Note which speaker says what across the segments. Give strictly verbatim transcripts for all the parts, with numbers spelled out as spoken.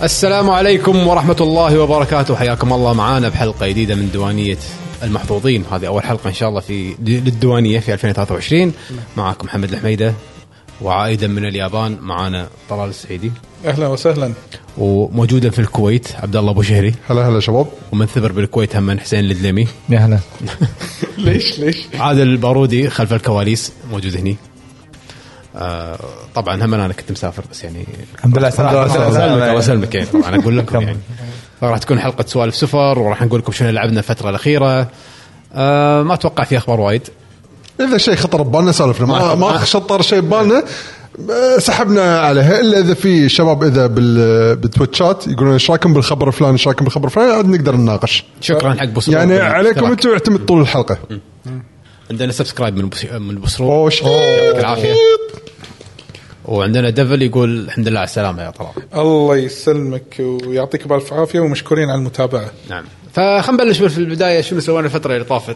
Speaker 1: السلام عليكم ورحمة الله وبركاته. حياكم الله معانا بحلقة جديدة من دوانية المحظوظين. هذه أول حلقة إن شاء الله في للديوانية في ألفين وثلاثة وعشرين. معكم محمد الحميدة، وعائدا من اليابان معانا طلال السعيدي.
Speaker 2: أهلا وسهلا.
Speaker 1: وموجودا في الكويت عبد الله أبو شهري.
Speaker 3: هلا هلا شباب.
Speaker 1: ومن ثبر بالكويت هم حسين الدليمي.
Speaker 4: يا هلا.
Speaker 2: ليش ليش
Speaker 1: عادل البارودي خلف الكواليس موجود هني. آه طبعا هم انا كنت مسافر بس يعني
Speaker 4: الحمد لله
Speaker 1: سلامك. الله يسلمك. يعني طبعا اقول لكم يعني راح تكون حلقه سوالف سفر، وراح نقول لكم شنو لعبنا الفتره الاخيره. آه ما اتوقع في اخبار وايد.
Speaker 3: اذا شيء خطر ببالنا سالفنا، ما ما شطر شيء ببالنا سحبنا عليها، الا اذا في شباب اذا بالتويتشات يقولون ايش رايكم بالخبر الفلاني، ايش رايكم بالخبر الفلاني، عاد نقدر نناقش.
Speaker 1: شكرا حق بصرو
Speaker 3: يعني عليكم انتم يعتمد طول الحلقه.
Speaker 1: عندنا سبسكرايب من من بصرو، يعطيك العافيه. وعندنا ديفل يقول الحمد لله على السلامه يا طلال.
Speaker 2: الله يسلمك ويعطيك بالف عافيه، ومشكورين على المتابعه.
Speaker 1: نعم. فخلينا نبلش في البدايه. شنو سوينا الفتره اللي طافت؟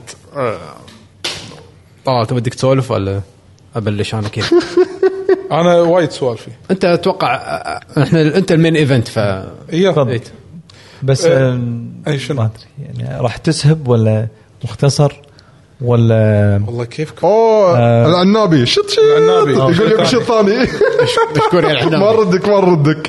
Speaker 1: طلال تبي تسولف ولا ابلش انا كيف؟
Speaker 2: انا وايد سوالفي.
Speaker 1: انت اتوقع احنا انت المين ايفنت ف
Speaker 2: ايه
Speaker 4: بس
Speaker 2: أه اي شنو
Speaker 4: ما ادري يعني راح تسهب ولا مختصر ولا
Speaker 2: والله كيفك.
Speaker 3: اوه آه العنابي شت شت
Speaker 2: العنابي
Speaker 3: يقول لك شيء ثاني.
Speaker 1: مشكور يا العنابي.
Speaker 3: ما ردك ما ردك.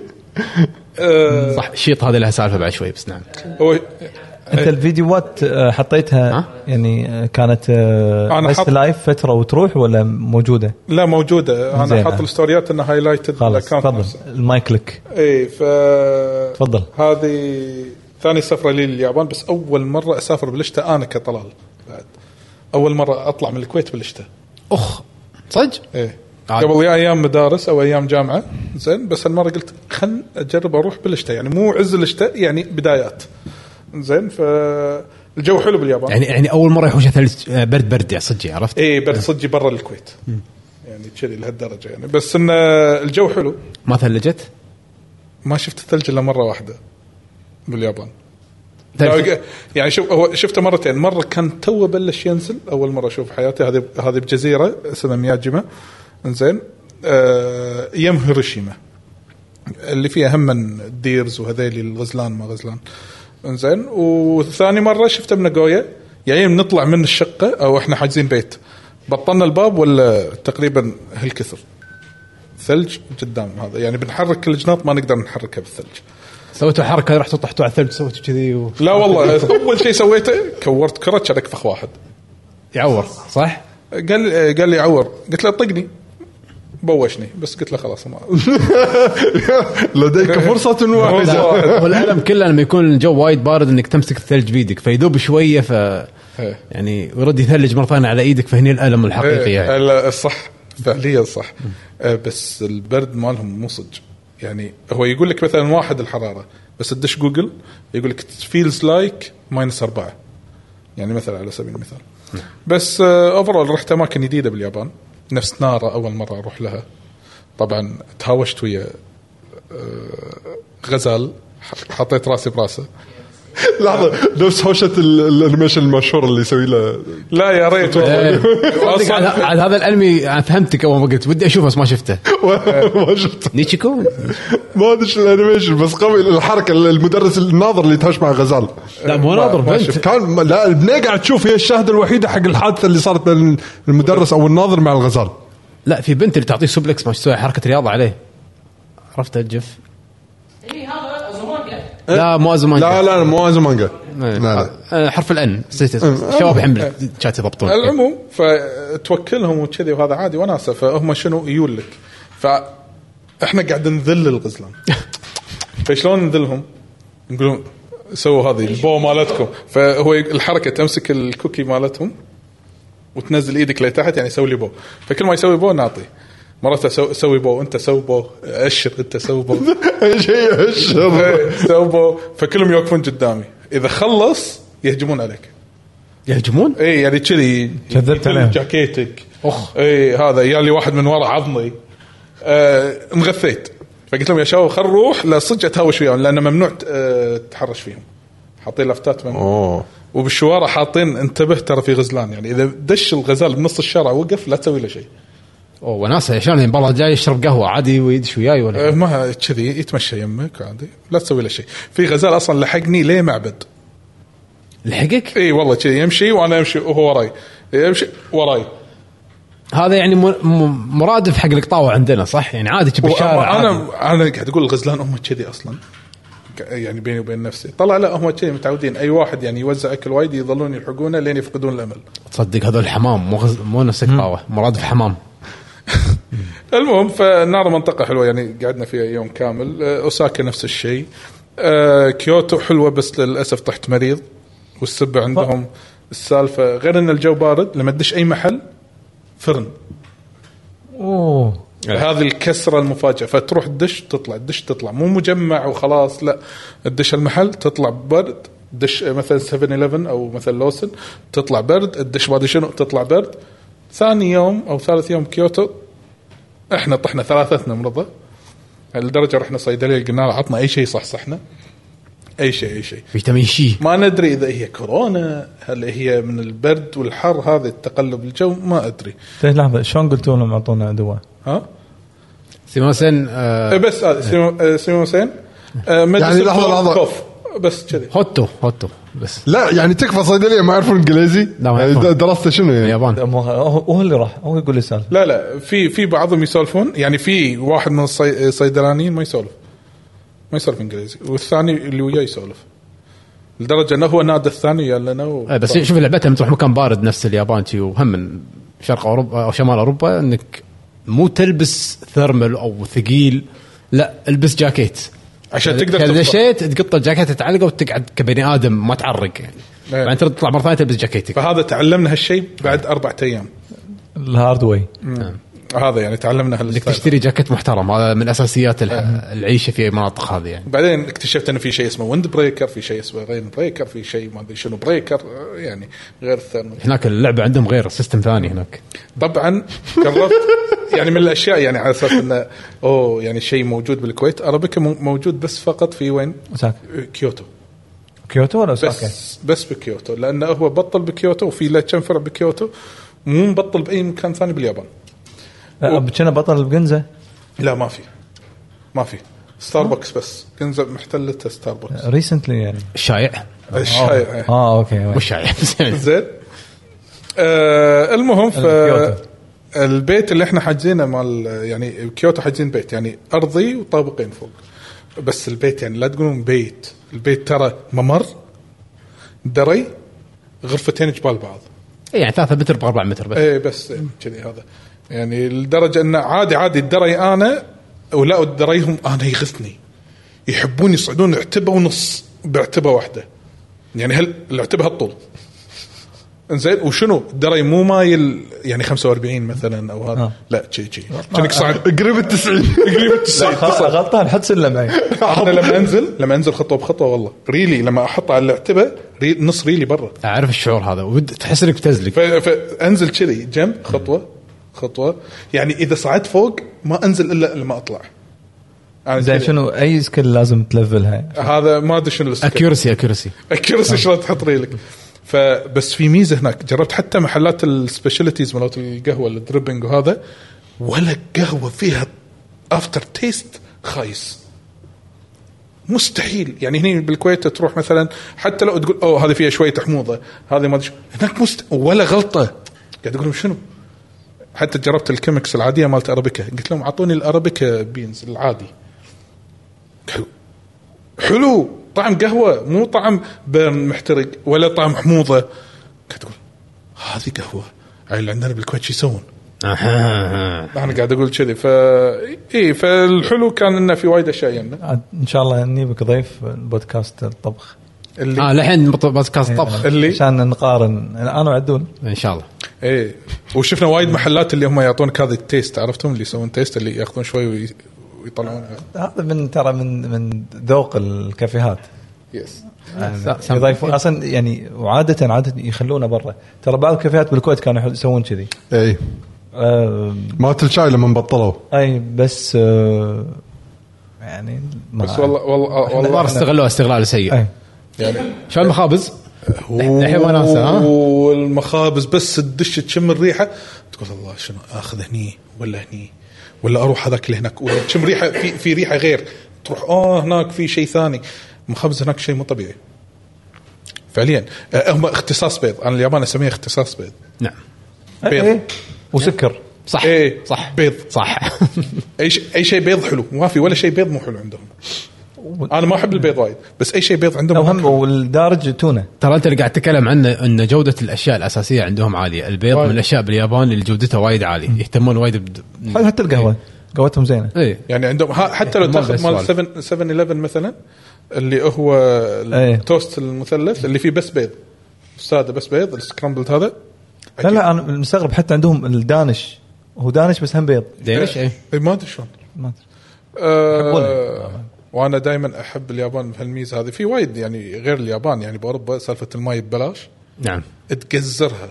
Speaker 1: أه صح الشيط هذه لها سالفه بعد شوي بس. نعم.
Speaker 4: انت الفيديوهات حطيتها يعني كانت بس لايف فتره وتروح ولا موجوده؟
Speaker 2: لا موجوده. انا حاط الستوريات انها هايلايتد.
Speaker 4: خلاص تفضل المايك لك.
Speaker 2: اي ف
Speaker 4: تفضل.
Speaker 2: هذه ثاني سفره لي لليابان، بس اول مره اسافر بالشتاء انا كطلال. بعد اول مره اطلع من الكويت بالشتاء.
Speaker 1: اخ صدق.
Speaker 2: ايه قبل ايام مدارس او ايام جامعه زين، بس المره قلت خل اجرب اروح بالشتاء، يعني مو عز الشتاء يعني بدايات زين. فالجو حلو باليابان
Speaker 1: يعني يعني اول مره يحوش ثلج برد برد يعني صدق عرفت.
Speaker 2: ايه برد صدق برا الكويت م. يعني كذي لهالدرجه يعني، بس ان الجو حلو.
Speaker 1: ما ثلجت؟
Speaker 2: ما شفت الثلج الا مره واحده باليابان.
Speaker 1: لا
Speaker 2: يعني شوف هو شفته مرتين. مره كان تو بلش ينزل اول مره اشوف حياتي. هذه هذه بجزيره اسمها مياجيما انزين. آه يم هيروشيما اللي فيها هم الديرز وهذيل الغزلان ما غزلان انزين. وثاني مره شفته بناغويا، يعني نطلع من الشقه او احنا حاجزين بيت، بطلنا الباب ولا تقريبا هالكثر ثلج قدام. هذا يعني بنحرك الجناط ما نقدر نحركها بالثلج.
Speaker 1: سويتوا حركه رحتوا طحتوا على الثلج سويتوا كذي و...
Speaker 2: لا والله اول شيء سويته كورت كرتش على كفخ واحد
Speaker 1: يعور صح.
Speaker 2: قال قال لي عور، قلت له طقني بوشني، بس قلت له خلاص ما
Speaker 3: لديك فرصه واحده.
Speaker 1: والألم كله لما يكون الجو وايد بارد انك تمسك الثلج بيدك فيذوب شويه ف يعني يرد يثلج مره ثانيه على ايدك، فهني الالم الحقيقي يعني.
Speaker 2: لا صح فعليا صح. بس البرد مالهم مو صدق. يعني هو يقول لك مثلا واحد الحراره، بس تدش جوجل يقول لك feels like ماينس أربعة يعني مثلا على سبيل المثال. بس اوفرول رحت اماكن جديده باليابان. نفس نارا اول مره اروح لها، طبعا تهاوشت ويا غزال، حطيت راسي براسه.
Speaker 3: لحظه نفس هوشه الانيميشن المشهور اللي يسوي له.
Speaker 2: لا يا ريت
Speaker 1: على هذا الانمي انا فهمتك اول ما قلت ودي اشوفه بس ما شفته.
Speaker 3: ما شفته
Speaker 1: نيتشيكو
Speaker 3: ما ادري الانيميشن بس قوي. الحركه المدرس الناظر اللي يتهاوش مع غزال.
Speaker 1: لا مو ناظر بنت
Speaker 3: كان. لا البنيه قاعد تشوف هي الشاهده الوحيده حق الحادثه اللي صارت بين المدرس او الناظر مع الغزال.
Speaker 1: لا في بنت اللي تعطيه سوبلكس ما تسوي حركه رياضه عليه. عرفت الجف؟
Speaker 5: اي هذا ازومانجا.
Speaker 1: لا مو ازومانجا.
Speaker 3: لا لا مو ازومانجا.
Speaker 1: لا لا حرف الان شباب يحمل شات يضبطون.
Speaker 2: العموم فتوكلهم وكذي وهذا عادي وناسه. فهم شنو يقول لك، فاحنا قاعد نذل الغزلان. فشلون نذلهم؟ نقولون سووا هذه البو مالتكم. فهو الحركه تمسك الكوكي مالتهم وتنزل ايدك لتحت يعني سوي لي بو. فكل ما يسوي بو نعطي. مرات سوي بو انت سوي بو اشر انت سوي بو
Speaker 3: شيء اشر
Speaker 2: سوي بو. فكلهم يوقفون قدامي، اذا خلص يهجمون عليك.
Speaker 1: يهجمون
Speaker 2: اي يعني كذي
Speaker 4: كذبت عليهم
Speaker 2: جاكيتك.
Speaker 1: اخ
Speaker 2: اي هذا يالي واحد من ورا عضني. آه انغثيت. فقلت لهم يا شباب خل نروح لصدق اتهاوش وياهم لانه ممنوع آه تحرش فيهم. حاطين لفتات من
Speaker 3: اوه
Speaker 2: وبالشوارع حاطين انتبه ترى في غزلان، يعني اذا دش الغزال بنص الشارع وقف لا تسوي له شيء.
Speaker 1: اوه وناسه عشان المباراه جاي يشرب قهوه عادي ويدش وياي ولا
Speaker 2: أه ما كذي يتمشى يمك عادي لا تسوي له شيء. في غزال اصلا لحقني ليه معبد
Speaker 1: لحقك؟
Speaker 2: اي والله كذي يمشي وانا امشي وهو وراي يمشي وراي.
Speaker 1: هذا يعني م- م- مرادف حق القطاوه عندنا صح يعني عادي بالشارع.
Speaker 2: انا
Speaker 1: عادي.
Speaker 2: انا قاعد اقول الغزلان هم كذي اصلا يعني بيني وبين نفسي طلع لا هم كذي متعودين اي واحد يعني يوزع اكل وايد يظلون يلحقونه لين يفقدون الامل.
Speaker 1: تصدق هذول الحمام مو غز... مو نفس القطاوه مرادف حمام.
Speaker 2: المهم فالنار منطقة حلوة يعني قعدنا فيها يوم كامل. أوساكا نفس الشيء. أه كيوتو حلوة بس للأسف طحت مريض والسبب عندهم السالفة غير أن الجو بارد لما تدش أي محل فرن.
Speaker 4: اوه
Speaker 2: هذه الكسرة المفاجئة فتروح تدش تطلع تدش تطلع مو مجمع وخلاص لا تدش المحل تطلع برد تدش مثلا سفن إليفن أو مثلا لوسن تطلع برد تدش بعد شنو تطلع برد. ثاني يوم أو ثالث يوم كيوتو احنا طحنا ثلاثتنا مرضى لدرجه رحنا صيدليه قلنا له عطنا اي شيء صحصحنا اي شيء اي شيء
Speaker 1: فيتامين شي
Speaker 2: ما ندري اذا هي كورونا هل هي من البرد والحر هذا التقلب الجو ما ادري.
Speaker 4: لحظه شلون قلتوا لهم اعطونا دواء؟
Speaker 2: ها
Speaker 1: سيموسين آه
Speaker 2: بس آه سيموسين آه
Speaker 3: يعني لحظه لحظه
Speaker 2: كوف بس كذي
Speaker 1: هوتو هوتو بس
Speaker 3: لا يعني تكفى صيدليه ما يعرفون انجليزي.
Speaker 1: لا ما يعرفون.
Speaker 3: دراسته شنو يعني
Speaker 1: اليابان
Speaker 4: هو اللي راح هو يقول لي سالفه.
Speaker 2: لا لا في في بعضهم يسولفون يعني في واحد من الصيدلانيين ما يسولف ما يسولف انجليزي والثاني اللي وياه يسولف لدرجه انه هو نادى الثاني قال لنا و...
Speaker 1: بس شوف لعبتها لما تروح مكان بارد نفس اليابان شي وهم من شرق اوروبا او شمال اوروبا انك مو تلبس ثيرمال او ثقيل لا البس جاكيت
Speaker 2: عشان تقدر
Speaker 1: اذا
Speaker 2: تطلع.
Speaker 1: دشيت تقط الجاكيت تعلقه وتقعد كبني ادم ما تعرق يعني
Speaker 2: إيه.
Speaker 1: بعدين تطلع مره ثانيه تلبس جاكيتك.
Speaker 2: فهذا تعلمنا هالشيء بعد أربعة أيام
Speaker 4: الهارد واي.
Speaker 2: هذا يعني تعلمنا
Speaker 1: انك
Speaker 2: هالستايل.
Speaker 1: تشتري جاكيت محترم هذا من اساسيات العيشه في المناطق هذه يعني.
Speaker 2: بعدين اكتشفت انه في شيء اسمه ويند بريكر في شيء اسمه رين بريكر في شيء ما ادري شنو بريكر يعني غير الثيرمال.
Speaker 1: هناك اللعبه عندهم غير سيستم ثاني هناك.
Speaker 2: طبعا قررت يعني من الاشياء يعني على اساس انه اوه يعني شيء موجود بالكويت ارابيكا موجود بس فقط في وين
Speaker 4: أوساكا.
Speaker 2: كيوتو
Speaker 4: كيوتو ولا أوساكا؟
Speaker 2: بس بس بكيوتو لانه هو بطل بكيوتو وفي له كم فرع بكيوتو مو مبطل باي مكان ثاني باليابان.
Speaker 4: كنا بطل بجنزة؟
Speaker 2: لا ما في ما في ستاربكس بس كنزة محتلتها ستاربكس
Speaker 4: ريسنتلي يعني
Speaker 1: شايع
Speaker 2: الشايع
Speaker 4: اه اوكي
Speaker 1: مش شايع
Speaker 2: زين. آه المهم ف البيت اللي احنا حاجزينه مال يعني كيوتو حاجزين بيت يعني ارضي وطابقين فوق بس البيت يعني لا تقولون بيت البيت ترى ممر دري غرفتين جبال بعض
Speaker 1: يعني ثلاثة متر بأربعة متر بس.
Speaker 2: ايه بس كذي هذا يعني لدرجة انه عادي عادي الدري انا ولا الدريهم انا يغثني يحبون يصعدون عتبة ونص بعتبة واحدة يعني هل العتبة هالطول انزين وشنو الدري مو مايل يعني خمسة وأربعين مثلا او هذا آه. لا شيء شيء كأنك صعد
Speaker 3: قريب التسعين
Speaker 2: قريب التسعين
Speaker 4: غلطان حد سلم معي.
Speaker 2: انا لما انزل لما انزل خطوه بخطوه والله ريلي لما احط على العتبه ري نص ريلي برا
Speaker 1: أعرف الشعور هذا ود تحس إنك بتزلق.
Speaker 2: فانزل كذي جنب خطوه خطوه يعني اذا صعدت فوق ما انزل الا لما اطلع.
Speaker 4: زين شنو اي سكيل لازم تلفلها؟
Speaker 2: هذا ما ادري شنو السكيل.
Speaker 1: اكيورسي اكيورسي
Speaker 2: اكيورسي شلون تحط ريلك. فبس في ميزه هناك جربت حتى محلات السبيشاليتيز مالت القهوه الدريبنج وهذا ولا قهوه فيها افتر تيست خايس مستحيل. يعني هنا بالكويت تروح مثلا حتى لو تقول اوه هذه فيها شويه حموضه هذه ما ادري هناك مست ولا غلطه قاعد اقول شنو. حتى جربت الكيمكس العاديه مالت ارابيكا قلت لهم اعطوني الارابيكا بينز العادي حلو حلو طعم قهوه مو طعم بيرن محترق ولا طعم حموضه. قاعد اقول هذه قهوه اللي عندنا بالكويت شو يسوون. انا قاعد اقول كذي ف اي فالحلو كان انه في وايد اشياء يعني.
Speaker 4: ان شاء الله نجيبك ضيف البودكاست الطبخ
Speaker 2: اللي
Speaker 1: اه الحين بودكاست طبخ
Speaker 2: اللي
Speaker 4: عشان نقارن انا وعدول
Speaker 1: ان شاء الله.
Speaker 2: ايه وشفنا وايد محلات اللي هم يعطونك هذا التيست عرفتهم اللي يسوون تيست اللي ياخذون شوي ويطلعون
Speaker 4: هذا من ترى من من ذوق الكافيهات.
Speaker 2: يس
Speaker 4: يضيفون اصلا يعني وعاده عاده يخلونه برا. ترى بعض الكافيهات بالكويت كانوا يسوون كذي.
Speaker 3: اي
Speaker 4: آه
Speaker 3: مالت الشاي لما بطلوا
Speaker 4: اي بس آه يعني
Speaker 2: بس والله والله
Speaker 1: والله استغلوا استغلال سيء.
Speaker 2: يعني
Speaker 1: شو المخابز الحين وناسة ها
Speaker 2: والمخابز بس تدش تشم الريحه تقول الله شنو اخذ هني ولا هني ولا اروح هذاك اللي هناك ولا تشم ريحه في في ريحه غير تروح اه هناك في شيء ثاني. مخابز هناك شيء مو طبيعي فعليا. هم اختصاص بيض. انا اليابان اسميه اختصاص بيض.
Speaker 1: نعم
Speaker 2: بيض
Speaker 4: إيه. وسكر
Speaker 1: صح
Speaker 2: ايه
Speaker 1: صح
Speaker 2: بيض
Speaker 1: صح.
Speaker 2: اي شيء اي شيء بيض حلو ما في ولا شيء بيض مو حلو عندهم. انا ما احب البيض وايد بس اي شيء بيض عندهم
Speaker 4: هم والدارج تونه.
Speaker 1: ترى انت اللي قاعد تتكلم عنه ان جوده الاشياء الاساسيه عندهم عاليه. البيض
Speaker 2: وايد.
Speaker 1: من الاشياء باليابان اللي جودتها وايد عاليه يهتمون وايد بد...
Speaker 4: حتى القهوه قهوتهم زينه.
Speaker 1: ايه
Speaker 2: يعني عندهم حتى لو
Speaker 1: ما
Speaker 2: تاخذ
Speaker 1: بس
Speaker 2: مال
Speaker 1: سوالف.
Speaker 2: سفن إليفن مثلا اللي هو
Speaker 4: ايه.
Speaker 2: التوست المثلث اللي فيه بس بيض ساده بس بيض السكرامبلد هذا.
Speaker 4: لا لا انا مستغرب حتى عندهم الدانش هو دانش بس هم بيض.
Speaker 1: دينش ايه
Speaker 2: إيه ما ادري شلون.
Speaker 4: ما أدري.
Speaker 2: أه وانا دائما احب اليابان بهالميزه هذه. في وايد يعني غير اليابان يعني باوروبا سالفه الماي ببلاش.
Speaker 1: نعم
Speaker 2: تقزرها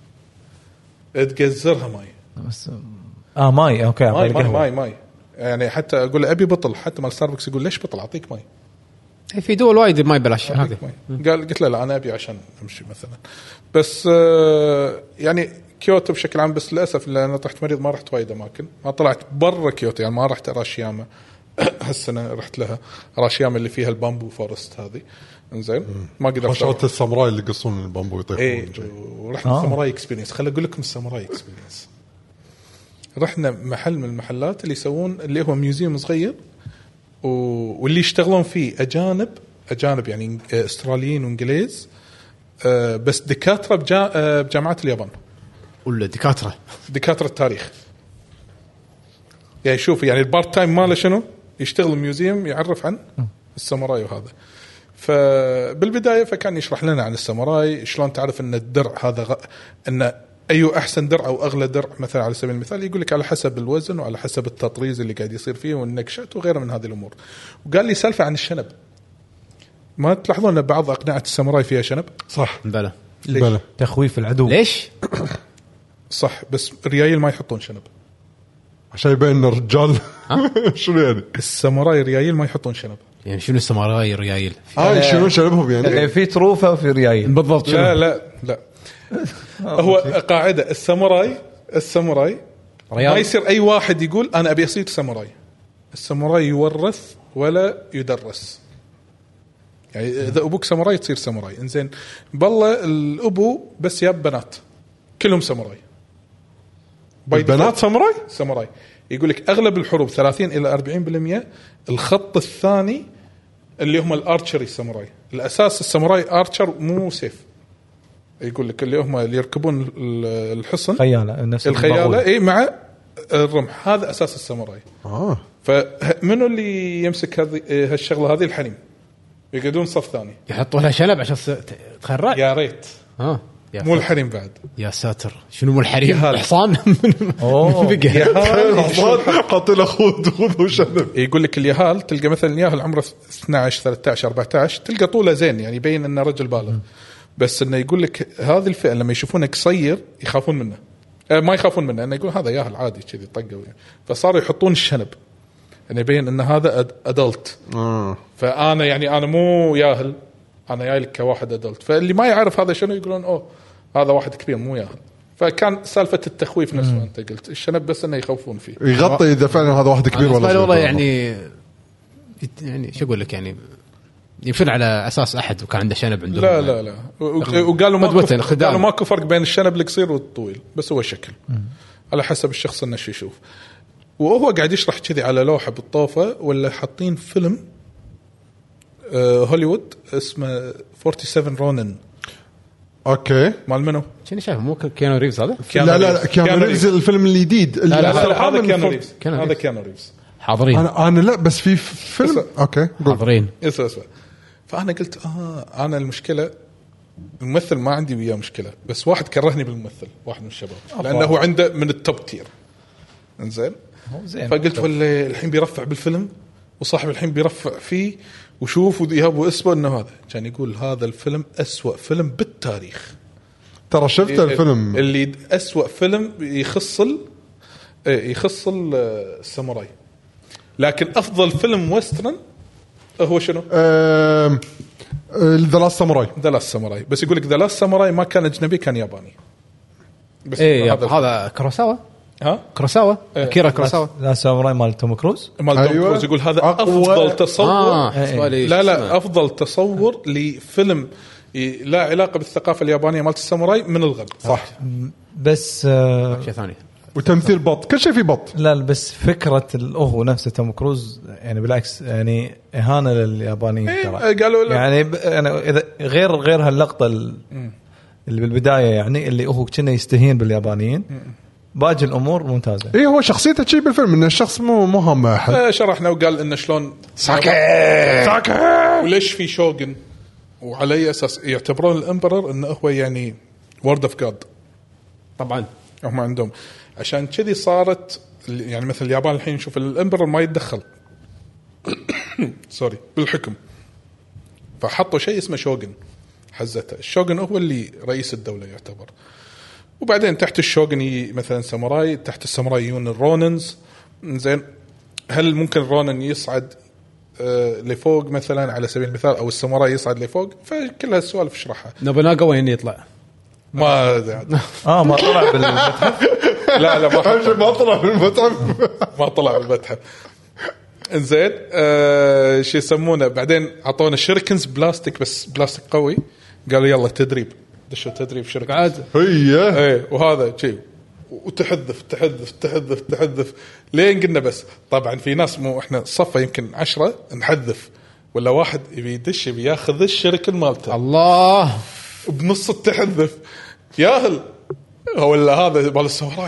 Speaker 2: تقزرها ماي
Speaker 4: بس اه ماي اوكي
Speaker 2: ماي ماي,
Speaker 4: القهوة.
Speaker 2: ماي ماي يعني حتى اقول له ابي بطل حتى مال ستاربكس يقول ليش بطل اعطيك ماي.
Speaker 1: إيه في دول وايد ما يبلاش هذه.
Speaker 2: أعطيك ماي. قال قلت له لا انا ابي عشان امشي مثلا. بس آه يعني كيوتو بشكل عام بس للاسف لان انا طحت مريض ما رحت وايد اماكن. ما طلعت برا كيوتو يعني ما رحت اراشياما هالسنه رحت لها اراشياما اللي فيها البامبو فورست هذه انزين ما قدرت.
Speaker 3: حشرات الساموراي اللي يقصون البامبو يطيحون.
Speaker 2: ايه ورحنا
Speaker 4: آه.
Speaker 2: الساموراي اكسبيرينس. خليني اقول لكم الساموراي اكسبيرينس. رحنا محل من المحلات اللي يسوون اللي هو ميوزيوم صغير و... واللي يشتغلون فيه اجانب اجانب يعني استراليين وانجليز أه بس دكاتره بجا... أه بجامعات اليابان
Speaker 1: ولا دكاتره
Speaker 2: دكاتره التاريخ. يعني شوف يعني البارت تايم ماله شنو يشتغل ميوزيوم يعرف عن الساموراي وهذا. فبالبدايه فكان يشرح لنا عن الساموراي شلون تعرف ان الدرع هذا غ... ان ايو احسن درع او اغلى درع مثلا على سبيل المثال يقول لك على حسب الوزن وعلى حسب التطريز اللي قاعد يصير فيه والنكشات وغيره من هذه الامور. وقال لي سالفه عن الشنب. ما تلاحظون ان بعض اقنعه الساموراي فيها شنب؟
Speaker 3: صح
Speaker 1: بلى
Speaker 3: بلى
Speaker 4: تخويف العدو.
Speaker 1: ليش
Speaker 2: صح بس الريايل ما يحطون شنب
Speaker 3: عشان يبين الرجال. شنو يعني
Speaker 2: الساموراي الريايل ما يحطون شنب.
Speaker 1: يعني شنو الساموراي الريايل
Speaker 3: اه شنو شنبهم
Speaker 4: يعني
Speaker 3: يعني
Speaker 4: في تروفه وفي ريايل
Speaker 1: بالضبط شنو
Speaker 2: لا لا لا هو قاعده الساموراي الساموراي ما
Speaker 1: ريال
Speaker 2: يصير اي واحد يقول انا ابي اصير ساموراي. الساموراي يورث ولا يدرس. يعني اذا ابوك ساموراي تصير ساموراي. انزين بالله الابو بس ياب بنات كلهم ساموراي.
Speaker 3: البنات ساموراي
Speaker 2: ساموراي يقول لك اغلب الحروب ثلاثين الى أربعين بالمئة الخط الثاني اللي هم الارشري ساموراي. الاساس الساموراي ارشر مو سيف. يقول لك اللي هم اللي يركبون الحصن
Speaker 4: خياله نفس
Speaker 2: الخياله اي مع الرمح هذا اساس الساموراي.
Speaker 3: اه
Speaker 2: فمنو اللي يمسك هذه هالشغله هذه الحريم يقعدون صف ثاني
Speaker 1: يحطوا لها شنب عشان تخرع.
Speaker 2: يا ريت
Speaker 1: ها
Speaker 2: مو الحريم بعد.
Speaker 1: يا ساتر شنو مو الحريم
Speaker 2: يهال.
Speaker 1: حصان.
Speaker 4: أوه.
Speaker 1: بقى
Speaker 3: قاتل اخوه خذ وشنب.
Speaker 2: يقول لك اليهال تلقى مثلا ياهل عمره اثنا عشر ثلاثة عشر أربعة عشر تلقى طوله زين يعني يبين انه رجل بالغ. بس انه يقول لك هذه الفئه لما يشوفونه قصير يخافون منه. آه ما يخافون منه انه يقول هذا ياهل عادي كذي طقه يعني. فصاروا يحطون الشنب يعني يبين ان هذا ادلت.
Speaker 3: اه
Speaker 2: فانا يعني انا مو ياهل انا جاي لك كواحد ادلت. فاللي ما يعرف هذا شنو يقولون اوه هذا واحد كبير مو ياهل. فكان سالفه التخويف نفس ما انت قلت الشنب بس انه يخوفون فيه.
Speaker 3: يغطي اذا فعلا هذا واحد كبير ولا
Speaker 1: والله
Speaker 3: صغير.
Speaker 1: يعني يعني شو اقول لك يعني يمشون على اساس احد وكان عنده شنب عنده.
Speaker 2: لا لا لا وقالوا ماكو
Speaker 1: مدوتين خدام.
Speaker 2: قالوا ماكو فرق بين الشنب القصير والطويل بس هو الشكل على حسب الشخص انه شو يشوف. وهو قاعد يشرح كذي على لوحه بالطوفه ولا حاطين فيلم آه هوليوود اسمه سبعة وأربعين رونن.
Speaker 3: اوكي
Speaker 2: مال منو؟
Speaker 1: شنو شايف مو كيانو ريفز هذا
Speaker 3: لا لا لا كيانو ريفز الفيلم الجديد.
Speaker 2: لا لا
Speaker 3: لا
Speaker 2: لا هذا كيانو ريفز
Speaker 1: كيانو
Speaker 2: هذا
Speaker 1: ريفز.
Speaker 2: كيانو ريفز
Speaker 1: حاضرين
Speaker 3: انا انا لا بس في فيلم
Speaker 2: اسمع.
Speaker 3: اوكي قول.
Speaker 1: حاضرين
Speaker 2: اسمع اسمع. فانا قلت اه انا المشكله الممثل ما عندي وياه مشكله بس واحد كرهني بالممثل واحد من الشباب لانه هو عنده من التوب تير. انزين فقلت ولا الحين بيرفع بالفيلم وصاحب الحين بيرفع فيه وشوف وذهب واسمه انه هذا كان يقول هذا الفيلم أسوأ فيلم بالتاريخ.
Speaker 3: ترى شفت الفيلم
Speaker 2: اللي أسوأ فيلم يخص يخص الساموراي. لكن افضل فيلم ويسترن هو شنو؟
Speaker 3: أه ذا لاست ساموراي.
Speaker 2: ذا لاست ساموراي، بس يقول لك ذا لاست ساموراي ما كان اجنبي، كان ياباني. بس
Speaker 1: ايه هذا, هذا كروساوا
Speaker 2: ها
Speaker 1: كروساوا
Speaker 2: إيه.
Speaker 1: كيرا كروساوا
Speaker 4: لا ساموراي مال توم كروز.
Speaker 2: مال توم
Speaker 3: أيوة.
Speaker 2: كروز. يقول هذا
Speaker 3: أقوى.
Speaker 2: افضل تصور
Speaker 1: آه.
Speaker 4: إيه.
Speaker 2: لا لا افضل تصور لفيلم ي- لا علاقه بالثقافه اليابانيه مالت الساموراي من الغرب.
Speaker 3: صح.
Speaker 4: بس آه
Speaker 1: شيء ثاني.
Speaker 3: وتمثيل بط، كل شيء في بط.
Speaker 4: لا بس فكره هو نفسه توم كروز يعني بالعكس يعني اهانه لليابانيين
Speaker 2: إيه،
Speaker 4: ترى.
Speaker 2: قالوا له-
Speaker 4: يعني ب- انا اذا غير غير هاللقطه ال- اللي بالبدايه يعني اللي هو كنا يستهين باليابانيين، باقي الامور ممتازه.
Speaker 3: ايه هو شخصيته شيء بالفيلم انه الشخص مو مو هم احد.
Speaker 2: آه، شرحنا وقال انه شلون
Speaker 3: ساكي
Speaker 2: وليش في شوغن، وعلى اي اساس يعتبرون الامبرر انه هو يعني وورد اوف جاد.
Speaker 1: طبعا
Speaker 2: هم عندهم عشان كذي صارت يعني مثل اليابان الحين نشوف الامبرر ما يتدخل سوري بالحكم، فحطوا شيء اسمه شوغن حزته. الشوغن هو اللي رئيس الدولة يعتبر، وبعدين تحت الشوغن مثلا ساموراي، تحت الساموراي يجون الروننز. زين هل ممكن الرونن يصعد آه لفوق مثلا على سبيل المثال، او الساموراي يصعد لفوق؟ فكل هالسوالف اشرحها.
Speaker 1: نوبوناغا وين يطلع؟
Speaker 2: ما
Speaker 4: اه ما طلع بالمتحف.
Speaker 2: لا لا ما
Speaker 3: ما طلع من المتحف.
Speaker 2: ما طلع بالمتحف. انزين آه شو يسمونه، بعدين اعطونا شركنز بلاستيك، بس بلاستيك قوي. قالوا يلا تدريب، دشوا تدريب شركه
Speaker 1: بعد
Speaker 3: هي
Speaker 2: ايه، وهذا شيء وتحذف تحذف تحذف تحذف لين قلنا بس. طبعا في ناس مو احنا صفه يمكن عشرة نحذف، ولا واحد يبي يدش يبي ياخذ الشركن مالته
Speaker 1: الله
Speaker 2: بنص التحذف ياهل. ولا هذا مال الساموراي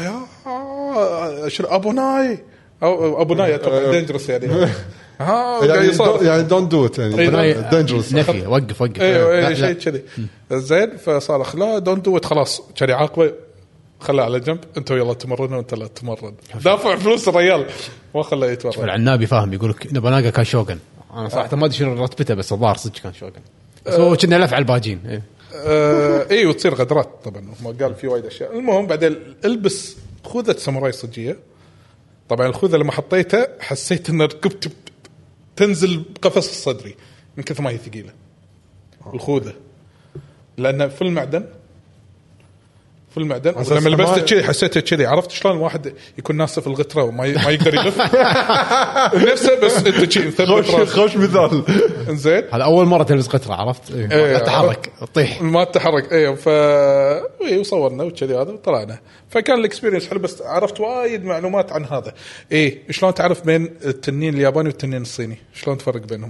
Speaker 2: يا شر ابو ناي او ابو ناي اتوقع دينجرس يعني ها
Speaker 3: يعني
Speaker 2: يصير
Speaker 3: دو يعني دونت دو ات يعني دينجرس.
Speaker 1: نفي وقف وقف
Speaker 2: ايوه شيء كذي. زين فصار خلا دونت دو ات خلاص كذي عاقبه، خلاه على جنب انتوا يلا تمرنوا وانت لا تمرن. دافع فلوس الرجال ما خلاه يتمرن.
Speaker 1: العنابي فاهم يقول لك نوبوناغا كان شوغن. انا صراحه ما ادري شنو رتبته بس الظاهر صدق كان شوغن، بس هو كنا لف على الباجين. ايه
Speaker 2: آه ايه وتصير غدرات طبعا. ما قال في وايد اشياء. المهم بعدين البس خوذه ساموراي صجيه. طبعا الخوذه لما حطيتها حسيت ان ركبت تنزل بقفص الصدري من كثر ما هي ثقيله الخوذه، لان في المعدن في المعدن. ولما لبست كذي حسيت كذي، عرفت شلون الواحد يكون ناصف الغتره وما ما يقدر يلف نفسه، بس انت كذي
Speaker 3: خوش خوش مثال.
Speaker 2: انزين
Speaker 1: هذا اول مره تلبس قطره عرفت.
Speaker 2: إيه،
Speaker 1: ايه تتحرك تطيح
Speaker 2: ما تتحرك. ايه ف ايه وصورنا وكذي هذا وطلعنا. فكان الاكسبيرينس حلو، بس عرفت وايد معلومات عن هذا. ايه شلون تعرف بين التنين الياباني والتنين الصيني؟ شلون تفرق بينهم؟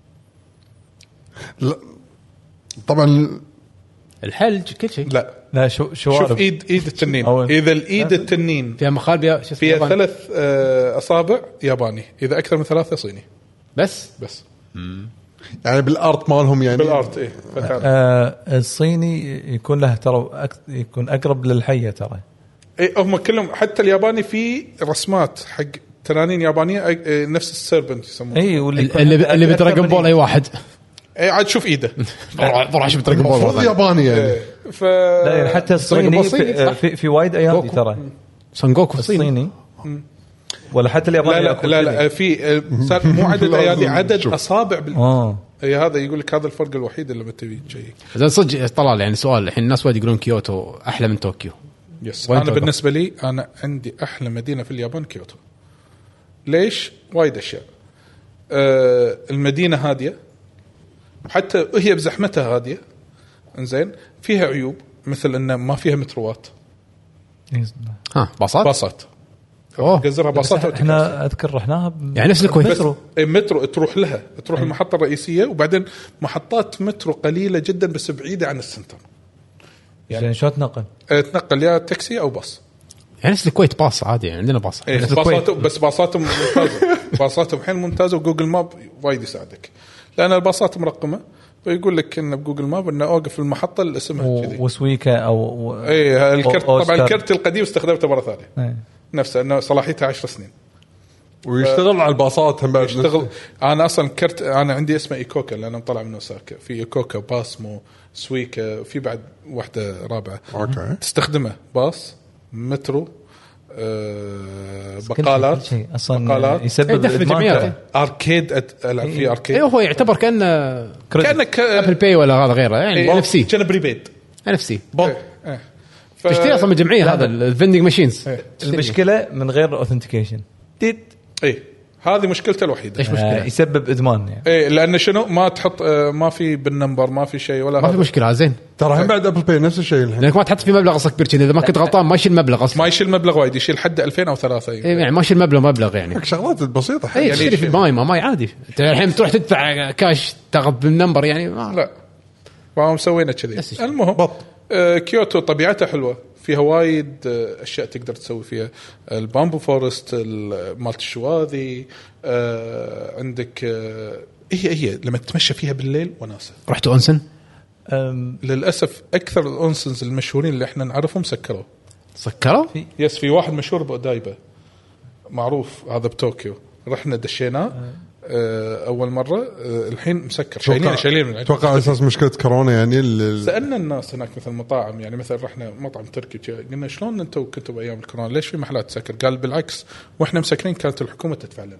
Speaker 3: لا طبعا
Speaker 1: الحلج كل شيء.
Speaker 2: لا
Speaker 4: لا شو شوارب.
Speaker 2: شوف ايد ايد التنين،
Speaker 4: أول.
Speaker 2: اذا الايد التنين
Speaker 1: فيها مخالبه شو اسمه
Speaker 2: فيها
Speaker 1: ياباني.
Speaker 2: ثلاث آه، اصابع ياباني، اذا اكثر من ثلاثه صيني.
Speaker 1: بس
Speaker 2: بس
Speaker 3: يعني بالارت مالهم يعني
Speaker 2: بالارت ايه فتعرف.
Speaker 4: آه الصيني يكون له ترى أك... يكون اقرب للحيه ترى.
Speaker 2: ايه هم كلهم حتى الياباني في رسمات حق تنانين يابانيه إيه، نفس السيربنت يسمونه.
Speaker 4: اي واللي يكون
Speaker 1: اللي اللي بدراجون بول اي واحد
Speaker 2: ايه عاد شوف ايده
Speaker 1: بروح اشوف دراجون
Speaker 3: المفروض
Speaker 1: بول
Speaker 3: ياباني يعني.
Speaker 2: إيه، ف
Speaker 4: لا يعني حتى الصيني
Speaker 1: صيني،
Speaker 4: في,
Speaker 1: صح؟
Speaker 4: في, في وايد ايادي
Speaker 1: جوكو.
Speaker 4: ترى
Speaker 1: سانجوكو صيني.
Speaker 4: الصيني ولا حتى
Speaker 2: لا
Speaker 4: الياباني.
Speaker 2: لا لا, لا في صار مو عدد ايادي، عدد
Speaker 3: شوف.
Speaker 2: اصابع بال...
Speaker 4: اه
Speaker 2: اي هذا يقول لك هذا الفرق الوحيد اللي بتبي تشيك.
Speaker 1: اذا صدق طلال يعني سؤال الحين الناس وايد يقولون كيوتو احلى من طوكيو.
Speaker 2: يس
Speaker 1: وين
Speaker 2: انا
Speaker 1: توقف؟
Speaker 2: بالنسبه لي انا عندي احلى مدينه في اليابان كيوتو. ليش؟ وايد اشياء. آه المدينه هاديه، حتى هي بزحمتها هاديه. انزين فيها عيوب مثل ان ما فيها متروات،
Speaker 1: ها باصات
Speaker 2: باصات
Speaker 1: اوه
Speaker 2: قزرها باصات.
Speaker 4: احنا اذكر رحناها ب-
Speaker 1: يعني نفس الكويت.
Speaker 2: بس إيه، مترو تروح لها، تروح المحطه الرئيسيه، وبعدين محطات مترو قليله جدا بس بعيده عن السنتر.
Speaker 4: يعني شو تنقل.
Speaker 2: آه، تنقل يا تاكسي او باص.
Speaker 1: يعني نفس الكويت باص عادي يعني عندنا باص.
Speaker 2: إيه باصاتهم، بس باصاتهم ممتازه باصاتهم حين ممتازه، وجوجل ماب وايد يساعدك لان الباصات مرقمه، فيقول لك ان بجوجل ماب انه اوقف في المحطه اللي اسمها كذي.
Speaker 4: وسويكا او و...
Speaker 2: اي الكرت
Speaker 4: أو-
Speaker 2: طبعا
Speaker 4: أوستر.
Speaker 2: الكرت القديم استخدمته مره ثانيه
Speaker 4: إيه.
Speaker 2: نفسه انه صلاحيته عشر سنين
Speaker 3: ويشتغل على الباصات هم بعد.
Speaker 2: يشتغل. انا اصلا كرت انا عندي اسمه ايكوكا لانه مطلع من اوساكا. في ايكوكا، باسمو، سويكا، في بعد واحده رابعه
Speaker 3: اوكي
Speaker 2: تستخدمه باص، مترو، آه،
Speaker 4: كل
Speaker 2: بقالات
Speaker 4: شيء اصلا
Speaker 2: بقالات.
Speaker 4: يسبب
Speaker 1: إيه، دفع
Speaker 4: الإدمان
Speaker 1: جمعيات.
Speaker 4: ترى.
Speaker 2: اركيد أت- العب فيه اركيد
Speaker 1: اي هو يعتبر كانه
Speaker 2: كانك
Speaker 1: ابل باي ولا هذا غيره يعني ان اف سي
Speaker 2: كان بريبيد
Speaker 1: ان اف سي
Speaker 2: إيه، إيه. ف-
Speaker 1: تشتري اصلا من جمعيه هذا الفندنج ماشينز
Speaker 4: المشكله من غير اوثنتيكيشن تيت
Speaker 2: ايه هذه مشكلته الوحيده.
Speaker 1: ايش مشكله؟
Speaker 4: آه، يسبب ادمان يعني.
Speaker 2: ايه لان شنو ما تحط آه، ما في بالنمبر ما في شيء ولا
Speaker 1: ما في
Speaker 2: هذا.
Speaker 1: مشكله زين
Speaker 3: ترى هم بعد ابل باي نفس الشيء الحين.
Speaker 1: لانك ما تحط في مبلغ اصلا كبير كذا اذا ما كنت غلطان ما يشيل مبلغ اصلا
Speaker 2: ما يشيل مبلغ وايد يشيل حد ألفين او ثلاثة
Speaker 1: إيه يعني ما يشيل مبلغ مبلغ يعني
Speaker 3: شغلات بسيطه
Speaker 1: اي
Speaker 3: يعني
Speaker 1: تشتري في ماي ما ماي عادي انت الحين تروح تدفع كاش تاخذ بالنمبر يعني ما
Speaker 2: لا ما مسوينا كذي.
Speaker 1: نفس الشيء.
Speaker 2: المهم
Speaker 3: بط.
Speaker 2: آه، كيوتو طبيعتها حلوه فيها وايد آه، اشياء تقدر تسوي فيها. البامبو فورست ال- مالت الشواذي آه، عندك آه، هي هي لما تتمشى فيها بالليل وناسه.
Speaker 1: رحت اونسن
Speaker 4: أم،
Speaker 2: للاسف اكثر الاونسنز المشهورين اللي احنا نعرفهم سكروا.
Speaker 1: سكروا
Speaker 2: يس في واحد مشهور بأودايبا معروف هذا بطوكيو رحنا دشيناه آه، اول مره آه، الحين مسكر شايلين شايلين من عندنا.
Speaker 3: اتوقع على اساس مشكله كورونا يعني ال-
Speaker 2: سالنا الناس هناك مثل مطاعم يعني مثلا رحنا مطعم تركي جا- قلنا شلون انتم كنتوا بايام الكورونا ليش في محلات تسكر؟ قال بالعكس واحنا مسكرين كانت الحكومه تدفع لنا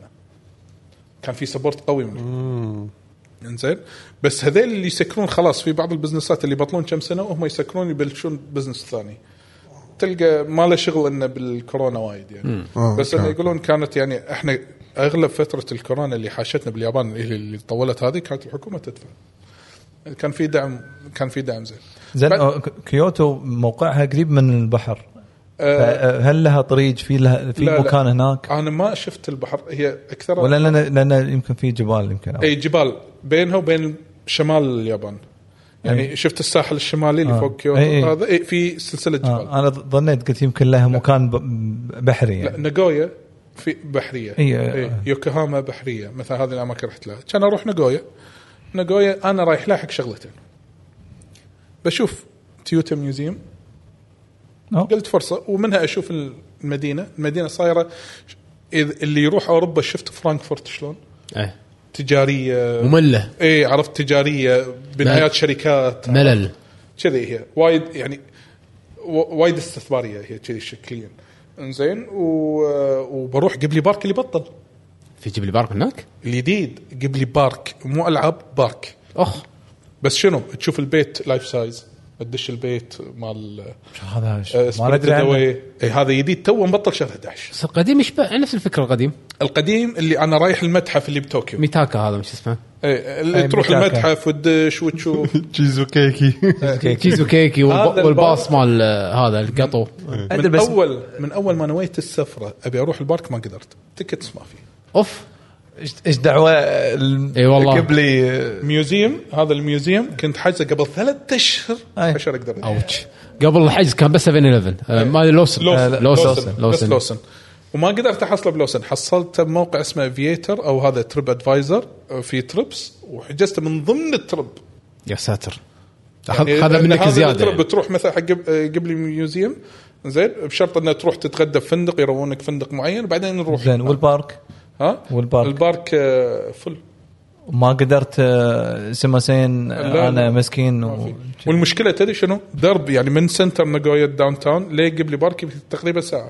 Speaker 2: كان في سبورت قوي منهم. انزين بس هذول اللي يسكرون خلاص في بعض البزنسات اللي يبطلون كم سنه وهم يسكرون يبلشون بزنس ثاني تلقى ما له شغل انه بالكورونا وايد يعني.
Speaker 3: آه،
Speaker 2: بس انه يقولون كانت يعني احنا اغلب فتره الكورونا اللي حاشتنا باليابان اللي اللي طولت هذه كانت الحكومه تدفع. كان في دعم كان في دعم زين.
Speaker 4: زين
Speaker 2: بعد-
Speaker 4: أو- كيوتو موقعها قريب من البحر.
Speaker 2: آه،
Speaker 4: هل لها طريق في لها في
Speaker 2: لا، لا.
Speaker 4: مكان هناك
Speaker 2: انا ما شفت البحر هي اكثر
Speaker 4: ولا لان لان يمكن في جبال يمكن أو.
Speaker 2: اي جبال بينها وبين شمال اليابان يعني
Speaker 4: أي.
Speaker 2: شفت الساحل الشمالي اللي
Speaker 4: آه.
Speaker 2: فوق كيوتو
Speaker 4: أي، أي.
Speaker 2: هذا إيه في سلسله جبال.
Speaker 4: آه انا ظنيت قلت يمكن لها مكان ب- بحري
Speaker 2: لا
Speaker 4: يعني.
Speaker 2: ناغويا في بحريه
Speaker 4: إيه.
Speaker 2: إيه. يوكوهاما بحريه مثل هذه الاماكن رحت لها. كان اروح ناغويا ناغويا انا رايح لها حق شغلتين بشوف تيوتا ميوزيوم
Speaker 4: أوه.
Speaker 2: قلت فرصه ومنها اشوف المدينه المدينه صايره إذ اللي يروح اوروبا شفت فرانكفورت شلون
Speaker 1: ايه
Speaker 2: تجاريه
Speaker 1: ممله
Speaker 2: ايه عرفت تجاريه بنايات شركات
Speaker 1: ملل
Speaker 2: كذي هي وايد يعني و- وايد استثماريه هي كذي شكليا. انزين و- وبروح قبلي بارك اللي بطل
Speaker 1: في جيب لي بارك هناك
Speaker 2: الجديد قبلي بارك مو العاب بارك
Speaker 1: اخ
Speaker 2: بس شنو تشوف البيت لايف سايز تدش البيت مال
Speaker 4: هذا ش-
Speaker 2: آه،
Speaker 4: ما ندري عنه.
Speaker 2: اي هذا جديد تو مبطل شهر أحد عشر.
Speaker 1: بس القديم يشبه نفس الفكره القديم
Speaker 2: القديم اللي انا رايح المتحف اللي بطوكيو
Speaker 1: ميتاكا هذا مش اسمه
Speaker 2: اي اللي
Speaker 4: أي
Speaker 2: تروح
Speaker 4: ميتاكا.
Speaker 2: المتحف وتدش وتشوف
Speaker 3: تشيزو كيكي
Speaker 1: تشيزو كيكي
Speaker 2: هذا
Speaker 1: والب- والباص مال آه، هذا القطو
Speaker 4: أدري
Speaker 2: من
Speaker 4: بس
Speaker 2: اول من اول ما نويت السفره ابي اروح البارك ما قدرت تيكتس ما في.
Speaker 1: اوف
Speaker 4: إيش- ايش دعوه ال-
Speaker 1: إي والله.
Speaker 4: قبلي
Speaker 2: ميوزيوم هذا الميوزيوم كنت حاجزه قبل ثلاثة اشهر
Speaker 4: أي.
Speaker 2: عشان اقدر
Speaker 1: اوتش قبل الحجز كان بس سفن إليفن آه، ما لوسن
Speaker 2: لوسن
Speaker 1: لوسن
Speaker 2: لوسن بس
Speaker 1: لوسن
Speaker 2: لوسن وما قدرت احصله بلوسن حصلته بموقع اسمه فييتر او هذا تريب ادفايزر في تريبس وحجزته من ضمن الترب
Speaker 1: يا ساتر
Speaker 2: يعني
Speaker 1: هذا منك
Speaker 2: هذا
Speaker 1: زياده
Speaker 2: الترب
Speaker 1: يعني.
Speaker 2: تروح مثلا حق قبل ميوزيوم زين بشرط انه تروح تتغدى في فندق يروونك فندق معين وبعدين نروح
Speaker 4: زين والبارك
Speaker 2: ها
Speaker 4: والبارك؟
Speaker 2: البارك آه، فل
Speaker 4: ما قدرت آه، سماسين آه،
Speaker 2: لا،
Speaker 4: انا
Speaker 2: لا.
Speaker 4: مسكين
Speaker 2: ما
Speaker 4: و...
Speaker 2: في. والمشكله تدري شنو درب يعني من سنتر ناغويا داون تاون ليه قبل بارك تقريبا ساعه.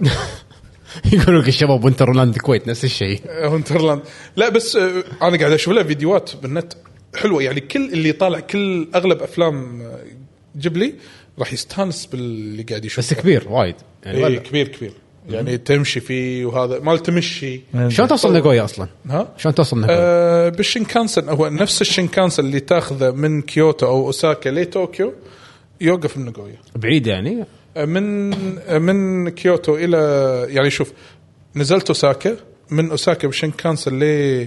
Speaker 1: يقولوا لك الشباب وينترلاند الكويت نفس الشيء
Speaker 2: هونترلاند لا بس آه، انا قاعد اشوف لها فيديوهات بالنت حلوه يعني كل اللي طالع كل اغلب افلام آه، جبلي راح يستانس باللي قاعد يشوف
Speaker 1: بس كبير وايد يعني
Speaker 2: إيه
Speaker 1: ولا.
Speaker 2: كبير كبير يعني تمشي فيه وهذا مال تمشي
Speaker 1: شلون توصل ناغويا اصلا؟
Speaker 2: ها
Speaker 1: شلون توصل ناغويا؟
Speaker 2: آه بالشينكانسن هو نفس الشينكانسن اللي تاخذه من كيوتو او اوساكا لطوكيو يوقف من ناغويا
Speaker 1: بعيد يعني
Speaker 2: آه، من آه، من كيوتو الى يعني شوف نزلت اوساكا من اوساكا بالشينكانسن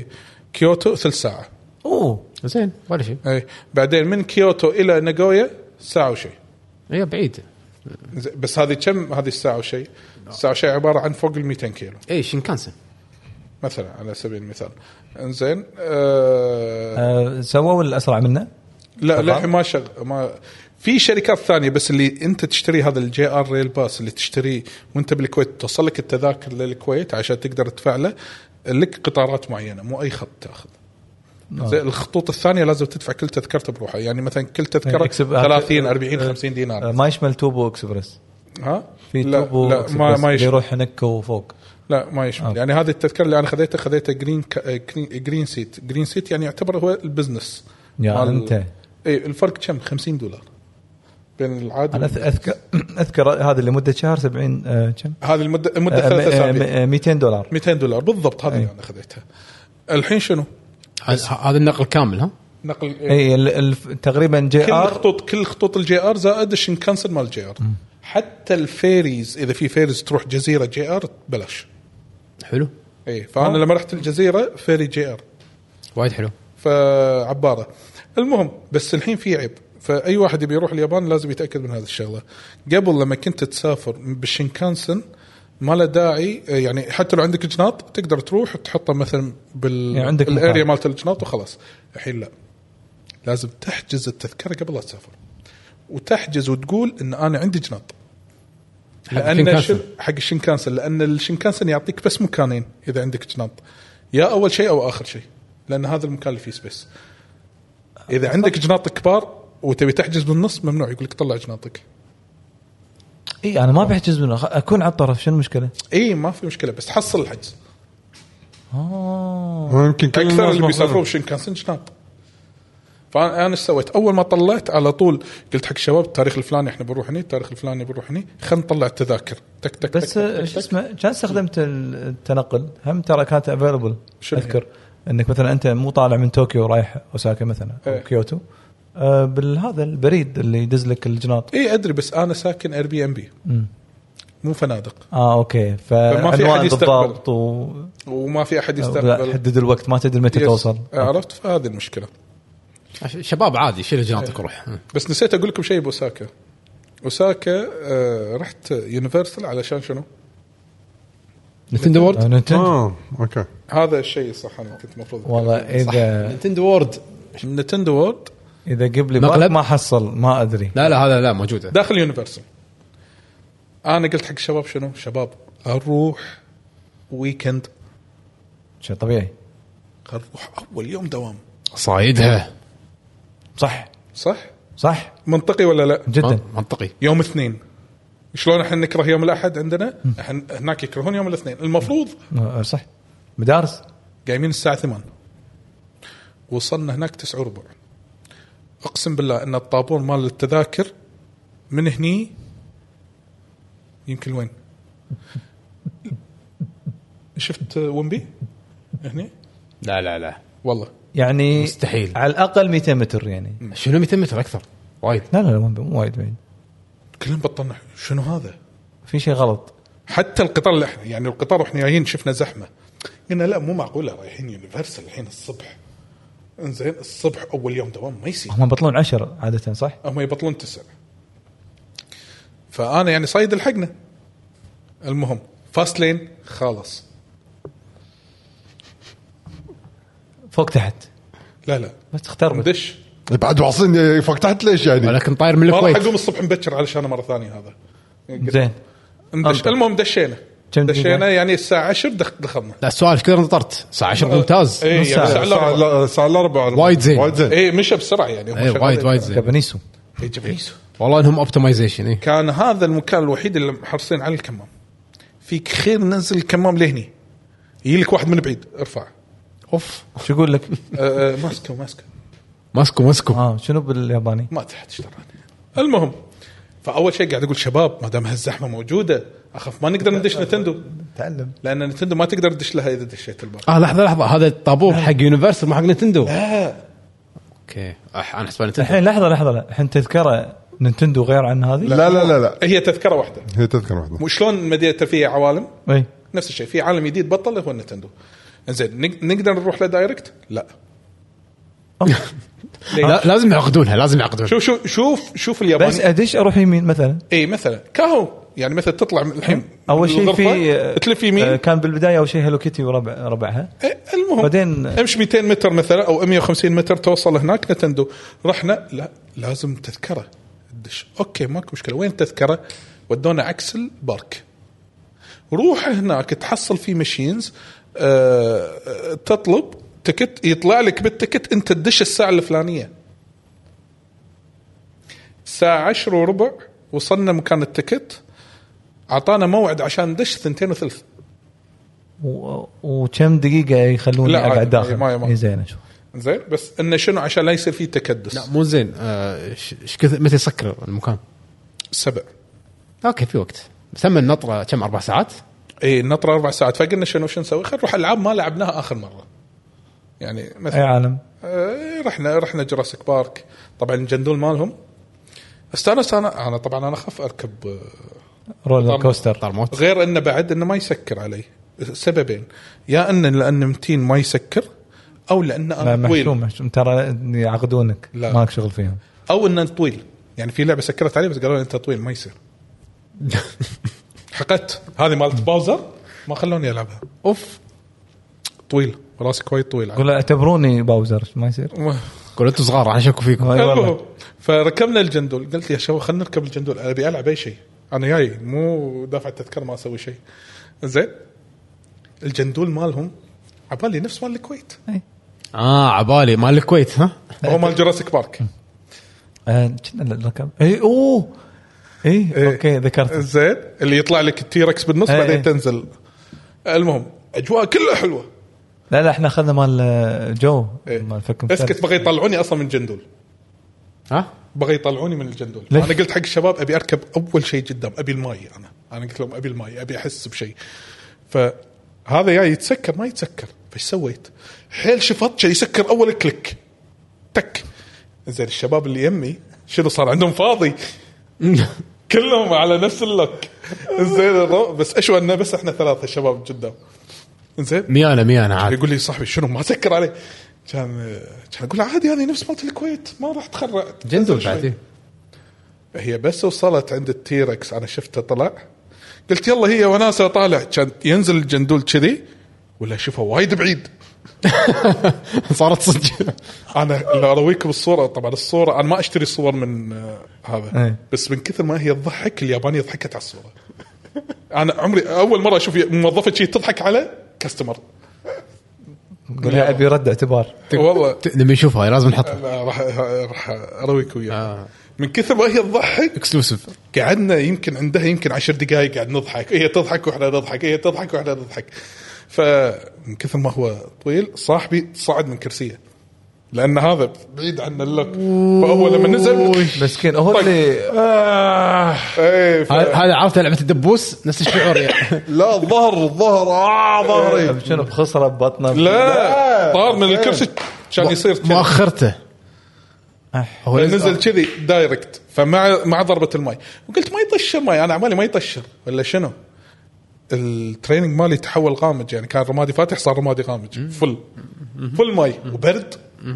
Speaker 2: لكيوتو ثلث ساعه
Speaker 4: اوه
Speaker 1: زين ولا شيء
Speaker 2: اي بعدين من كيوتو الى ناغويا ساعه وشيء
Speaker 1: هي بعيد
Speaker 2: زين، بس هذه كم هذه الساعه وشيء الساعه وشيء عباره عن فوق ال مئتين كيلو
Speaker 1: اي شينكانسن
Speaker 2: مثلا على سبيل المثال انزين آه
Speaker 4: آه، سووا الاسرع منه
Speaker 2: لا لا ما شغ ما في شركات ثانيه بس اللي انت تشتري هذا الجي ار ريل باس اللي تشتريه وانت بالكويت توصل لك التذاكر للكويت عشان تقدر تدفع له لك قطارات معينه مو اي خط تاخذ زي الخطوط الثانيه لازم تدفع كل تذكرته بروحها يعني مثلا كل تذكره
Speaker 4: إكسب-
Speaker 2: ثلاثين أربعين خمسين دينار
Speaker 4: آه، ما يشمل توبو اكسبرس
Speaker 2: ها
Speaker 4: في
Speaker 2: لا
Speaker 4: توبو
Speaker 2: لا ما ما يشمل.
Speaker 4: يروح هناك وفوق.
Speaker 2: لا ما يشمل. يعني هذه التذكره اللي انا خذيتها خذيتها جرين جرين سيت. جرين سيت يعني يعتبر هو البزنس
Speaker 4: يا انت
Speaker 2: اي الفرق كم خمسين دولار بين العادي.
Speaker 4: انا اذكر اذكر هذا اللي مده شهر سبعين آه كم
Speaker 2: هذه المده المده ثلاثة اسابيع
Speaker 4: مئتين دولار
Speaker 2: مئتين دولار بالضبط. هذه اللي انا خذيتها. الحين شنو
Speaker 1: هذا النقل كامل ها
Speaker 2: نقل
Speaker 4: اي ال- ال- تقريبا جي
Speaker 2: كل
Speaker 4: ار
Speaker 2: خطوط كل خطوط الجي ار زائد الشنكانسن مال الجي ار. حتى الفيريز اذا في فيريز تروح جزيره جي ار بلاش.
Speaker 1: حلو
Speaker 2: اي فانا لما رحت الجزيره فيري جي ار
Speaker 1: وايد حلو
Speaker 2: فعباره. المهم بس الحين في عيب. فاي واحد يبي يروح اليابان لازم يتاكد من هذه الشغله. قبل لما كنت تسافر بالشنكانسن ما له داعي يعني حتى لو عندك جناط تقدر تروح تحطه مثلا بال
Speaker 4: يعني عندك
Speaker 2: الاريا مالت الجناط وخلاص. الحين لا لازم تحجز التذكره قبل لا تسافر وتحجز وتقول ان انا عندي جناط لان شل... حق الشنكانسن لان الشنكانسن يعطيك بس مكانين اذا عندك جناط يا اول شيء او اخر شيء لان هذا المكان اللي فيه سبيس. اذا عندك جناط كبار وتبي تحجز بالنص ممنوع يقول لك طلع جناطك.
Speaker 4: اي انا ما بحجز منه اكون على الطرف شنو المشكله؟
Speaker 2: اي ما في مشكله بس تحصل الحجز.
Speaker 4: اه
Speaker 3: ممكن
Speaker 2: اكثر اللي بيسافروا بشنكانسن جناط. فانا ايش سويت اول ما طلعت على طول قلت حق الشباب التاريخ الفلاني احنا بنروح هني التاريخ الفلاني بنروح هني خلينا نطلع التذاكر تك تك
Speaker 4: بس شو اسمه كان استخدمت التنقل هم ترى كانت افيلبل. اذكر انك مثلا انت مو طالع من طوكيو رايح اوساكا مثلا او
Speaker 2: ايه.
Speaker 4: كيوتو آه بالهذا البريد اللي يدز لك الجناط.
Speaker 2: اي ادري بس انا ساكن اير بي ام بي مو فنادق.
Speaker 4: اه اوكي
Speaker 2: فما في احد
Speaker 4: يستقبل و...
Speaker 2: وما في احد يستقبل
Speaker 4: حدد الوقت ما تدري متى توصل.
Speaker 2: عرفت فهذه المشكله.
Speaker 1: شباب عادي شيل جناطك وروح.
Speaker 2: بس نسيت اقول لكم شيء بأوساكا. اوساكا آه رحت يونيفرسال علشان شنو
Speaker 1: نينتندو وورد.
Speaker 3: اه اوكي
Speaker 2: هذا الشيء صح انا كنت المفروض
Speaker 4: والله اذا
Speaker 1: نينتندو وورد
Speaker 2: نينتندو وورد
Speaker 4: اذا قبل
Speaker 1: مقلب
Speaker 4: ما حصل ما ادري.
Speaker 1: لا لا هذا لا موجوده
Speaker 2: داخل يونيفرسال. انا قلت حق الشباب شنو شباب اروح ويكند
Speaker 4: شيء طبيعي
Speaker 2: اروح اول يوم دوام
Speaker 1: صايدها
Speaker 4: صح
Speaker 2: صح
Speaker 4: صح
Speaker 2: منطقي ولا لا
Speaker 4: جدا
Speaker 1: منطقي.
Speaker 2: يوم اثنين شلون احنا نكره يوم الاحد عندنا احنا هناك يكرهون يوم الاثنين المفروض
Speaker 4: آه، صح مدارس
Speaker 2: قايمين الساعه ثمانية وصلنا هناك تسعة وربع. اقسم بالله ان الطابور مال التذاكر من هني يمكن وين شفت ومبي هني
Speaker 1: لا لا لا
Speaker 2: والله
Speaker 4: يعني
Speaker 1: مستحيل.
Speaker 4: على الاقل مئتين متر يعني.
Speaker 1: شنو مئتين متر اكثر وايد.
Speaker 4: لا لا لا مو وايد بعيد.
Speaker 2: كلهم بطلنا شنو هذا
Speaker 4: في شيء غلط.
Speaker 2: حتى القطار اللي احنا يعني القطار واحنا جايين شفنا زحمه قلنا لا مو معقوله رايحين يونيفرسال الحين الصبح. انزين الصبح اول يوم دوام ما يصير.
Speaker 4: هم بطلون عشر عاده صح.
Speaker 2: هم يبطلون تسع. فانا يعني صايد الحقنا. المهم فاست لين خالص
Speaker 4: فوق تحت
Speaker 2: لا لا
Speaker 4: بس تختار
Speaker 2: ندش
Speaker 3: بعد واصلين فوق تحت ليش يعني
Speaker 1: ولكن طاير من
Speaker 2: ما راح
Speaker 1: الكويت.
Speaker 2: اقوم الصبح مبكر علشان مره ثانيه هذا
Speaker 4: زين.
Speaker 2: ندش. المهم دشينا دشينا يعني الساعه عشرة دخلنا.
Speaker 1: لا السؤال ايش كثر نطرت ساعة عشرة ممتاز.
Speaker 2: اي
Speaker 4: نص
Speaker 2: يعني
Speaker 4: ساعة.
Speaker 2: الساعه الأربعة.
Speaker 3: الساعه الاربعاء
Speaker 1: وايد زين.
Speaker 3: وايد زين
Speaker 2: اي مشى بسرعه يعني
Speaker 1: اي وايد وايد زين
Speaker 4: كابنيسو
Speaker 2: إيه جبنيسو.
Speaker 1: والله انهم اوبتمايزيشن. اي
Speaker 2: كان هذا المكان الوحيد اللي محرصين على الكمام. فيك خير ننزل الكمام لهني يجي لك واحد من بعيد ارفع
Speaker 1: اوف
Speaker 4: شو يقول لك؟
Speaker 2: أه ماسكه ماسكه
Speaker 1: ماسكو ماسكو.
Speaker 4: اه شنو بالياباني؟
Speaker 2: ما تحت اشتراني. المهم فاول شيء قاعد اقول شباب ما دام هالزحمه موجوده اخاف ما نقدر ندش نتندو
Speaker 4: تعلم
Speaker 2: لان نتندو ما تقدر تدش لها اذا دشيت الباب.
Speaker 1: اه لحظه لحظه هذا الطابور حق يونيفرسال مو حق نينتندو.
Speaker 2: لا
Speaker 1: اوكي أح انا حسب نينتندو.
Speaker 4: الحين لحظه لحظه الحين تذكره نينتندو غير عن هذه؟
Speaker 3: لا لا لا لا
Speaker 2: هي تذكره واحده.
Speaker 3: هي تذكر واحده
Speaker 2: مو شلون مدينه ترفيه عوالم
Speaker 4: اي
Speaker 2: نفس الشيء في عالم جديد بطل هو نتندو. انزين نقدر نروح له دايركت لا
Speaker 1: لا لازم يعقدونها لازم يعقدونها.
Speaker 2: شوف شوف شوف شوف الياباني
Speaker 4: بس ادش اروح يمين مثلا.
Speaker 2: اي مثلا كاهو يعني مثلا تطلع الحين
Speaker 4: اول شيء في
Speaker 2: تلف يمين
Speaker 4: آه كان بالبدايه اول شيء هلو كيتي وربع ربعها.
Speaker 2: إيه المهم
Speaker 4: بعدين
Speaker 2: امشي مئتين متر مثلا او مئة وخمسين متر توصل هناك نتندو. رحنا لا لازم تذكره الدش. اوكي ماكو مشكله وين التذكره؟ ودونا عكس البارك. روح هناك تحصل في ماشينز أه تطلب تكت يطلع لك بالتكت انت تدش الساعه الفلانيه. الساعه عشرة وربع وصلنا مكان التكت اعطانا موعد عشان ندش ثنتين وثلث.
Speaker 4: و... وكم دقيقه يخلوني
Speaker 2: لا،
Speaker 4: اقعد داخل؟
Speaker 2: ما- ما-
Speaker 4: إيه زين اشوف.
Speaker 2: زين بس انه شنو عشان لا يصير فيه تكدس.
Speaker 1: لا مو زين. آه، ش- ايش كثر متى يسكر المكان؟
Speaker 2: سبع.
Speaker 1: اوكي في وقت. سمى النطره كم اربع ساعات؟
Speaker 2: اي النطره اربع ساعات. فقلنا شنو شو نسوي؟ خل نروح العاب ما لعبناها اخر مره. يعني
Speaker 4: اي
Speaker 2: مثلا
Speaker 4: عالم.
Speaker 2: آه، رحنا رحنا جراسيك بارك. طبعا الجندول مالهم استانس. انا انا طبعا انا اخاف اركب آه،
Speaker 4: رولر
Speaker 2: طر-
Speaker 4: كوستر.
Speaker 1: طرموت.
Speaker 2: غير انه بعد انه ما يسكر علي. سببين، يا ان لان متين ما يسكر، او لان
Speaker 4: لا
Speaker 2: انا
Speaker 4: محشوم
Speaker 2: طويل،
Speaker 4: محشوم ترى يعقدونك.
Speaker 2: لا.
Speaker 4: مالك شغل فيهم.
Speaker 2: او ان طويل. يعني في لعبه سكرت علي بس قالوا لي انت طويل ما يصير. حقت هذه مالت باوزر ما خلوني العبها.
Speaker 1: اوف.
Speaker 2: طويل راسي كويس طويل.
Speaker 4: قول اعتبروني باوزر ما يصير.
Speaker 1: قول انتم صغار راح اشكوا فيكم.
Speaker 4: أي والله.
Speaker 2: المهم، فركبنا الجندول. قلت يا شباب خلينا نركب الجندول، ابي العب اي شيء. انا جاي مو دافع التذكره ما اسوي شيء. زين الجندول مالهم عبالي نفس مال الكويت.
Speaker 1: اه عبالي مال الكويت ها.
Speaker 2: هو مال جراسيك بارك.
Speaker 4: آه، كنا الركب اي اوه اي اوكي ذكرت.
Speaker 2: زين اللي يطلع لك التيركس بالنص
Speaker 4: إيه
Speaker 2: بعدين
Speaker 4: إيه.
Speaker 2: تنزل. المهم اجواء كلها حلوه.
Speaker 4: لا لا احنا اخذنا مال جو مال فكم
Speaker 2: اسكت بغي يطلعوني اصلا من الجندول.
Speaker 1: ها
Speaker 2: بغي يطلعوني من الجندول.
Speaker 4: ليش؟
Speaker 2: انا قلت حق الشباب ابي اركب اول شيء قدام، ابي الماي. انا انا قلت لهم ابي الماي، ابي احس بشيء. فهذا جاي يتسكر ما يتسكر. فايش سويت؟ حيل شفط شيء يسكر اول كليك تك. زين الشباب اللي يمي شنو صار عندهم فاضي كلهم على نفس اللوك. زين بس اشوى انه بس احنا ثلاثه شباب قدام. زين
Speaker 1: ميانه ميانه عاد.
Speaker 2: يقول لي صاحبي شنو ما سكر عليه. كان كان اقول عادي هذه نفس مالت الكويت ما راح تخرع.
Speaker 1: جندول بعد.
Speaker 2: هي بس وصلت عند التيركس انا شفته طلع. قلت يلا هي وناسه طالع. كان ينزل الجندول كذي ولا شوفه وايد بعيد.
Speaker 1: صارت صدق.
Speaker 2: انا لو ارويكم الصوره، طبعا الصوره انا ما اشتري صور من آه، هذا
Speaker 4: أي.
Speaker 2: بس من كثر ما هي تضحك اليابانيه ضحكت على الصوره. انا عمري اول مره اشوف موظفه شيء تضحك على كاستمر.
Speaker 4: قول لي ابي رد اعتبار.
Speaker 2: والله
Speaker 1: نبي نشوفها هاي لازم نحطها.
Speaker 2: لا، راح راح ارويك وياه.
Speaker 1: آه.
Speaker 2: من كثر ما هي تضحك
Speaker 1: اكسلوسيف.
Speaker 2: قعدنا يمكن عندها يمكن عشر دقائق قاعد نضحك. هي تضحك واحنا نضحك، هي تضحك واحنا نضحك. فمن كثر ما هو طويل صاحبي صعد من كرسيه لان هذا بعيد عن اللوك. فاول لما نزل
Speaker 4: مسكين هو اللي
Speaker 2: آه ايه ف...
Speaker 1: هذا عرفت لعبه الدبوس نفس الشعور يعني.
Speaker 3: لا الظهر الظهر اه ظهري
Speaker 4: شنو بخسره ببطنه.
Speaker 2: لا طار من الكرسي كان يصير كذا.
Speaker 1: مؤخرته.
Speaker 2: هو نزل كذي دايركت. فمع مع ضربه الماء وقلت ما يطشر ماي. انا عمالي ما يطشر ولا شنو. التريننج مالي تحول غامج. يعني كان رمادي فاتح صار رمادي غامج. فل فل ماي وبرد.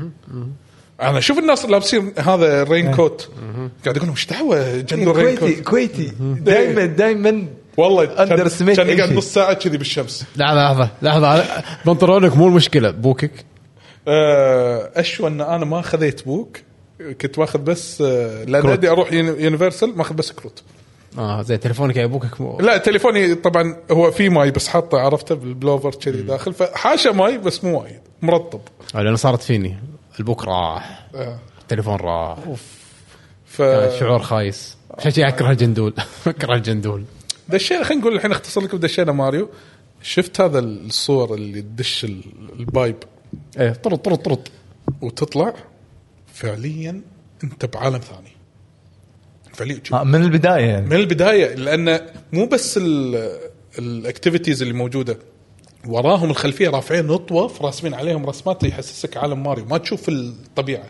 Speaker 2: انا اشوف الناس لابسين هذا الرين كوت قاعد يقولون وش دعوه جندول رين
Speaker 4: كويتي
Speaker 2: كوت.
Speaker 4: كويتي دائما دائما
Speaker 2: والله
Speaker 4: Underestimate
Speaker 2: كان كان
Speaker 4: أي
Speaker 2: يقعد
Speaker 4: شيء.
Speaker 2: نص ساعه كذي بالشمس.
Speaker 1: لحظه لحظه لحظه بنطلونك مو المشكله بوكك.
Speaker 2: آه، اشوى ان انا ما خذيت بوك. كنت واخذ بس آه، لان ادي اروح يونيفرسال ماخذ بس كروت.
Speaker 1: اه زي تليفونك يا ابوكك مو...
Speaker 2: لا تليفوني طبعا هو في ماي بس حاطه عرفته بالبلوفر كذي داخل. فحاشا ماي بس مو وايد مرطب.
Speaker 1: لانه صارت فيني البوك راح
Speaker 2: آه.
Speaker 1: التليفون راح.
Speaker 2: ف
Speaker 1: كان شعور خايس. عشان شي اكره الجندول. اكره الجندول.
Speaker 2: دشينا خلينا نقول الحين اختصر لكم. دشينا ماريو. شفت هذا الصور اللي تدش ال- البايب
Speaker 1: ايه طرط طرط طرط
Speaker 2: وتطلع فعليا انت بعالم ثاني فعليا.
Speaker 4: آه، من البدايه يعني.
Speaker 2: من البدايه لان مو بس الاكتيفيتيز اللي موجوده وراهم الخلفيه رافعين نطوف راسمين عليهم رسمات يحسسك عالم ماريو. ما تشوف الطبيعه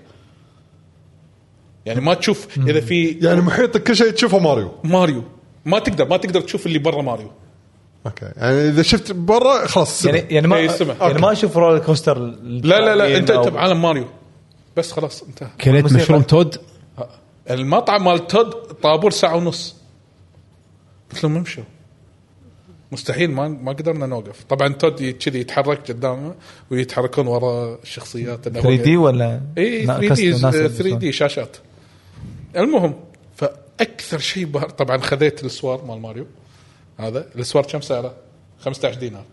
Speaker 2: يعني ما تشوف اذا في
Speaker 3: يعني محيطك كل شيء تشوفه ماريو.
Speaker 2: ماريو ما تقدر ما تقدر تشوف اللي برا ماريو.
Speaker 3: اوكي يعني اذا شفت برا خلاص
Speaker 4: يعني يعني ما
Speaker 2: إيه، السمع.
Speaker 4: يعني ما اشوف رولر كوستر.
Speaker 2: لا لا لا انت انت بعالم ماريو بس خلاص انتهى.
Speaker 1: كليت
Speaker 4: موسيقى.
Speaker 1: مشروم تود.
Speaker 2: المطعم مال تود طابور ساعه ونص. قلت لهم امشوا مستحيل ما ما قدرنا نوقف. طبعا تود كذي يتحرك قدامه ويتحركون وراء الشخصيات.
Speaker 4: ثري دي ولا
Speaker 2: اي
Speaker 4: نا-
Speaker 2: ثري دي
Speaker 4: كاستم ناس
Speaker 2: ثري دي شاشات. المهم فاكثر شيء بهر طبعا خذيت السوار مال ماريو. هذا السوار كم سعره؟ خمسة عشر دينار.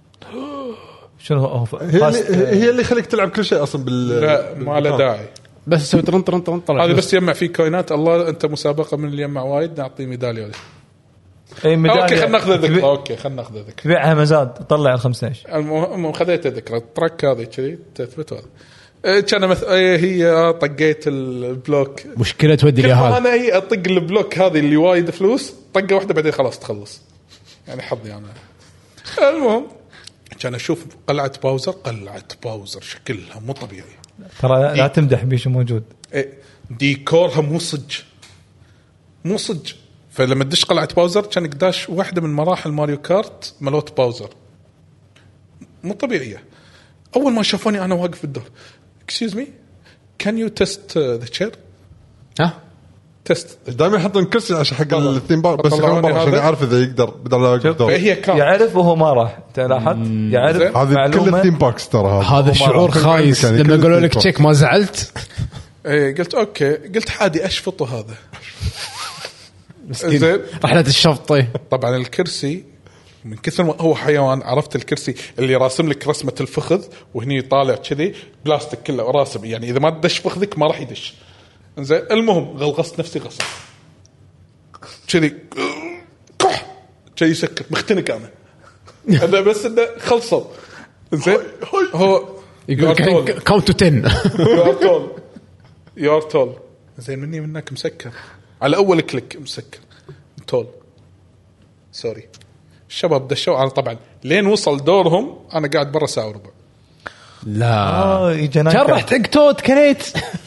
Speaker 4: شنو هو
Speaker 3: هي اللي هي اللي خليك تلعب كل شيء اصلا بال
Speaker 2: لا ما له داعي.
Speaker 1: بس تسوي طرن طرن طرن طلع.
Speaker 2: هذا بس يجمع فيه كوينات. الله انت مسابقه من اللي يجمع وايد نعطيه ميداليه.
Speaker 4: اي ميداليه
Speaker 2: اوكي خلينا ناخذ ذكرى
Speaker 4: تبيع-
Speaker 2: اوكي خلينا ناخذ ذكرى
Speaker 4: تبيعها مزاد تطلع ال خمسة عشر.
Speaker 2: المهم خذيت ذكرى التراك هذه كذي تثبت هذا إيه، كان مثل إيه، هي طقيت البلوك
Speaker 1: مشكله تودي
Speaker 2: كل
Speaker 1: لي
Speaker 2: ما
Speaker 1: هذا
Speaker 2: انا هي اطق البلوك هذه اللي وايد فلوس طقه واحده بعدين خلاص تخلص يعني حظي انا. المهم كان اشوف قلعه باوزر قلعه باوزر شكلها مو طبيعي
Speaker 4: ترى لا تمدح بيشو موجود.
Speaker 2: إيه، ديكورها مو صج مو صج. فلما تدش قلعه باوزر كان قداش واحده من مراحل ماريو كارت ملوت باوزر مو طبيعيه. اول ما شافوني انا واقف بالدور اكسكيوز مي كان يو تيست ذا تشير
Speaker 1: ها
Speaker 2: تيست.
Speaker 3: دائما يحطون كرسي عشان حق الثيم بار بس
Speaker 2: طلعوني
Speaker 3: يخبر عشان
Speaker 2: هذا.
Speaker 3: يعرف اذا يقدر بدل لا يقدر.
Speaker 2: فهي كارت
Speaker 4: يعرف وهو ما راح تلاحظ يعرف
Speaker 2: زين.
Speaker 3: هذه كل
Speaker 4: معلومه.
Speaker 3: الثيم باركس ترى هذا
Speaker 1: هذا الشعور
Speaker 3: كل
Speaker 1: خايس
Speaker 3: مكان، كل
Speaker 1: لما قالوا لك
Speaker 3: الثيم
Speaker 1: تشيك ما زعلت
Speaker 2: ايه قلت اوكي قلت حادي اشفطه هذا
Speaker 1: مسكين
Speaker 2: زين.
Speaker 1: رحله الشفطه.
Speaker 2: طبعا الكرسي من كثر ما هو حيوان عرفت الكرسي اللي راسم لك رسمه الفخذ وهني طالع كذي بلاستيك كله راسم يعني اذا ما تدش فخذك ما راح يدش. زين المهم غلغصت نفسي غصب كذي كح كذي يسكر مختنق انا انا بس انه خلصوا. زين هو
Speaker 1: يقول كاونت تو عشرة
Speaker 2: يو ار تول يو ار تول زين مني منك مسكر على اول كليك مسكر تول سوري. الشباب دشوا على طبعا لين وصل دورهم انا قاعد برا ساعه وربع.
Speaker 1: لا
Speaker 4: اه يجنن
Speaker 1: جرحت حق توت كريت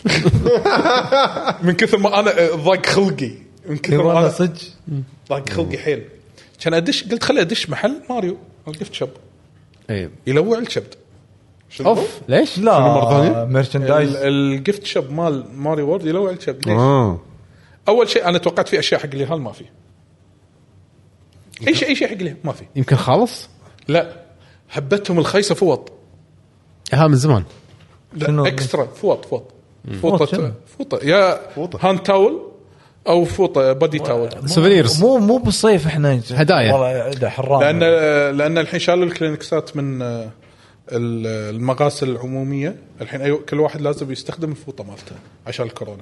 Speaker 2: من كثر ما انا ضاق خلقي من كثر ما
Speaker 4: والله
Speaker 2: انا
Speaker 4: صدق.
Speaker 2: ضاق خلقي حيل. كان ادش قلت خلي ادش محل ماريو الجفت شوب
Speaker 1: اي
Speaker 2: يلوع الكبد.
Speaker 1: اوف ليش
Speaker 3: مرة
Speaker 4: لا
Speaker 3: ثانية؟
Speaker 4: ميرشندايز
Speaker 2: الجفت شوب مال ماريو وورد يلوع الكبد. ليش؟
Speaker 3: اه
Speaker 2: اول شيء انا توقعت في اشياء حق اليهال ما في اي شيء اي شيء حق اليهال ما في.
Speaker 1: يمكن خالص
Speaker 2: لا هبتهم الخيسه فوط.
Speaker 1: ها من زمان
Speaker 4: شنو؟
Speaker 2: لا اكسترا فوط فوط
Speaker 4: فوط شنو؟
Speaker 2: فوطه فوطه يا هاند تاول او فوطه بادي تاول.
Speaker 1: سوفينيرز
Speaker 4: مو مو بالصيف احنا
Speaker 1: هدايا.
Speaker 4: والله ده حرام
Speaker 2: لان لان الحين شالوا الكلينكسات من آه، المغاسل العموميه الحين أيوة كل واحد لازم يستخدم الفوطه مالته عشان الكورونا.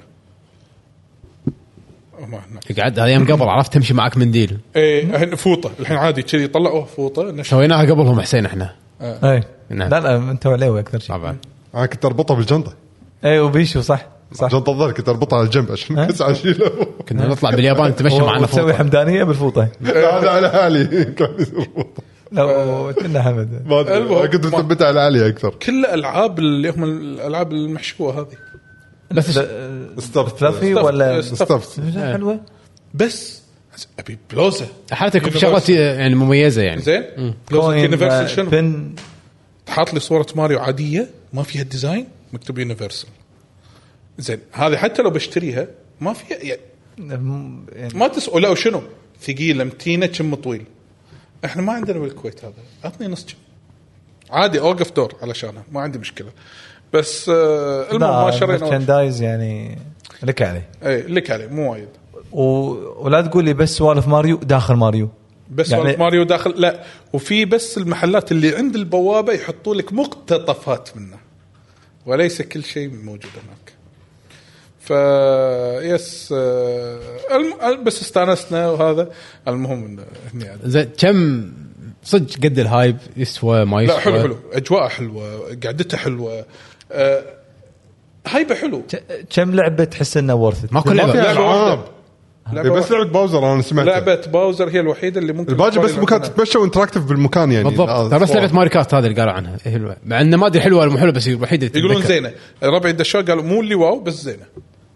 Speaker 2: ما هنا
Speaker 1: قعد هذا يوم قبل عرفت تمشي معك منديل
Speaker 2: ايه الحين فوطه الحين عادي كذي طلعوه فوطه نشر.
Speaker 1: سويناها قبلهم حسين احنا
Speaker 4: اي
Speaker 1: نعم.
Speaker 4: لا لا انت عليه اكثر شيء
Speaker 1: طبعا
Speaker 3: انا كنت اربطها بالجنطه
Speaker 4: اي وبيشو صح صح
Speaker 3: جنطه الظهر كنت اربطها على الجنب عشان بس اشيله.
Speaker 1: كنا نطلع باليابان نتمشى معنا
Speaker 4: تسوي
Speaker 1: فوق
Speaker 4: حمدانيه بالفوطه.
Speaker 3: هذا على حالي كان يربطها.
Speaker 4: لا كنا حمد
Speaker 3: ما أدري،
Speaker 2: المهم.
Speaker 3: كنت مثبتها على علي اكثر.
Speaker 2: كل الالعاب اللي هم الالعاب المحشوه هذه
Speaker 1: بس
Speaker 3: استفت
Speaker 4: فلافي ولا
Speaker 3: استفت
Speaker 4: حلوه
Speaker 2: بس ابي بلوزه
Speaker 1: حالتك بشغله يعني مميزه يعني
Speaker 2: زين بلوزه
Speaker 4: كوين
Speaker 2: يونيفرسال شنو
Speaker 4: بن
Speaker 2: حاط لي صوره ماريو عاديه ما فيها ديزاين مكتوب يونيفرسال. زين هذه حتى لو بشتريها ما فيها يعني
Speaker 4: يعني
Speaker 2: ما تسوى لا وشنو ثقيله متينه كم طويل. احنا ما عندنا بالكويت هذا عطني نص كم عادي اوقف دور علشانه ما عندي مشكله. بس آه المهم ما شرينا
Speaker 4: ميرشندايز يعني لك عليه.
Speaker 2: اي لك عليه مو وايد
Speaker 4: و... ولا تقول لي بس سوالف ماريو داخل ماريو
Speaker 2: بس
Speaker 4: يعني
Speaker 2: يعني ماريو داخل لا وفي بس المحلات اللي عند البوابه يحطوا لك مقتطفات منه وليس كل شيء موجود هناك. ف يس آه، الم... بس استانسنا وهذا المهم انه هني عاد.
Speaker 1: زين كم صدق قد الهايب يسوى ما يسوى
Speaker 2: لا حلو حلو اجواء حلوه قعدته حلوه أه... هايبه حلو
Speaker 4: كم لعبه تحس انها ورث
Speaker 1: ما كل
Speaker 3: ما
Speaker 1: لعبه
Speaker 3: فيها
Speaker 2: لعبة واحدة.
Speaker 3: العاب
Speaker 2: لعبة
Speaker 3: بس لعبه باوزر انا سمعت
Speaker 2: لعبه باوزر هي الوحيده اللي ممكن
Speaker 3: الباقي بس
Speaker 2: تقارن
Speaker 3: مكان
Speaker 2: عنها.
Speaker 3: تتمشى وانتراكتيف بالمكان يعني
Speaker 1: بالضبط
Speaker 3: آه،
Speaker 1: ترى بس
Speaker 3: صور.
Speaker 1: لعبه ماري كارت هذا اللي قالوا عنها إيه حلوه مع انه ما ادري حلوه ولا مو حلوه بس الوحيده اللي
Speaker 2: يقولون
Speaker 1: تتذكر.
Speaker 2: زينه ربعي الدشوا قالوا مو اللي واو بس زينه.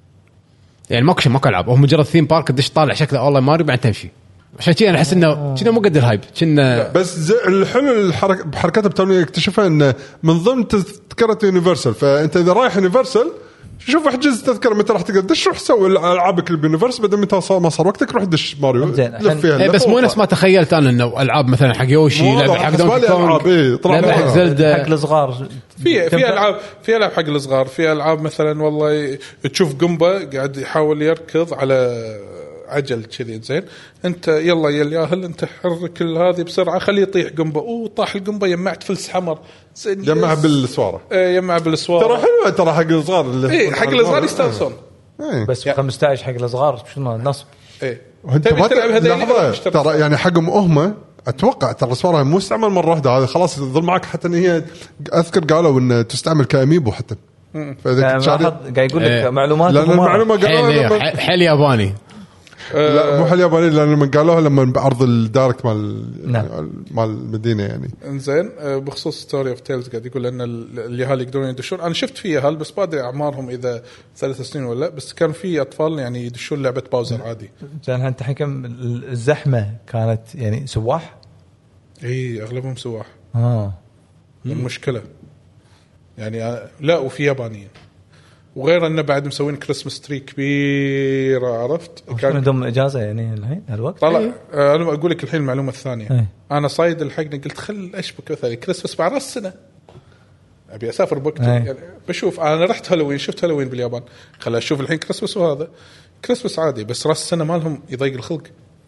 Speaker 1: يعني ماكو شيء ماكو العاب هو مجرد ثيم بارك تدش طالع شكله والله ماري بعد تمشي عشان كذا انا احس انه كذا مو قد الهايب كنا
Speaker 3: بس زي الحلو الحركه بحركاتها بتوني اكتشفها انه من ضمن تذكره يونيفرسال فانت اذا رايح يونيفرسال شوف احجز تذكره متى راح تقدر دش روح سوي العابك اللي بيونيفرس بدل متى صار ما صار وقتك روح دش ماريو
Speaker 4: زين،
Speaker 3: لف
Speaker 4: عشان-
Speaker 3: فيها
Speaker 1: إيه بس
Speaker 3: لف
Speaker 1: مو
Speaker 3: وطلع.
Speaker 1: نفس ما تخيلت انا انه العاب مثلا حق يوشي
Speaker 3: مو
Speaker 1: لعبه
Speaker 3: والله،
Speaker 1: حق
Speaker 3: حسب
Speaker 1: دونكي
Speaker 3: لي ألعاب، إيه،
Speaker 1: كونغ
Speaker 3: طلع
Speaker 1: لعبه حق
Speaker 3: معها.
Speaker 1: زلدة
Speaker 4: حق الصغار
Speaker 2: في في العاب في العاب حق الصغار في العاب مثلا والله تشوف قنبه قاعد يحاول يركض على عجل كذي زين انت يلا يا الياهل انت حرك هذه بسرعه خليه يطيح قنبه اوه طاح القنبه يمعت فلس حمر زين
Speaker 3: جمعها
Speaker 2: يس.
Speaker 3: بالسواره
Speaker 2: ايه يمع بالاسوار
Speaker 3: ترى حلوه ترى حق الصغار اللي
Speaker 2: ايه حق الصغار يستانسون
Speaker 3: إيه.
Speaker 4: بس خمسة عشر حق الصغار شو ما نصب
Speaker 2: ايه
Speaker 3: وانت
Speaker 2: تبي
Speaker 3: ما
Speaker 2: تلعب هذيل
Speaker 3: لحظة، ترى يعني حقهم هم اتوقع ترى صورها مو استعمل مره واحده، هذا خلاص يظل معك حتى ان هي اذكر قالوا ان تستعمل كاميبو حتى.
Speaker 4: فاذا كنت شاري قاعد يقول لك
Speaker 1: إيه.
Speaker 4: معلومات
Speaker 3: لان المعلومه قالوا
Speaker 1: حل, حل ياباني
Speaker 3: لا مو حل ياباني، لان لما قالوها لما بعرض الدايركت مال
Speaker 4: نعم.
Speaker 3: مال المدينه يعني.
Speaker 2: انزين بخصوص ستوري اوف تيلز قاعد يقول ان اليهال يقدرون يدشون. انا شفت فيه يهال بس ما ادري اعمارهم اذا ثلاث سنين ولا لا، بس كان في اطفال يعني يدشون لعبه باوزر عادي.
Speaker 4: زين انت حكم الزحمه كانت يعني سواح؟
Speaker 2: اي اغلبهم سواح.
Speaker 4: اه
Speaker 2: المشكله يعني لا، وفي يابانيين، وغير انه بعد مسوين كريسمس تري كبيره. عرفت
Speaker 4: كان عندهم اجازه يعني الحين هالوقت.
Speaker 2: طلع أيه. انا اقول لك الحين المعلومه الثانيه.
Speaker 4: أيه.
Speaker 2: انا صايد الحقني قلت خل اشبك مثلا كريسمس مع راس السنه، ابي اسافر بوقت
Speaker 4: أيه.
Speaker 2: يعني بشوف. انا رحت هالوين، شفت هالوين باليابان، خل اشوف الحين كريسمس، وهذا كريسمس عادي بس راس السنه مالهم يضيق الخلق.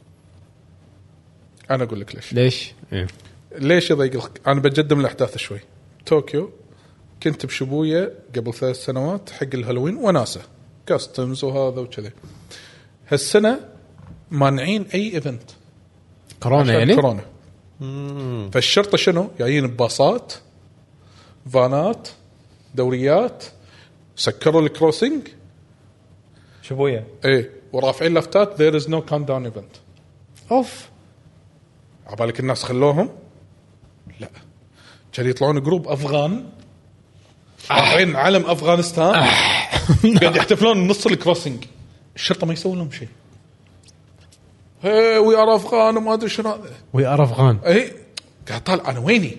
Speaker 2: انا اقول لك ليش
Speaker 1: ليش إيه؟
Speaker 2: ليش يضيق الخلق. انا بقدم الاحداث شوي. طوكيو كنت بشبوية قبل ثلاث سنوات حق الهالوين وناسة كاستمز وهذا وكذا. هالسنة مانعين أي إيفنت
Speaker 1: كورونا يعني
Speaker 2: كورونا. فالشرطة شنو جايين بباصات فانات دوريات، سكروا الكروسنج
Speaker 4: شبوية
Speaker 2: ايه، ورافعين لافتات there is no countdown event.
Speaker 1: اوف
Speaker 2: عبالك الناس خلوهم لا، كان يطلعون جروب أفغان رافعين علم أفغانستان قاعد يحتفلون نص الكروسنج. الشرطة ما يسوون لهم شيء. هي وي ار أفغان وما أدري شنو هذا
Speaker 1: وي ار افغان.
Speaker 2: اي قاعد طالع أنا ويني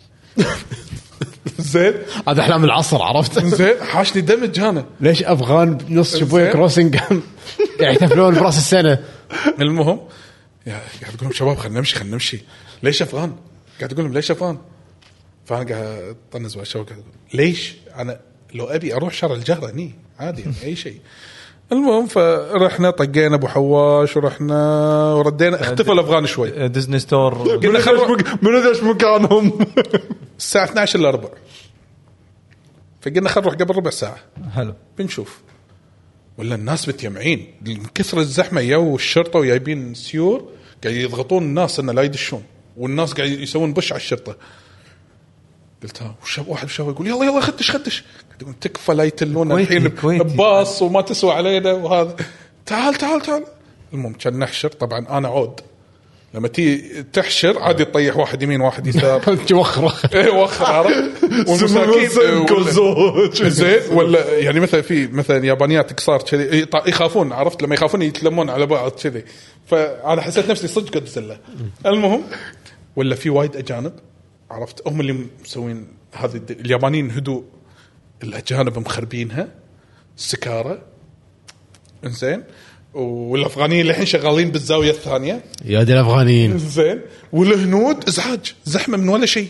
Speaker 2: زين
Speaker 1: هذا احلام العصر عرفت.
Speaker 2: زين حاشني دمج هنا.
Speaker 1: ليش افغان بنص شبويه كروسنج قاعد يحتفلون براس السنه.
Speaker 2: المهم قاعد اقول لهم شباب خلينا نمشي خلينا نمشي. ليش افغان؟ قاعد اقول لهم ليش افغان؟ فانا قاعد اطنز والشباب قاعد اقول ليش انا لو ابي اروح شارع الجهره هني عادي يعني اي شيء. المهم فرحنا طقينا ابو حواش ورحنا وردينا. اختفى الافغان شوي.
Speaker 4: ديزني ستور
Speaker 2: قلنا خل
Speaker 3: من ايش مكانهم
Speaker 2: الساعه اثني عشر الا ربع، فقلنا خل نروح قبل ربع ساعه
Speaker 4: حلو
Speaker 2: بنشوف. ولا الناس بتجمعين من كثر الزحمه، يو الشرطه ويايبين سيور قاعد يضغطون الناس انه لا يدشون، والناس قاعد يسوون بش على الشرطه. قلت ها وشاب واحد شاب يقول يلا يلا خدش خدش، قاعد يقول تكفى لا يتلون الحين باص وما تسوى علينا وهذا. تعال تعال تعال. المهم كان نحشر. طبعا انا عود لما تي تحشر عادي تطيح واحد يمين واحد يسار
Speaker 1: توخر
Speaker 2: ايه وخر عرفت. والمساكين زين ولا يعني مثلا في مثلا يابانيات قصار كذي يخافون، عرفت لما يخافون يتلمون على بعض كذي. فانا حسيت نفسي صدق قد زله. المهم ولا في وايد اجانب، عرفت هم اللي مسوين هذه اليابانيين هدوء، الاجانب مخربينها سكاره انزين. والافغانيين اللي الحين شغالين بالزاويه الثانيه
Speaker 1: يا دي الافغانيين
Speaker 2: زين. والهنود ازعاج زحمه من ولا شيء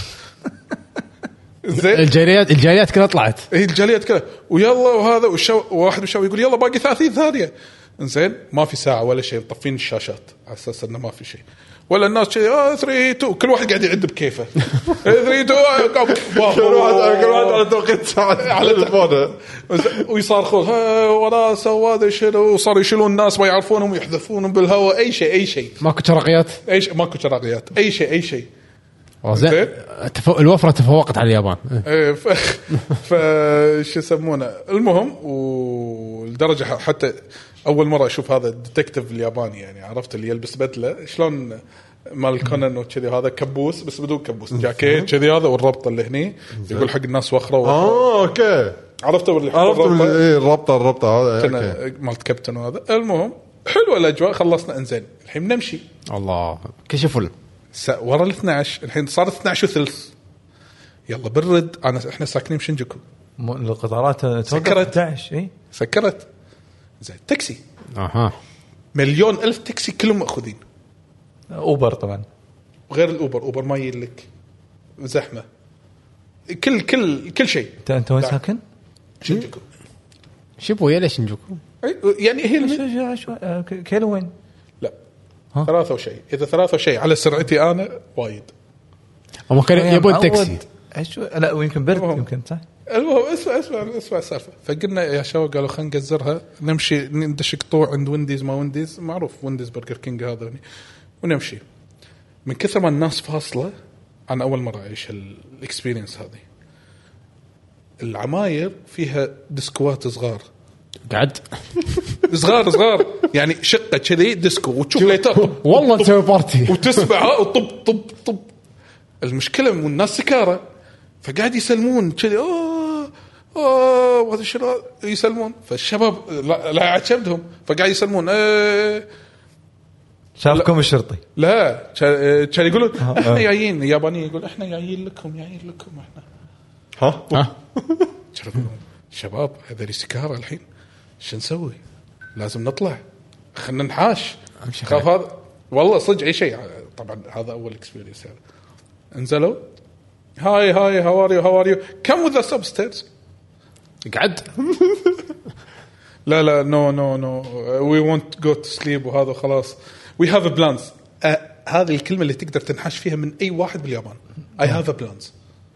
Speaker 2: زين.
Speaker 1: الجاليات الجاليات كلها طلعت.
Speaker 2: هي الجاليات كلها ويلا وهذا وشو واحد وشو يقول يلا باقي ثلاثين ثانيه انزين. ما في ساعه ولا شيء، مطفين الشاشات على اساس انه ما في شيء. ولا الناس شيء اه ثلاثة اثنين كل واحد قاعد يعد بكيفه ثلاثة اثنين كل واحد
Speaker 3: كل واحد على توقيت ساعه
Speaker 2: على تلفونه ويصارخون ولا سوى هذا شنو، وصاروا يشيلون الناس ما يعرفونهم ويحذفونهم بالهواء. اي شيء اي شيء
Speaker 1: ماكو شرقيات،
Speaker 2: اي شيء ماكو شرقيات، اي شيء اي شيء.
Speaker 1: زين الوفره تفوقت على اليابان.
Speaker 2: ايه ف ف شو يسمونه. المهم والدرجه حتى اول مره اشوف هذا الديتكتيف الياباني يعني، عرفت اللي يلبس بدله شلون مال كونان وكذي، هذا كبوس بس بدون كبوس، جاكيت كذي هذا والربطه اللي هني يقول حق الناس وخره وخره.
Speaker 3: اه اوكي
Speaker 2: عرفت اللي
Speaker 3: عرفت ايه الربطه الربطه هذا
Speaker 2: مالت كابتن وهذا. المهم حلوه الاجواء. خلصنا انزين الحين نمشي. الله
Speaker 1: كشفوا
Speaker 2: ورا ال اثني عشر الحين صارت اثني عشر وثلث. يلا برد. انا احنا ساكنين بشنجوكو.
Speaker 4: القطارات
Speaker 2: سكرت
Speaker 4: احد عشر اي
Speaker 2: سكرت زين. تاكسي
Speaker 1: اها
Speaker 2: مليون الف تاكسي كلهم ماخذين.
Speaker 4: اوبر طبعا
Speaker 2: وغير الاوبر اوبر ما يلك زحمه. كل كل كل شيء.
Speaker 4: انت انت وين ساكن؟
Speaker 2: شنجوكو.
Speaker 1: شبويه ليش شنجوكو
Speaker 2: يعني هي
Speaker 4: كيلو وين؟
Speaker 2: لا ثلاثة وشيء. إذا ثلاثة وشيء على سرعتي أنا وايد.
Speaker 1: هم كانوا يبون تاكسي
Speaker 4: ايش لا ويمكن برد
Speaker 2: أوه.
Speaker 4: يمكن صح.
Speaker 2: المهم اسمع اسمع اسمع السالفه. فقلنا يا شباب قالوا خلينا نقزرها نمشي ندش قطوع عند وينديز ما وينديز معروف وينديز برجر كينج هذا ونمشي. من كثر ما الناس فاصله انا اول مره اعيش الاكسبيرينس هذه. العماير فيها ديسكوات صغار
Speaker 1: قعد
Speaker 2: صغار صغار يعني شقه كذي ديسكو وتشوف ليتات
Speaker 1: والله تسوي بارتي
Speaker 2: وتسمع طب طب طب. المشكله من الناس سكاره فقاعد يسلمون كذي اوه اوه وهذا شنو يسلمون. فالشباب لا, لا عجبهم فقاعد يسلمون ايه
Speaker 4: شافكم الشرطي
Speaker 2: لا كان يقولون احنا جايين ياباني يقول احنا جايين لكم جايين لكم احنا
Speaker 3: ها
Speaker 1: ها
Speaker 2: شباب هذا سكاره الحين شو نسوي لازم نطلع خلنا نحاش خاف هذا والله صدق اي شيء. طبعا هذا اول اكسبيرينس هذا. انزلوا هاي هاي هاو ار يو هاو ار يو كم وذ ذا ستيرز
Speaker 1: قعد
Speaker 2: لا لا نو نو نو وي وونت جو تو سليب وهذا خلاص وي هاف بلانز. هذه الكلمه اللي تقدر تنحاش فيها من اي واحد باليابان. اي هاف بلانز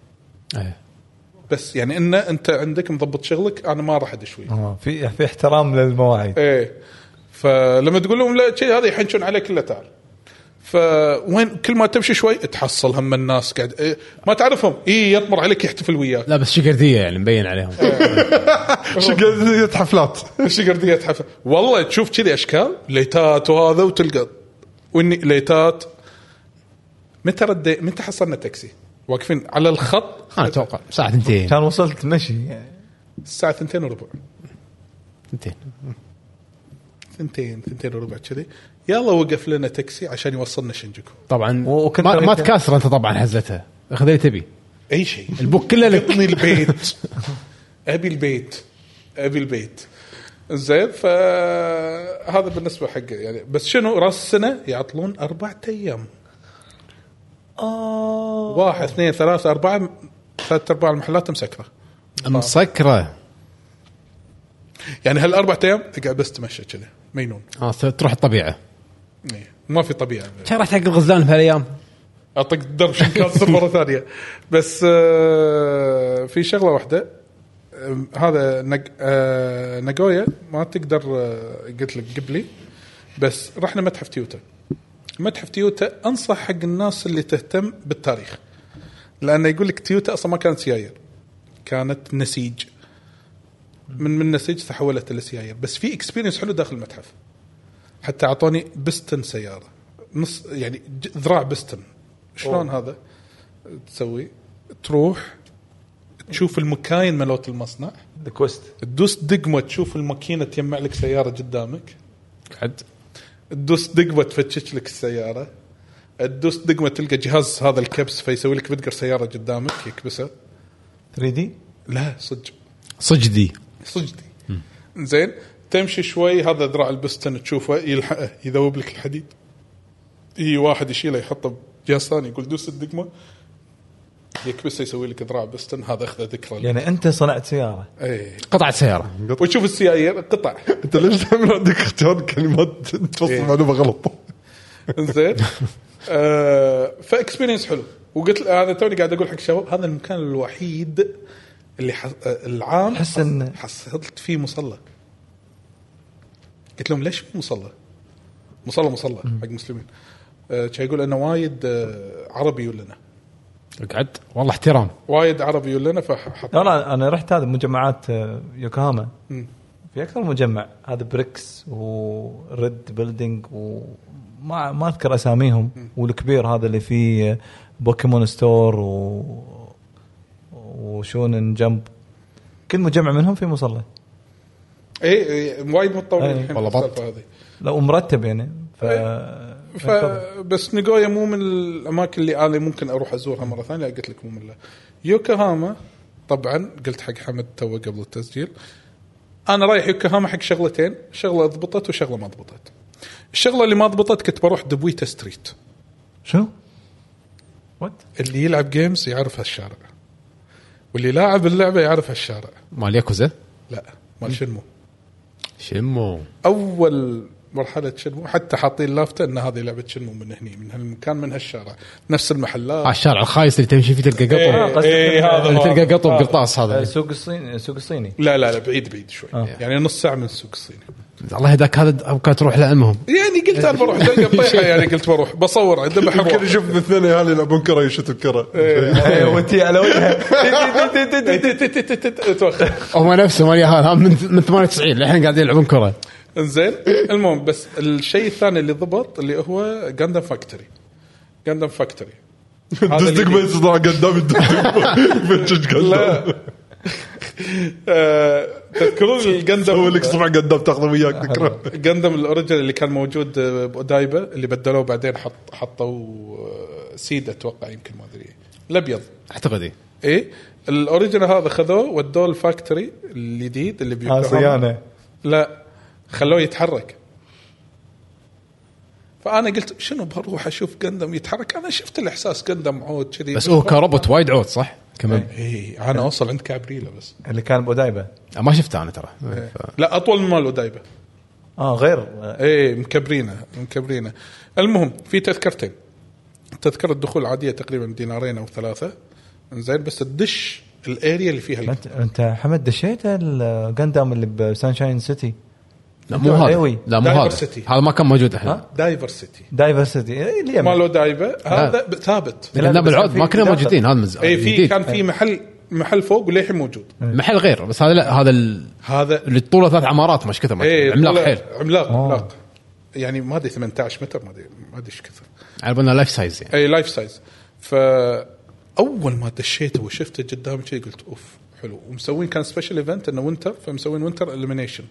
Speaker 2: بس يعني ان انت عندك مضبط شغلك انا ما راح ادش وياك.
Speaker 4: اه في في احترام للمواعيد.
Speaker 2: ايه فلما تقول لهم لا شيء هذا يحنشون عليك الا تعال. فوين كل ما تمشي شوي تحصل هم الناس قاعد إيه ما تعرفهم اي يطمر عليك يحتفل وياك.
Speaker 1: لا بس شقرديه يعني مبين عليهم
Speaker 3: شقرديه حفلات
Speaker 2: شقرديه حفلات والله تشوف كذي اشكال ليتات وهذا وتلقى واني ليتات. متى ردي متى حصلنا تاكسي واقفين على الخط
Speaker 1: انا اتوقع ساعه ثنتين
Speaker 4: كان وصلت مشي يعني
Speaker 2: الساعه ثنتين وربع
Speaker 1: ثنتين
Speaker 2: ثنتين ثنتين وربع كذي يلا وقف لنا تاكسي عشان يوصلنا شنجوكو.
Speaker 1: طبعا ما, ما تكاسر انت طبعا حزتها اخذ اللي تبي
Speaker 2: اي شيء
Speaker 1: البوك كله لك
Speaker 2: البيت ابي البيت ابي البيت زين. فهذا بالنسبه حق يعني بس شنو راس السنه يعطلون أربعة أيام.
Speaker 4: اه
Speaker 2: واحد اثنين ثلاثة أربعة ثلاثة أرباع المحلات مسكرة
Speaker 1: مسكرة
Speaker 2: يعني هالأربعة أيام تقعد بس تمشي كذا مينون.
Speaker 1: اه تروح الطبيعة
Speaker 2: إيه. ما في طبيعة
Speaker 1: كان راح تحق الغزلان في هالأيام
Speaker 2: أعطيك درب شنكانسر مرة ثانية. بس آه في شغلة واحدة آه هذا نج... آه ناغويا ما تقدر آه قلت لك قبلي بس رحنا متحف تيوتا. متحف تيوتا أنصح حق الناس اللي تهتم بالتاريخ لأنه يقول لك تيوتا أصلا ما كانت سيايير كانت نسيج من من نسيج تحولت إلى سيايير. بس في إكسبيرينس حلو داخل المتحف حتى أعطوني بستن سيارة نص يعني ذراع بستن. شلون أوه. هذا تسوي تروح تشوف المكاين ملوت المصنع
Speaker 4: الكوست
Speaker 2: تدوس دقمة تشوف الماكينة تجمع لك سيارة قدامك.
Speaker 1: حد
Speaker 2: تدوس دقمة تفتش لك السيارة. تدوس دقمة تلقى جهاز هذا الكبس فيسوي لك فيديو سيارة قدامك يكبسه
Speaker 4: ثري دي
Speaker 2: لا صج
Speaker 1: صجدي
Speaker 2: صجدي زين. تمشي شوي هذا ذراع البستن تشوفه يلحقه يذوب لك الحديد. يجي واحد يشيله يحطه بجهاز ثاني يقول دوس الدقمة يكبسه يسوي لك ذراع بستن. هذا أخذ ذكرى
Speaker 4: يعني أنت صنعت سيارة
Speaker 2: ايه.
Speaker 1: قطعة سيارة
Speaker 2: وتشوف السيايير قطع.
Speaker 3: انت ليش تعمل عندك اختيار كلمات توصل
Speaker 2: إيه.
Speaker 3: معلومة غلط
Speaker 2: زين. آه فاكسبيرينس حلو. وقلت هذا توني قاعد اقول حق الشباب هذا المكان الوحيد اللي حس... العام
Speaker 4: حس ان
Speaker 2: حصلت فيه مصلى. قلت لهم ليش مصلى مصلى مصلى حق مسلمين. آه يقول انه وايد آه عربي يقولنا
Speaker 1: قعد والله احترام
Speaker 2: وايد عربي يقولنا فحط.
Speaker 4: لا انا رحت هذا مجمعات يوكوهاما في اكثر مجمع هذا بريكس وريد بيلدينج وما ما اذكر اساميهم. والكبير هذا اللي فيه بوكيمون ستور و وشونن جمب كل مجمع منهم في مصلى.
Speaker 2: اي وايد متطور الحين
Speaker 1: والله بط
Speaker 2: هذه
Speaker 4: لا ومرتب يعني ف
Speaker 2: فبس نيغويا مو من الاماكن اللي انا ممكن اروح ازورها مره ثانيه. قلت لك مو من لا. يوكوهاما طبعا قلت حق حمد تو قبل التسجيل انا رايح يوكوهاما حق شغلتين. شغله ضبطت وشغله ما ضبطت. الشغله اللي ما ضبطت كنت بروح دبويتا ستريت.
Speaker 4: شو وات
Speaker 2: اللي يلعب جيمز يعرف هالشارع واللي لاعب اللعبه يعرف هالشارع.
Speaker 1: مال ياكوزا
Speaker 2: لا مال شنمو.
Speaker 1: شنمو
Speaker 2: اول مرحله شنمو، حتى حاطين لافته ان هذه لعبه شنمو من هني من هالمكان من هالشارع نفس المحلات.
Speaker 1: على الشارع الخايس اللي تمشي فيه تلقى
Speaker 2: إيه
Speaker 1: قطو.
Speaker 2: إيه هذا
Speaker 1: اللي تلقى قطو
Speaker 4: آه.
Speaker 1: بقرطاس هذا.
Speaker 4: سوق الصين سوق الصيني.
Speaker 2: لا لا لا بعيد بعيد شوي
Speaker 4: آه.
Speaker 2: يعني نص ساعه من السوق الصيني.
Speaker 1: الله يهداك هذا كانت تروح له المهم.
Speaker 2: يعني قلت انا بروح ذلك الطيحه يعني قلت بروح بصور عنده بحر
Speaker 3: يمكن يشوف الاثنين هالي يلعبون كره يشوت الكره.
Speaker 4: وانتي على وجهها.
Speaker 1: هم نفسهم اليهال من من ثمانية وتسعين للحين قاعدين يلعبون كره.
Speaker 2: انزين المهم بس الشيء الثاني اللي ضبط اللي هو جاندم فاكتوري. جاندم فاكتوري
Speaker 3: دزدق ما يصدع قدام الدزدق
Speaker 2: لا تذكرون الجاندم
Speaker 3: هو لك صبع قدام تاخذه وياك تكره.
Speaker 2: جاندم الاوريجينال اللي كان موجود بأودايبا اللي بدلوه بعدين حط حطوا سيد اتوقع يمكن ما ادري الابيض
Speaker 1: اعتقد ايه
Speaker 2: ايه الاوريجينال هذا خذوه ودوه الفاكتوري الجديد اللي
Speaker 4: اه صيانه.
Speaker 2: لا خلوه يتحرك. فانا قلت شنو بروح اشوف جندم يتحرك. انا شفت الاحساس جندم عود كذي
Speaker 1: بس هو كروبوت وايد عود صح كمان.
Speaker 2: ايه انا اوصل عند كابريلا بس
Speaker 4: اللي كان بودايبه
Speaker 1: ما شفته انا ترى.
Speaker 2: إيه. لا اطول من مال ودايبه.
Speaker 4: اه غير
Speaker 2: ايه مكبرينه مكبرينه. المهم في تذكرتين. تذكره الدخول عاديه تقريبا دينارين او ثلاثه زين بس تدش الاريا اللي فيها.
Speaker 4: انت انت حمد دشيت الجندام اللي بسانشاين سيتي.
Speaker 1: لا مو هذا لا مو هذا هذا ما كان موجود احنا.
Speaker 2: دايفرسيتي
Speaker 4: دايفرسيتي اللي
Speaker 2: مالو دايبه هذا ثابت.
Speaker 1: لا بالعود ما كنا موجودين هذا مز...
Speaker 2: اي في كان في محل محل فوق وللحين موجود
Speaker 1: محل غير بس هذا لا هذا ال...
Speaker 2: هذا
Speaker 1: اللي طوله ثلاث عمارات مش كثر
Speaker 2: ايه
Speaker 1: عملاق حيل
Speaker 2: عملاق عملاق يعني ما ادري ثمانية عشر متر ما ادري ما ادري ايش كثر
Speaker 1: على بالنا لايف سايز يعني.
Speaker 2: اي لايف سايز. فاول ما دشيته وشفته قدامي شيء قلت اوف حلو. ومسوين كان سبيشال ايفنت انه وينتر فمسوين وينتر اليمينيشن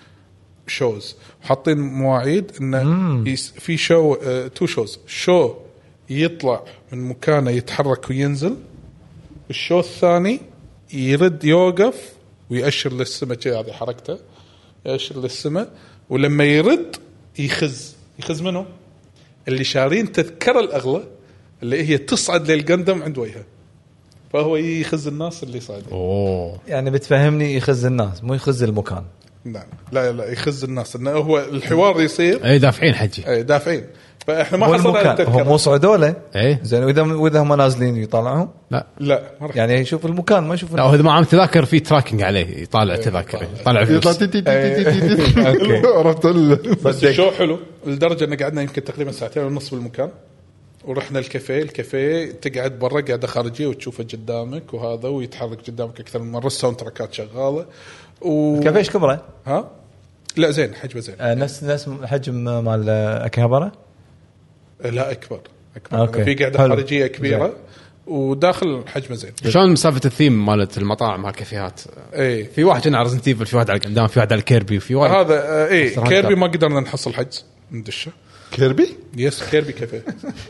Speaker 2: شوز وحاطين مواعيد انه يس في شو اه تو شوز شو يطلع من مكانه يتحرك وينزل. الشو الثاني يرد يوقف ويأشر للسماء كذا هذه حركته يأشر للسماء ولما يرد يخز يخز منه اللي شارين تذكرة الأغلى اللي هي تصعد للجندم عند وجهه فهو يخز الناس اللي صاعدين.
Speaker 1: اوه
Speaker 4: يعني بتفهمني يخز الناس مو يخز المكان.
Speaker 2: نعم لا لا يخز الناس انه هو الحوار يصير
Speaker 1: اي دافعين حجي
Speaker 2: اي دافعين. فاحنا ما حصلنا
Speaker 4: هم مو صعدوا له
Speaker 1: اي
Speaker 4: زين واذا واذا هم نازلين يطلعهم
Speaker 1: لا
Speaker 2: لا
Speaker 4: يعني يشوف المكان ما يشوف.
Speaker 1: لا هذا ما عم تذاكر في تراكنج عليه يطالع تذاكر يطالع
Speaker 3: يطلع تي تي تي تي عرفت
Speaker 2: بس شو حلو لدرجه ان قعدنا يمكن تقريبا ساعتين ونص بالمكان ورحنا الكافيه. الكافيه تقعد برا قاعده خارجيه وتشوفه قدامك وهذا ويتحرك قدامك اكثر من مره. الساوند تراكات شغاله و
Speaker 4: الكافيه ايش كبره؟
Speaker 2: ها لا زين حجمه زين
Speaker 4: آه نفس نفس حجم مال اكيهابارا.
Speaker 2: لا اكبر اكبر في قاعده خارجيه كبيره زين. وداخل حجمه زين.
Speaker 1: شلون مسافه الثيم مالت المطاعم مال الكافيهات؟
Speaker 2: اي
Speaker 1: في واحد هنا ريزنت ايفل في واحد على قدام في واحد على الكيربي وفي واحد
Speaker 2: هذا اي كيربي ما قدرنا نحصل حجز ندشه.
Speaker 3: كيربي
Speaker 2: يس كيربي كافيه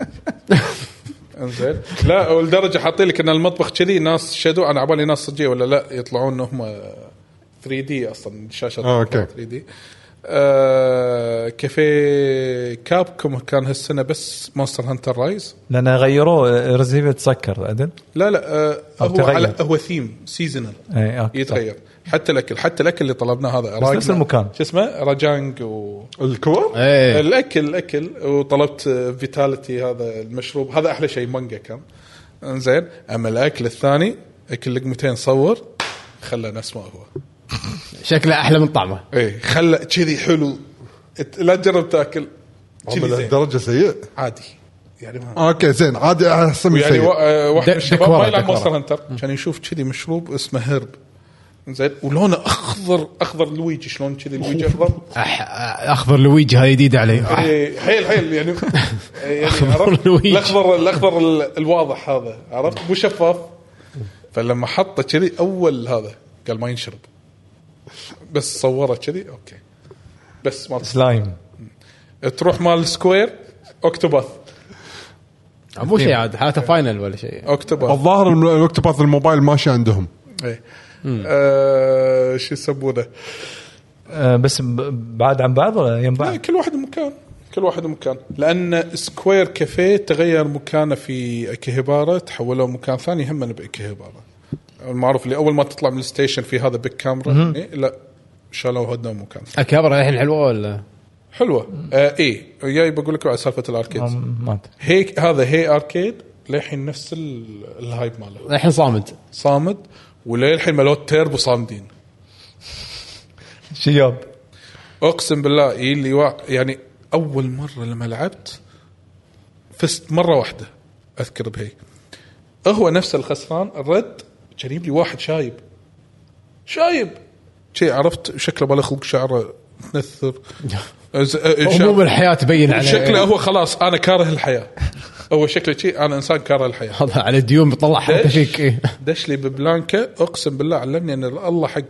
Speaker 2: انزين. لا والدرجه حاطين لك ان المطبخ كذي ناس شادو انا عبالي ناس صجيه ولا لا يطلعون انهم ثري دي اصلا شاشه
Speaker 3: آه،
Speaker 2: ثري دي. آه كافيه كابكم كان هالسنه بس مونستر هانتر رايز
Speaker 4: لان غيروه رزيفه تسكر عدل.
Speaker 2: لا لا آه هو على هو ثيم سيزونال يتغير. حتى الاكل حتى الاكل اللي طلبناه هذا
Speaker 4: نفس المكان
Speaker 2: شو اسمه راجانج و
Speaker 3: الكوار
Speaker 1: ايه.
Speaker 2: الاكل الاكل وطلبت فيتاليتي هذا المشروب هذا احلى شيء مانجا كان زين. اما الاكل الثاني اكل لقمتين صور خلى نفس ما هو
Speaker 1: شكله احلى من طعمه.
Speaker 2: ايه خلى كذي حلو لا تجرب تاكل
Speaker 3: كذي درجه سيء
Speaker 2: عادي يعني ما
Speaker 3: اوكي زين عادي احسن
Speaker 2: يعني
Speaker 3: سيء.
Speaker 2: واحد من الشباب ما يلعب مونستر هانتر كان يشوف كذي مشروب اسمه هيرب زين ولونه اخضر اخضر لويجي شلون كذي لويجي اخضر
Speaker 1: اخضر لويجي هاي جديده عليه
Speaker 2: حيل حيل يعني الاخضر الاخضر الواضح هذا عرفت مو شفاف. فلما حطه كذي اول هذا قال ما ينشرب بس صوره كذي اوكي بس ما
Speaker 4: سلايم
Speaker 2: تروح مال سكوير اوكتوباث
Speaker 1: مو شيء عاد حالته فاينل ولا شيء
Speaker 2: اوكتوباث
Speaker 3: الظاهر الاوكتوباث الموبايل ماشي عندهم.
Speaker 2: ايه آه شو يسمونه
Speaker 4: آه بس بعد عن بعض ولا يم بعض؟
Speaker 2: كل واحد مكان كل واحد مكان لأن سكوير كافيه تغير مكانه في أكيهابارا تحولوا مكان ثاني هم بأكيهابارا المعروف اللي أول ما تطلع من الستيشن في هذا بيك كاميرا إيه لا شالوا هدنا مكان
Speaker 1: أكيهابارا الحين حلوة ولا
Speaker 2: حلوه. آه ايه جاي بقول لك على سالفه الاركيد.
Speaker 4: ما
Speaker 2: هيك هذا هي اركيد للحين نفس ال- الهايب ماله
Speaker 1: الحين صامد.
Speaker 2: صامد، وللحين ملوت تيربو صامدين.
Speaker 4: شياب
Speaker 2: اقسم بالله اللي وا... يعني اول مره لما لعبت فزت مره واحده اذكر بهي. هو نفس الخسران الرد جريب لي واحد شايب شايب شيء عرفت شكله بلا خلق شعره تنثر
Speaker 1: هموم الحياه تبين عليه
Speaker 2: شكله هو خلاص انا كاره الحياه. هو شكله شيء انا انسان كاره الحياه.
Speaker 1: هذا على ديون بيطلع حتى فيك. إيه؟
Speaker 2: دش لي ببلانكا اقسم بالله علمني ان الله حق.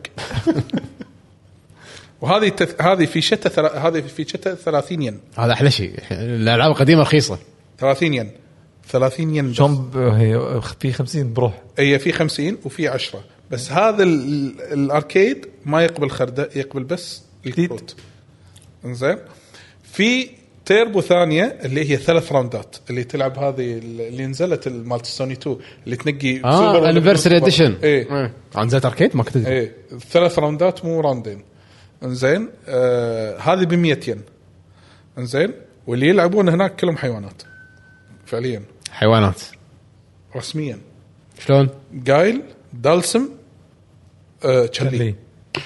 Speaker 2: وهذه تث... هذه في شتى ثر... هذه في شتى ثلاثين ين.
Speaker 1: هذا احلى شيء، الالعاب القديمه رخيصه.
Speaker 2: ثلاثين ين ثلاثين ين
Speaker 4: شلون هي في خمسين بروح.
Speaker 2: هي في خمسين وفي عشرة بس هذا ال... الاركيد ما يقبل خردة يقبل بس الكروت. انزين في تيربو ثانيه اللي هي ثلاث راوندات اللي تلعب هذه اللي نزلت مالت سوني تو اللي تنقي
Speaker 1: اه انيفرساري اديشن.
Speaker 2: ايه
Speaker 1: عن زيت اركيد ما كنت ادري.
Speaker 2: ايه ثلاث راوندات مو راوندين. انزين آه هذه ب مية ين. انزين واللي يلعبون هناك كلهم حيوانات فعليا
Speaker 1: حيوانات
Speaker 2: رسميا.
Speaker 1: شلون؟
Speaker 2: قايل دالسم آه تشلي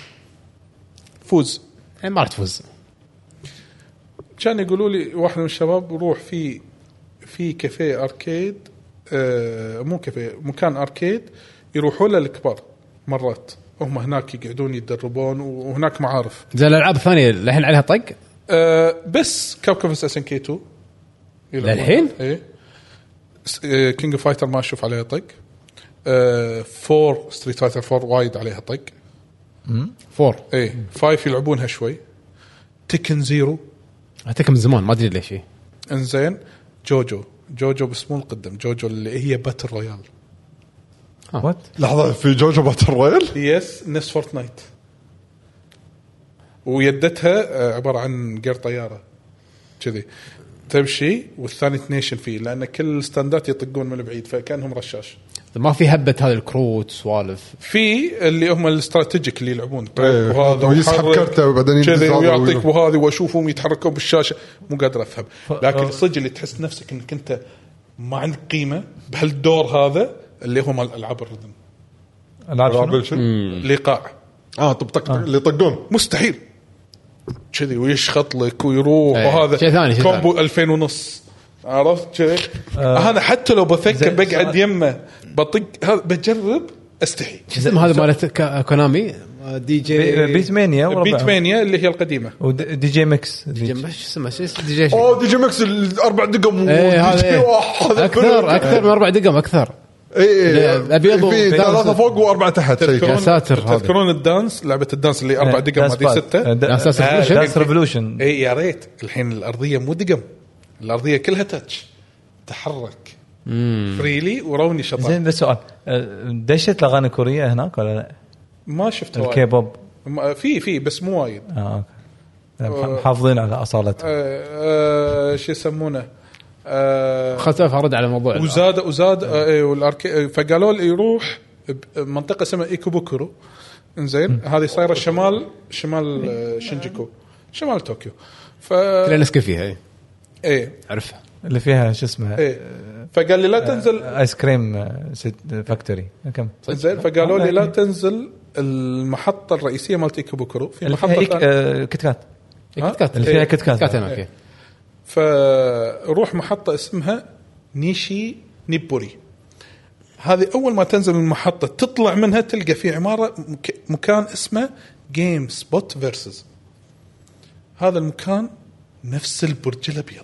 Speaker 2: فوز.
Speaker 1: يعني ما راح تفوز.
Speaker 2: كان يقولوا لي واحد من الشباب روح في في كافيه اركيد آه مو كافيه مكان اركيد يروحوا له الكبار مرات هم هناك يقعدون يتدربون وهناك معارف
Speaker 1: زي الالعاب الثانيه الحين عليها طق.
Speaker 2: أه بس كابكوم اس ان كي تو
Speaker 1: للحين
Speaker 2: ايه أه كينج اوف فايتر ما اشوف عليها طق. أه فور ستريت فايتر فور وايد عليها طق.
Speaker 1: فور
Speaker 2: ايه فايف يلعبونها شوي. تكن زيرو
Speaker 1: هتك من زمان ما ادري ليش.
Speaker 2: انزين جوجو جوجو بس مو القدم جوجو اللي هي باتل رويال.
Speaker 4: وات
Speaker 3: لحظه في جوجو باتل رويال
Speaker 2: يس نفس فورتنايت ويدتها عباره عن قر طياره كذي تمشي والثاني تنيشن فيه لان كل ستاندات يطقون من بعيد فكانهم رشاش.
Speaker 1: ما في هبه هذا الكروت سوالف.
Speaker 2: في اللي هم الاستراتيجيك اللي يلعبون
Speaker 3: إيه،
Speaker 2: وهذا
Speaker 3: ويسحب كرته وبعدين
Speaker 2: كذي
Speaker 3: ينزل
Speaker 2: ويعطيك وهذه واشوفهم يتحركون بالشاشه مو قادر افهم. لكن صدق اللي تحس نفسك انك انت ما عندك قيمه بهالدور هذا اللي هم الالعاب الردم
Speaker 4: العاب شنو؟
Speaker 2: الايقاع.
Speaker 3: اه طب اللي يطقون
Speaker 2: مستحيل كذي ويشخط لك ويروح
Speaker 1: ايه.
Speaker 2: وهذا
Speaker 1: شيء ثاني شيء
Speaker 2: كومبو
Speaker 1: ثاني.
Speaker 2: ألفين ونص عرفت كذي. آه. انا حتى لو بفكر بقعد يمه بطق هذا بجرب استحي.
Speaker 1: شو اسمه هذا مالت كا- كونامي دي جي
Speaker 4: بيت مانيا
Speaker 2: بيت مانيا اللي هي القديمه
Speaker 4: ودي جي ميكس
Speaker 1: دي جي شو اسمه شو اسمه دي جي شو؟
Speaker 3: اوه دي جي ماكس الاربع دقم
Speaker 1: ايه
Speaker 3: ودي جي
Speaker 1: هذا
Speaker 3: واحد.
Speaker 1: اكثر اكثر من اربع دقم اكثر.
Speaker 3: اي
Speaker 1: أبيض
Speaker 3: في
Speaker 1: وثالث.
Speaker 3: ثلاثه فوق واربعه تحت شيء
Speaker 1: يا ساتر هذا.
Speaker 2: تذكرون الدانس لعبه الدانس اللي اربع دقم هذه سته
Speaker 1: أساس
Speaker 2: آه،
Speaker 1: ريفولوشن.
Speaker 4: دانس ريفولوشن.
Speaker 2: اي يا ريت الحين الارضيه مو دقم الارضيه كلها تاتش تحرك فريلي وروني شطر.
Speaker 4: زين بس سؤال دشت الاغاني الكوريه هناك ولا لا؟
Speaker 2: ما شفت
Speaker 4: الكي بوب
Speaker 2: ما- في في بس مو وايد.
Speaker 4: اه اوكي محافظين على اصالتهم.
Speaker 2: آه آه شو يسمونه آه
Speaker 1: خلت افرد على موضوع
Speaker 2: وزاد وزاد آه إيه، والاركي فقالوا لي يروح منطقه اسمها ايكوبوكورو. انزين هذه صايره شمال شمال آه، شينجوكو شمال طوكيو. ف
Speaker 1: كلنا نسكن فيها. ايه
Speaker 2: ايه
Speaker 1: عرفها.
Speaker 4: اللي فيها شو اسمها
Speaker 2: ايه فقال لي لا تنزل
Speaker 4: ايس كريم فاكتوري كم
Speaker 2: زين فقالوا لي لا تنزل المحطه الرئيسيه مالت ايكوبوكورو في
Speaker 4: اللي
Speaker 2: محطه
Speaker 4: فيها إيك...
Speaker 2: ثانية.
Speaker 4: آه كت كات
Speaker 2: ها؟
Speaker 1: كت كات
Speaker 4: اللي فيها كت كات.
Speaker 1: كات هناك. إيه.
Speaker 2: فروح محطة اسمها نيشي نيبوري. هذه أول ما تنزل من المحطة تطلع منها تلقى في عمارة مك... مكان اسمه جيم سبوت فيرسز. هذا المكان نفس البرج الأبيض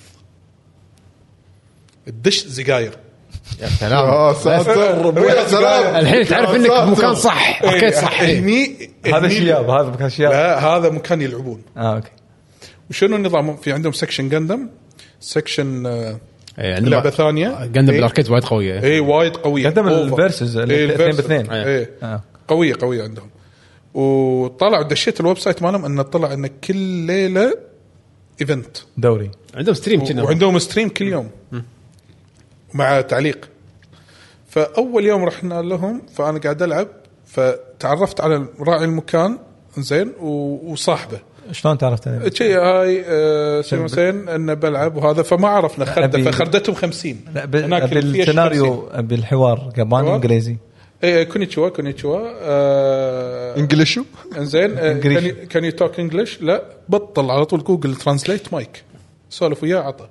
Speaker 2: الدش زقاير.
Speaker 1: يا سلام.
Speaker 3: اه ساتر يا سلام
Speaker 1: الحين تعرف انك بمكان صح.
Speaker 2: إيه،
Speaker 1: اركيد صح. إيه.
Speaker 2: هني
Speaker 4: هذا
Speaker 2: هني-
Speaker 4: شياب هذا مكان شياب.
Speaker 2: لا هذا مكان يلعبون.
Speaker 4: اه اوكي
Speaker 2: وشنو النظام في عندهم سكشن جندم سكشن آه
Speaker 1: إيه، عندما-
Speaker 2: لعبة ثانية
Speaker 1: قندم
Speaker 2: إيه.
Speaker 1: بالاركيد وايد قويه.
Speaker 2: اي وايد قويه
Speaker 4: قدم
Speaker 2: أوفر.
Speaker 4: الفيرسز اللي
Speaker 2: إيه،
Speaker 4: اثنين
Speaker 2: الفيرسز.
Speaker 4: باثنين.
Speaker 2: ايه
Speaker 4: آه.
Speaker 2: قويه قويه عندهم. وطلعوا دشيت الويب سايت مالهم انه طلع ان كل ليله ايفنت
Speaker 4: دوري
Speaker 1: عندهم ستريم كنا.
Speaker 2: وعندهم ستريم كل يوم مع تعليق. فاول يوم رحنا لهم فانا قاعد العب فتعرفت على راعي المكان زين وصاحبه
Speaker 4: شلون تعرفت عليه؟
Speaker 2: شيء هاي آه سين انه بلعب وهذا فما عرفنا خرده فخردتهم خمسين.
Speaker 4: لا بالسيناريو بالحوار ياباني انجليزي.
Speaker 2: ايه كونيتشوا كونيتشوا آه
Speaker 3: انجليشو
Speaker 2: انزين كان يو توك انجلش. لا بطل على طول جوجل ترانسليت مايك سولف وياه عطى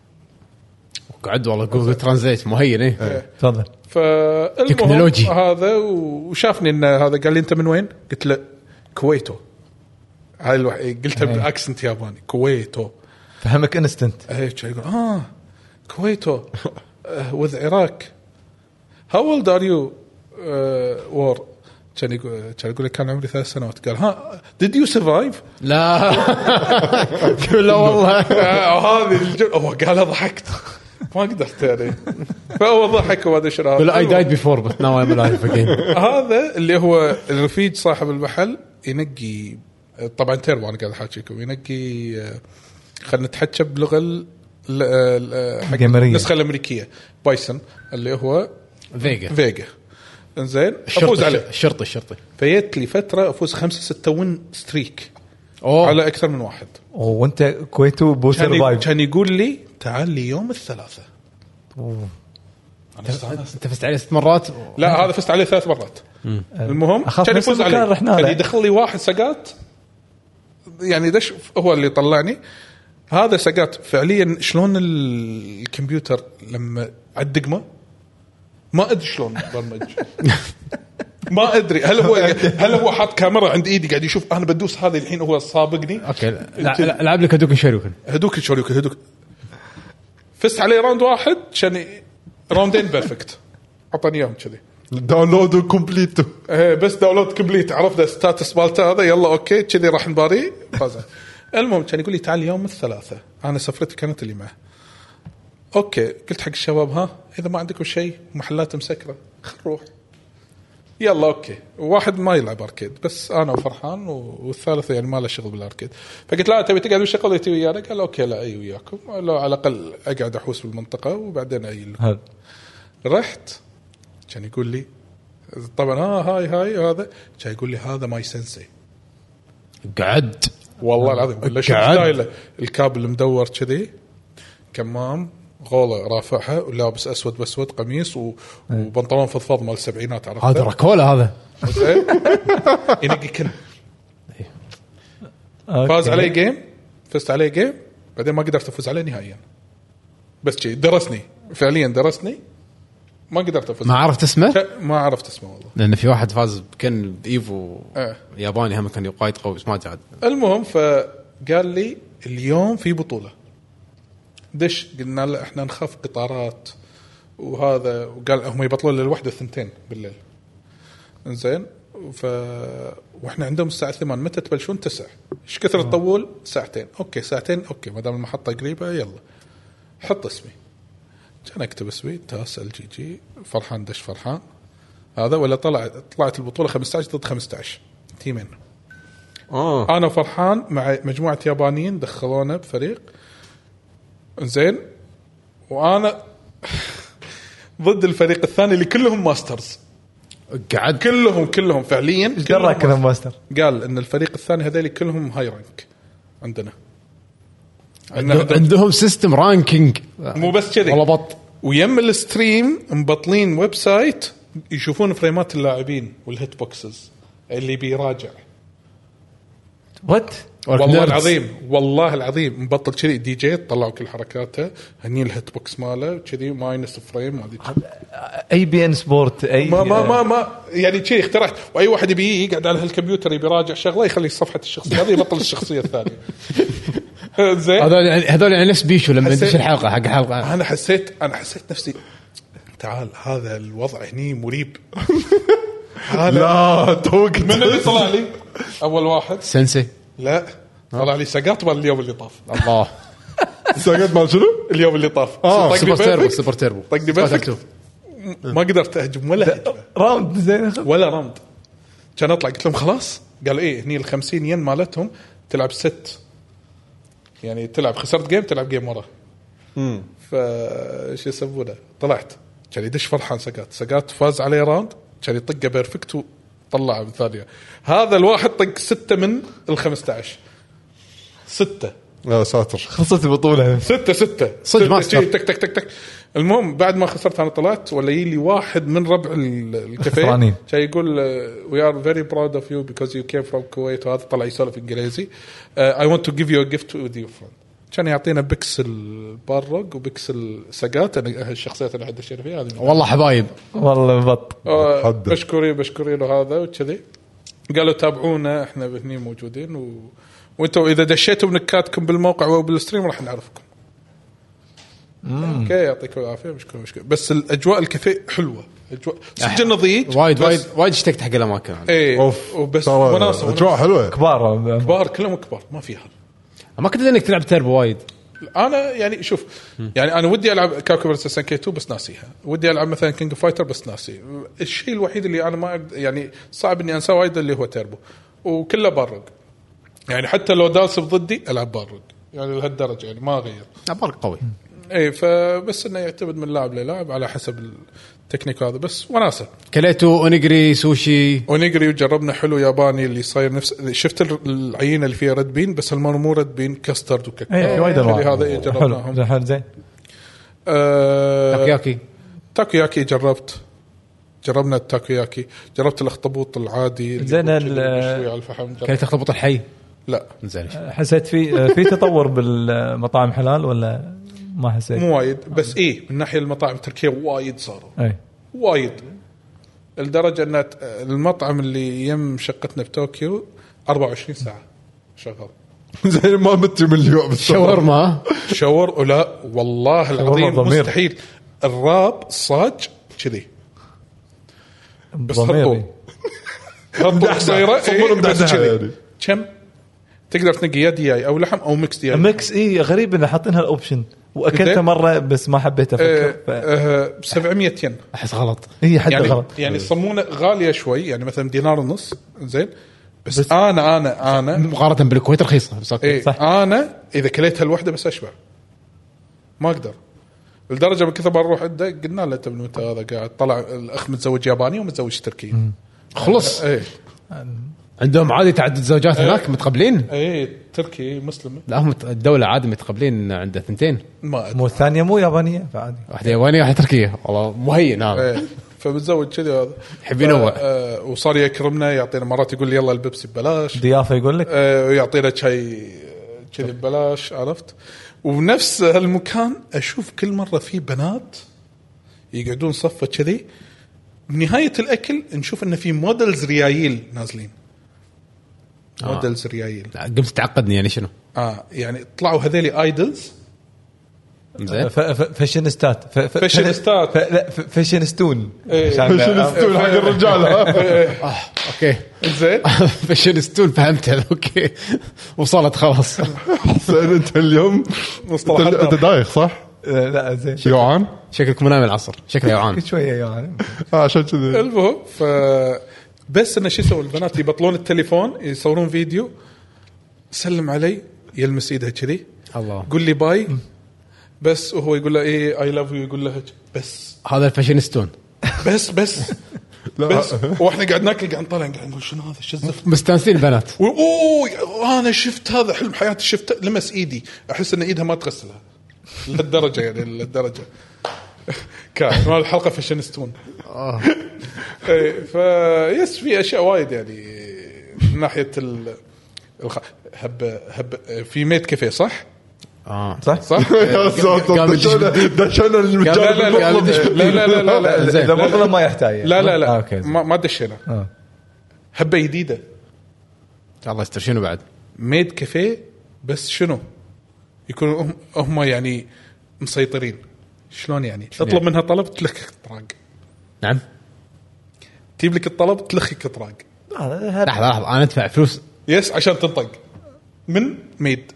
Speaker 1: قعد والله جوجل ترانزليت مهين. ايه
Speaker 4: تفضل.
Speaker 2: فالمهم هذا وشافني ان هذا قال لي انت من وين؟ قلت له كويتو. هاي الوحيد قلتها بالاكسنت ياباني كويتو.
Speaker 4: فهمك انستنت.
Speaker 2: ايه يقول اه كويتو وذ عراق. هاو اولد ار يو وور. كان يقول كان يقول كان عمري ثلاث سنوات. قال ها did you survive؟
Speaker 1: لا لا والله
Speaker 2: هذه الجملة هو قالها ضحكت ما قدرت يعني. فهو ضحك وما ادري
Speaker 1: قال I died before but now I'm alive again.
Speaker 2: هذا اللي هو الرفيج صاحب المحل ينقي طبعا تيربو. انا قاعد احاكيكم ينقي خلينا نتحكى بلغه النسخه الامريكيه بايسون اللي هو
Speaker 1: فيجا
Speaker 2: فيجا. انزين افوز عليه
Speaker 1: الشرطي الشرطي
Speaker 2: فيت لي فتره افوز خمسة ستة وين ستريك
Speaker 1: أوه.
Speaker 2: على اكثر من واحد.
Speaker 4: وانت كويتو بو سرفايف.
Speaker 2: كان يقول لي تعال لي يوم الثلاثاء.
Speaker 4: أوه.
Speaker 1: انت فزت عليه ست مرات؟
Speaker 2: لا هذا فزت عليه ثلاث مرات. مم. المهم كان يفوز عليه كان يدخل لي واحد سقات يعني دش هو اللي طلعني. هذا سقات فعليا شلون الكمبيوتر لما عالدقمه ما ادري شلون برمج. ما ادري هل هو هل هو حاط كاميرا عند ايدي قاعد يشوف انا بدوس هذه الحين هو سابقني.
Speaker 1: اوكي العب لك هدوك شوريوكن
Speaker 2: هدوك شوريوكن هدوك فزت عليه راوند واحد عشان راوندين بيرفكت عطاني اياهم كذي
Speaker 3: داونلود كومبليت.
Speaker 2: ايه بس داونلود كومبليت عرفت ستاتس مالته هذا يلا اوكي كذي راح نباري فاز. المهم كان يقول لي تعال يوم الثلاثاء. انا سفرتي كانت اللي معه اوكي. قلت حق الشباب ها اذا ما عندكم شيء محلات مسكره خل نروح يلا اوكي. واحد ما يلعب اركيد بس انا وفرحان والثالث يعني ما له شغل بالاركيد. فقلت لا تبي تقعد بالشغل اللي تبي ويانا؟ قال اوكي لا اي وياكم لو على الاقل اقعد احوس بالمنطقه وبعدين اي لكم. رحت كان يقول لي طبعا ها هاي هاي هذا كان يقول لي هذا ماي سensei.
Speaker 1: قعد
Speaker 2: والله العظيم ولا شو ستايله الكابل المدور كذي كمام غوله رافعها ولابس اسود باسود قميص و... وبنطلون فضفاض مال السبعينات عرفت.
Speaker 1: هذا راكولا هذا
Speaker 2: ينقي كل فاز عليه جيم فزت عليه جيم بعدين ما قدرت افوز عليه نهائيا. بس شيء درسني فعليا درسني ما قدرت افوز.
Speaker 1: ما عرفت اسمه
Speaker 2: ما عرفت اسمه والله
Speaker 1: لان في واحد فاز كان ايفو
Speaker 2: اه.
Speaker 1: ياباني هم كان يقايد قوي بس ما زاد.
Speaker 2: المهم فقال لي اليوم في بطوله دش. قلنا له احنا نخاف قطارات وهذا وقال هم يبطلون للوحده الثنتين بالليل. انزين ف واحنا عندهم الساعه ثمانية متى تبلشون؟ تسعة. ايش كثر تطول؟ ساعتين. اوكي ساعتين اوكي ما دام المحطه قريبه يلا حط اسمي. كان اكتب اسمي تاس ال جي جي فرحان دش فرحان هذا ولا طلع طلعت البطوله خمسة عشر ضد خمسة عشر تيمين.
Speaker 3: اه
Speaker 2: انا فرحان مع مجموعه يابانيين دخلونا بفريق زين وانا ضد الفريق الثاني اللي كلهم ماسترز.
Speaker 1: قعد
Speaker 2: كلهم كلهم فعليا
Speaker 4: كلهم كلهم ماستر.
Speaker 2: قال ان الفريق الثاني هذول كلهم هاي رانك عندنا
Speaker 1: عندهم, عندهم سيستم رانكينج
Speaker 2: مو بس كذي
Speaker 1: والله بط.
Speaker 2: ويم الستريم مبطلين ويب سايت يشوفون فريمات اللاعبين والهيت بوكسز اللي بيراجع.
Speaker 4: وات
Speaker 2: والله العظيم والله العظيم مبطل كذي دي جي طلعوا كل حركاته هني الهيت بوكس ماله كذي ماينس فريم هذه
Speaker 4: اي بي ان سبورت اي
Speaker 2: ما ما ما, ما يعني كذي اخترعت. واي واحد يبي يقعد على هالكمبيوتر يبي يراجع شغله يخلي صفحه الشخصيه هذه يبطل الشخصيه الثانيه. زين
Speaker 1: هذول يعني هذول يعني نفس بيشو لما ندش الحلقه حق حلقه.
Speaker 2: انا حسيت انا حسيت نفسي تعال هذا الوضع هني مريب.
Speaker 3: لا توقت
Speaker 2: من اللي طلع لي اول واحد
Speaker 1: سنسي
Speaker 2: لا طلع لي سقاط مال اليوم اللي طاف.
Speaker 1: الله
Speaker 3: سقاط مال شنو
Speaker 2: اليوم اللي طاف.
Speaker 1: اه سوبر تيربو سوبر تيربو
Speaker 2: طقني بيرفكت ما قدرت اهجم ولا هجمه
Speaker 4: راوند زين
Speaker 2: ولا راوند. كان اطلع قلت لهم خلاص قالوا ايه هني الخمسين ين مالتهم تلعب ست يعني تلعب خسرت جيم تلعب جيم ورا.
Speaker 3: امم
Speaker 2: فايش يسوونه طلعت كان يدش فرحان سقاط سقاط فاز عليه راوند كان يطقه بيرفكت وطلع بالثانيه. هذا الواحد طق ستة من الخمسة عشر ستة
Speaker 3: يا ساتر
Speaker 4: خلصت البطوله
Speaker 2: ستة ستة
Speaker 1: صدق ما
Speaker 2: ستة تك تك تك تك. المهم بعد ما خسرت انا طلعت ولا يلي واحد من ربع ال- الكافيه
Speaker 4: خسرانين.
Speaker 2: جاي يقول وي ار فيري براود اوف يو بيكوز يو كيم فروم كويت. وهذا طلع يسولف انجليزي. اي ونت تو جيف يو ا جيفت وذ يور فريند. كان يعطينا بكس البارق وبكس السقات. انا الشخصيات اللي عند الشرف فيها هذه
Speaker 1: والله حبايب.
Speaker 4: والله بط
Speaker 2: آه،
Speaker 3: حد.
Speaker 2: بشكرين بشكرين وهذا وكذي. قالوا تابعونا احنا هني موجودين و... وانتم اذا دشيتوا بنكاتكم بالموقع او بالستريم راح نعرفكم. اوكي يعطيكم العافيه. مشكور مشكور. بس الاجواء الكافيه حلوه. اجواء سجل نظيف
Speaker 1: وايد
Speaker 2: بس-
Speaker 1: وايد وايد اشتقت حق الاماكن.
Speaker 2: ايه
Speaker 3: اوف
Speaker 2: وبس
Speaker 3: ترى
Speaker 2: وناسه
Speaker 3: اجواء
Speaker 2: وناسة.
Speaker 3: حلوه.
Speaker 4: كبار
Speaker 2: كبار كلهم كبار ما في هذا.
Speaker 1: ما كنت انك تلعب تربو وايد.
Speaker 2: انا يعني شوف يعني انا ودي العب كاكو فيرسس كي تو بس ناسيها. ودي العب مثلا كينج فايتر بس ناسي. الشيء الوحيد اللي انا ما أقدر- يعني صعب اني انساه وايد اللي هو تيربو وكله بارق. يعني حتى لو داس ضدي العب بارق يعني لهالدرجه يعني ما اغير.
Speaker 1: فرق قوي.
Speaker 2: اي فبس انه يعتمد من لاعب للاعب على حسب التكنيك هذا بس وناسه.
Speaker 1: كليتو اونيجري سوشي.
Speaker 2: ونجري وجربنا حلو ياباني اللي صاير نفس شفت العينه اللي فيها رد بين بس المره مو رد بين كاسترد وكاكاو.
Speaker 4: اي في وايد
Speaker 2: اللي
Speaker 4: انواع
Speaker 2: هذا إيه جربناهم.
Speaker 4: حلو حلو زين
Speaker 2: آه
Speaker 1: تاكياكي.
Speaker 2: تاكوياكي جربت. جربنا التاكوياكي. جربت الاخطبوط العادي اللي
Speaker 4: زين
Speaker 2: هو
Speaker 4: ال-
Speaker 2: كذي مشوي على الفحم. جربت.
Speaker 1: كليت تخلط الحي.
Speaker 2: لا
Speaker 1: زين.
Speaker 4: حسيت في في تطور بالمطاعم حلال ولا ما حسيت؟
Speaker 2: مو وايد بس ايه من ناحيه المطاعم التركيه وايد صاروا
Speaker 4: اي
Speaker 2: وايد لدرجه ان المطعم اللي يم شقتنا بطوكيو أربعة وعشرين ساعه شغال.
Speaker 3: زين ما مت من اليوم
Speaker 1: شاورما.
Speaker 2: شاور ولا والله العظيم
Speaker 4: ضمير.
Speaker 2: مستحيل. الراب صاج كذي بس هطول
Speaker 4: ضميري
Speaker 2: هطول قصيره
Speaker 3: صبور
Speaker 2: إيه بس
Speaker 3: مدحدحة
Speaker 2: كذي
Speaker 3: يعني.
Speaker 2: كم تقدر تنقي يا دياي او لحم او ميكس دياي.
Speaker 4: ميكس اي غريب انه حاطينها الاوبشن واكلته
Speaker 2: زين.
Speaker 4: مره بس ما حبيت
Speaker 2: آه،
Speaker 4: افكر ف...
Speaker 2: آه، سبعمية ين
Speaker 1: احس غلط.
Speaker 4: هي حتى
Speaker 2: يعني
Speaker 4: غلط
Speaker 2: يعني الصمونه غاليه شوي يعني مثلا دينار ونص زين بس, بس انا انا انا
Speaker 1: مقارنه بالكويت رخيصه بس اوكي.
Speaker 2: إيه
Speaker 4: صح.
Speaker 2: انا اذا كليتها الوحده بس اشبع ما اقدر. لدرجه من كثر ما نروح عنده قلنا له انت متى هذا قاعد طلع الاخ متزوج ياباني ومتزوج تركي.
Speaker 1: خلص.
Speaker 2: ايه
Speaker 1: عندهم عادي تعدد زوجات هناك متقبلين.
Speaker 2: ايه تركي مسلم
Speaker 1: لا هم الدوله عادي متقبلين عنده ثنتين.
Speaker 2: ما أدري.
Speaker 4: مو الثانيه مو يابانيه فعادي
Speaker 1: واحده يابانيه واحده تركيه. والله مهين هذا.
Speaker 2: ايه فمتزوج كذي هذا
Speaker 1: يحب ينوع.
Speaker 2: آه وصار يكرمنا يعطينا مرات يقول لي يلا البيبسي ببلاش.
Speaker 4: ضيافه يقول لك
Speaker 2: آه ويعطينا شاي كذي ببلاش عرفت. ونفس هالمكان اشوف كل مره في بنات يقعدون صفه كذي بنهايه الاكل نشوف انه في موديلز ريايل نازلين.
Speaker 1: آه.
Speaker 2: موديلز ريايل
Speaker 1: قمت تعقدني يعني شنو؟
Speaker 2: اه يعني طلعوا هذيلي ايدلز
Speaker 1: زين.
Speaker 4: ف- ف- فاشينيستات ف- ف-
Speaker 2: فاشينيستات.
Speaker 4: ف- لا ف- فاشينيستون
Speaker 2: إيه.
Speaker 4: عشان-
Speaker 3: شنو حق الرجال ها
Speaker 1: اوكي.
Speaker 2: زين
Speaker 1: فاشينستون فهمتها. اوكي وصلت خلاص.
Speaker 3: زين انت اليوم
Speaker 2: مصطلحات
Speaker 3: انت أنت دايخ صح؟
Speaker 4: لا زين
Speaker 3: جوعان؟
Speaker 1: شكلك منام العصر. شكله جوعان.
Speaker 4: كل شويه يعني
Speaker 3: آه عشان كذي
Speaker 2: المهم ف بس انه شو يسوي البنات يبطلون التليفون يصورون فيديو سلم علي يلمس ايدها كذي
Speaker 1: الله.
Speaker 2: قول لي باي بس وهو يقول له ايه اي لاف يو يقول لها بس
Speaker 1: هذا الفاشينستون
Speaker 2: بس بس بس واحنا قاعد ناكل قاعد نطلع قاعد نقول شنو هذا شو الزفت.
Speaker 1: مستانسين البنات.
Speaker 2: اوه انا شفت هذا حلم حياتي شفت لمس ايدي احس ان ايدها ما تغسلها لهالدرجه يعني لهالدرجه كان مال الحلقه فاشينستون. ايه فيس في اشياء وايد يعني من ناحيه ال الخ... هب هب في ميت كافيه صح
Speaker 1: اه
Speaker 4: صح
Speaker 2: صح
Speaker 3: يا ساتر دشنا المجال
Speaker 2: لا لا لا لا لا لا لا
Speaker 1: زين.
Speaker 4: اذا بطل ما يحتاج يعني.
Speaker 2: لا لا
Speaker 4: آه،
Speaker 2: لا
Speaker 4: اوكي
Speaker 2: ما ما دشينا
Speaker 4: آه.
Speaker 2: هبه جديده
Speaker 1: الله يستر. شنو بعد؟
Speaker 2: ميد كافيه بس شنو يكونوا هم, هم يعني مسيطرين. شلون يعني تطلب منها طلب تلخك طراق.
Speaker 1: نعم.
Speaker 2: تجيب لك الطلب تلخك طراق.
Speaker 4: هذا
Speaker 1: لحظه لحظه انا ادفع فلوس.
Speaker 2: يس عشان تنطق من ميد.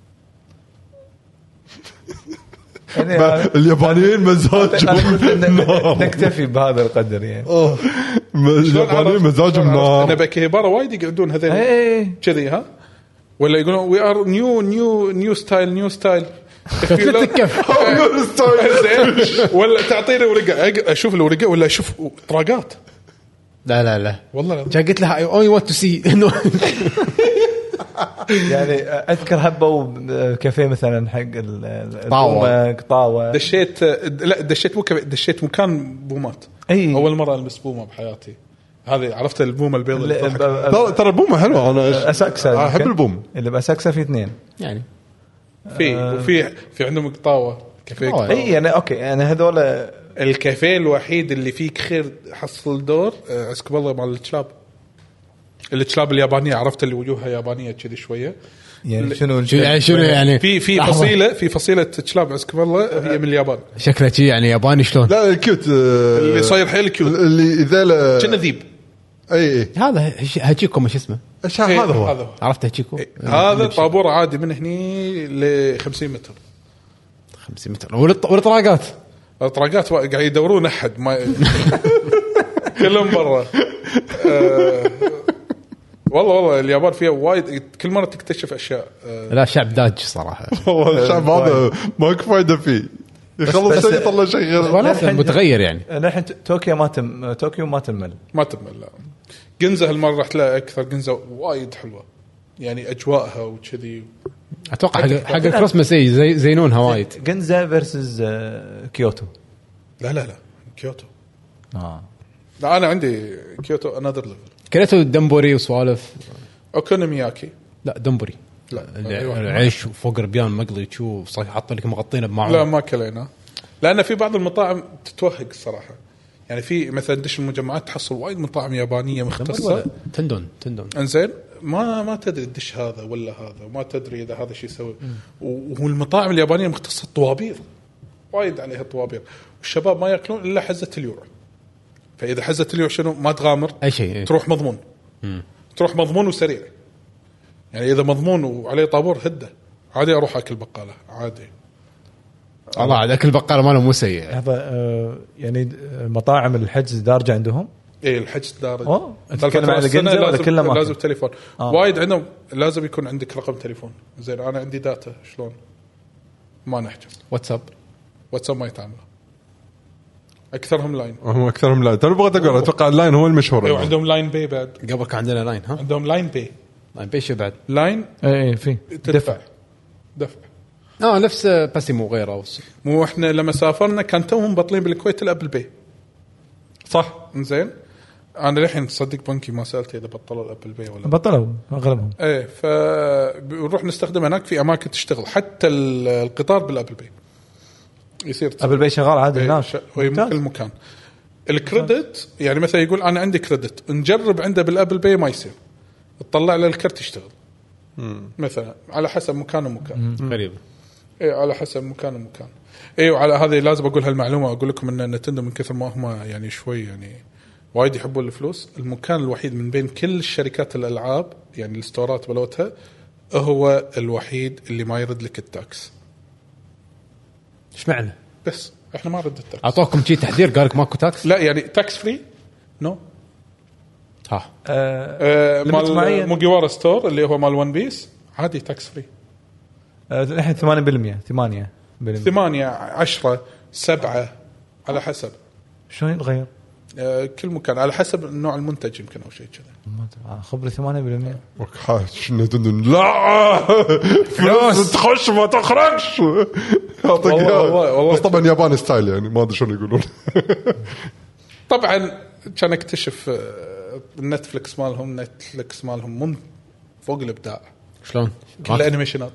Speaker 4: يعني
Speaker 3: اليابانيين مزاجهم
Speaker 4: نكتفي بهذا القدر يعني
Speaker 3: أوه. اليابانيين مزاجهم
Speaker 2: انا
Speaker 3: نار.
Speaker 2: بكيبارا وايد يقعدون هذول
Speaker 4: ايه
Speaker 2: كذي ها ولا يقولون وي ار نيو نيو نيو ستايل نيو ستايل
Speaker 1: كتلة الكف.
Speaker 2: زين ولا تعطيني ورقه اشوف الورقه ولا اشوف طراقات.
Speaker 1: لا لا لا
Speaker 2: والله
Speaker 1: جا قلت لها I only want to see إنه
Speaker 4: يعني اذكر هبوا كافيه مثلا حق ال-
Speaker 1: طاوة.
Speaker 4: البومة، طاوه
Speaker 2: دشيت لا دشيت مو كب- دشيت مكان بومات.
Speaker 4: أي.
Speaker 2: اول مره البس بومه بحياتي هذه. عرفت البومه البيضاء اللي تضحك؟
Speaker 3: ترى ترى البومه حلوه، انا
Speaker 4: اساكسا
Speaker 3: احب البوم.
Speaker 4: اللي باساكسا في اثنين
Speaker 1: يعني
Speaker 2: في وفي في عندهم قطاوه كافيه
Speaker 1: طاوة.
Speaker 2: قطاوة.
Speaker 4: اي يعني اوكي يعني هذول
Speaker 2: الكافيه الوحيد اللي فيك خير حصل دور آه، عسكب الله مال الكلاب. الكلاب اليابانيه، عرفت اللي وجوهها يابانيه كذي شويه.
Speaker 4: يعني شنو
Speaker 1: شو يعني شنو يعني
Speaker 2: في في
Speaker 1: لحظة.
Speaker 2: فصيله في فصيله كلاب عسكب الله هي من اليابان،
Speaker 1: شكله شي يعني ياباني شلون
Speaker 3: لا الكيوت آه،
Speaker 2: اللي صاير حيل كيوت
Speaker 3: اللي اذا لا
Speaker 2: كنا ذيب.
Speaker 3: اي اي
Speaker 1: هذا هش- هاجيكو مش اسمه
Speaker 3: ايش
Speaker 2: إيه،
Speaker 3: هذا هو
Speaker 2: هذا هو.
Speaker 1: عرفت هاجيكو
Speaker 2: هذا طابور عادي من هني ل خمسين متر.
Speaker 1: خمسين متر والط- والطراقات
Speaker 2: الطراقات قاعد يدورون احد ما كلهم برا. أه والله والله اليابان فيها وايد، كل مره تكتشف اشياء. أه
Speaker 1: لا شعب داج صراحه
Speaker 3: والله الشعب هذا ماكو فايده فيه، يخلص
Speaker 4: بس-
Speaker 3: شيء يطلع شيء غير.
Speaker 1: ولا متغير يعني
Speaker 4: الحين طوكيو ما تم طوكيو ما تمل.
Speaker 2: ما تمل. لا جنزة هالمره رحت لها اكثر. جنزة وايد حلوه يعني اجواءها وكذي.
Speaker 1: اتوقع حق حق الكريسماس اي زي زينونها وايد.
Speaker 4: جنزا فيرسز كيوتو.
Speaker 2: لا لا لا كيوتو.
Speaker 4: اه
Speaker 2: لا انا عندي كيوتو انذر ليفل.
Speaker 1: كلته دمبوري وسوالف.
Speaker 2: اوكونومياكي.
Speaker 1: لا دمبوري
Speaker 2: لا
Speaker 1: اللي-
Speaker 2: أيوة.
Speaker 1: العيش فوق ربيان مقلي تشوف صح حاط لك مغطينه
Speaker 2: لا
Speaker 1: بمعون.
Speaker 2: ما كلينا، لان في بعض المطاعم تتوهق الصراحه. يعني في مثلا دش المجمعات تحصل وايد مطاعم يابانيه مختصه.
Speaker 1: تندون تندون
Speaker 2: انزين ما ما تدري الدش هذا ولا هذا، وما تدري اذا هذا شيء يسوي. والمطاعم اليابانيه مختصه طوابير وايد عليها طوابير، والشباب ما ياكلون الا حزه اليوع. فاذا حزه اليوع شنو ما تغامر
Speaker 1: اي شيء إيه.
Speaker 2: تروح مضمون. تروح مضمون وسريع. يعني اذا مضمون وعليه طابور هده عادي اروح اكل بقاله عادي.
Speaker 1: الله عاد اكل بقاله ماله مو سيء.
Speaker 4: هذا آه يعني مطاعم الحجز دارجه عندهم.
Speaker 2: ايه الحجز دارج.
Speaker 4: أوه.
Speaker 2: طال
Speaker 4: تتكلم
Speaker 2: فترة
Speaker 4: عن
Speaker 2: السنة
Speaker 4: الجنزة ولا
Speaker 2: لازم
Speaker 4: كل أماكن؟
Speaker 2: لازم تليفون.
Speaker 4: آه.
Speaker 2: وايد عندهم لازم يكون عندك رقم تليفون. زين انا عندي داتا شلون ما نحجز
Speaker 1: واتساب
Speaker 2: واتساب ما يتعامل. اكثرهم لاين.
Speaker 3: هم اكثرهم لا ترى بغيت اقول اتوقع اللاين هو المشهور.
Speaker 2: ايوه عندهم لاين بي بعد.
Speaker 1: قبل كان عندنا لاين ها
Speaker 2: عندهم لاين بي.
Speaker 1: لاين بيش بعد
Speaker 2: لاين
Speaker 4: اي في
Speaker 2: تدفع دفع.
Speaker 1: اه نفس باسيمو وغيره.
Speaker 2: مو احنا لما سافرنا كان توهم بطلين بالكويت الابل بي صح. زين انا للحين تصدق بنكي ما سالته اذا بطلوا الابل بي ولا
Speaker 4: بطلوا اغلبهم.
Speaker 2: ايه فنروح نستخدم هناك في اماكن تشتغل حتى القطار بالابل بي يصير
Speaker 4: ابل بي شغال عادي
Speaker 2: إيه،
Speaker 4: هناك.
Speaker 2: ش- وي مو كل مكان. الكريدت يعني مثلا يقول انا عندي كريدت نجرب عنده بالابل بي ما يصير تطلع له الكرت يشتغل مثلا على حسب مكان ومكان.
Speaker 1: غريبه.
Speaker 2: اي على حسب مكان ومكان. اي وعلى هذه لازم اقول هالمعلومه اقول لكم ان نتندو من كثر ما هم يعني شوي يعني وايد يحبون الفلوس. المكان الوحيد من بين كل الشركات الالعاب يعني الستورات بلوتها هو الوحيد اللي ما يرد لك التاكس.
Speaker 1: ايش معنى؟
Speaker 2: بس احنا ما رد التاكس.
Speaker 1: اعطوكم شيء تحذير قال لك ماكو تاكس؟
Speaker 2: لا يعني تاكس فري نو.
Speaker 1: ها
Speaker 4: آه
Speaker 2: آه
Speaker 4: ليميت
Speaker 2: مال
Speaker 4: معين.
Speaker 2: موجيوارا ستور اللي هو مال ون بيس عادي تاكس فري.
Speaker 4: آه، الحين ثمانية بالمئة ثمانية بالمئة.
Speaker 2: ثمانية عشرة سبعة على حسب.
Speaker 4: شلون يتغير؟
Speaker 2: آه كل مكان على حسب نوع المنتج يمكن او شيء كذا.
Speaker 4: ما أدري. آه، خبري ثمانية بالمئة.
Speaker 3: حاش نتندو لا فلوس تخش ما تخرجش. يعطيك
Speaker 2: والله-
Speaker 3: إياه.
Speaker 2: والله- والله.
Speaker 3: بس طبعا ياباني ستايل يعني ما ادري شلون يقولون.
Speaker 2: طبعا كان اكتشف آه، النتفلكس مالهم نتفلكس مالهم مم فوق الابداع.
Speaker 1: شلون؟
Speaker 2: كل الانيميشنات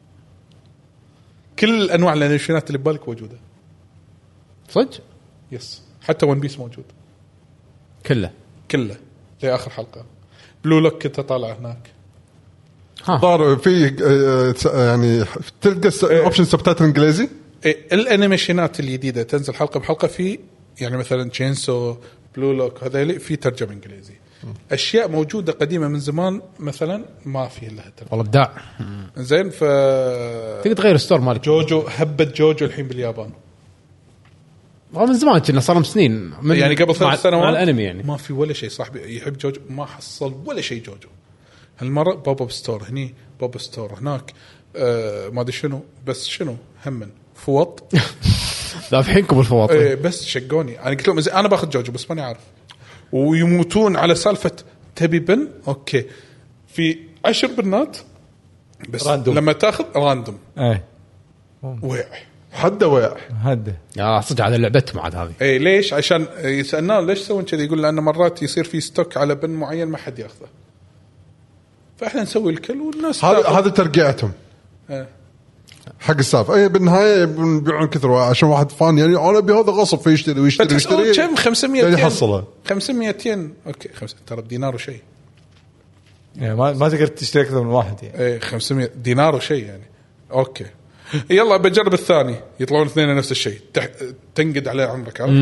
Speaker 2: كل انواع الانيميشنات اللي ببالك موجوده.
Speaker 1: صدق؟
Speaker 2: يس حتى ون بيس موجود
Speaker 1: كله
Speaker 2: كله لاخر حلقه. بلو لوك كنت طالع هناك.
Speaker 1: ها
Speaker 3: صار في آه، يعني تلقى اوبشن سبتايتل انجليزي.
Speaker 2: إيه الانيميشنات الجديده تنزل حلقه بحلقه في يعني مثلا تشينسو بلو لوك هذول في ترجمه انجليزي. اشياء موجوده قديمه من زمان مثلا ما في لها ترجمه.
Speaker 1: والله ابداع.
Speaker 2: زين ف
Speaker 1: تقدر تغير الستور مالك.
Speaker 2: جوجو هبه جوجو الحين باليابان
Speaker 1: والله من زمان كنا صار سنين من
Speaker 2: يعني قبل
Speaker 1: مع-
Speaker 2: ثلاث سنوات
Speaker 1: مع الانمي يعني.
Speaker 2: ما في ولا شيء. صاحبي يحب جوجو ما حصل ولا شيء جوجو. هالمره بوب اب ستور هني بوب اب ستور هناك آه ما ادري شنو بس شنو همن فوط.
Speaker 1: ذابحينكم الفواطم.
Speaker 2: إيه بس شقوني انا قلت لهم زين انا باخذ جوجو بس ماني عارف ويموتون على سالفه تبي بن اوكي في عشر بنات بس
Speaker 4: راندوم.
Speaker 2: لما تاخذ راندوم
Speaker 4: ايه
Speaker 2: ويع
Speaker 3: حده ويع
Speaker 4: هده
Speaker 1: يا صدق هذا لعبتهم عاد هذه.
Speaker 2: اي ليش؟ عشان يسالناه ليش سوون كذي، يقول لأن مرات يصير في ستوك على بن معين ما حد ياخذه، فاحنا نسوي الكل والناس
Speaker 3: هذا
Speaker 2: تاخذ.
Speaker 3: هذا ترقيعتهم
Speaker 2: إيه.
Speaker 3: حق السالفه. اي بالنهايه بيبيعون كثر عشان واحد فان يعني انا ابي هذا غصب فيشتري ويشتري ويشتري
Speaker 2: كم خمسمية
Speaker 3: يعني
Speaker 2: ين
Speaker 3: يحصله
Speaker 2: خمسمية ين اوكي خمسة ترى بدينار وشيء
Speaker 4: يعني ما ما تقدر تشتري اكثر من واحد يعني.
Speaker 2: ايه خمسمية دينار وشيء يعني. اوكي يلا بجرب الثاني، يطلعون اثنين نفس الشيء، تح... تنقد عليه عمرك عارف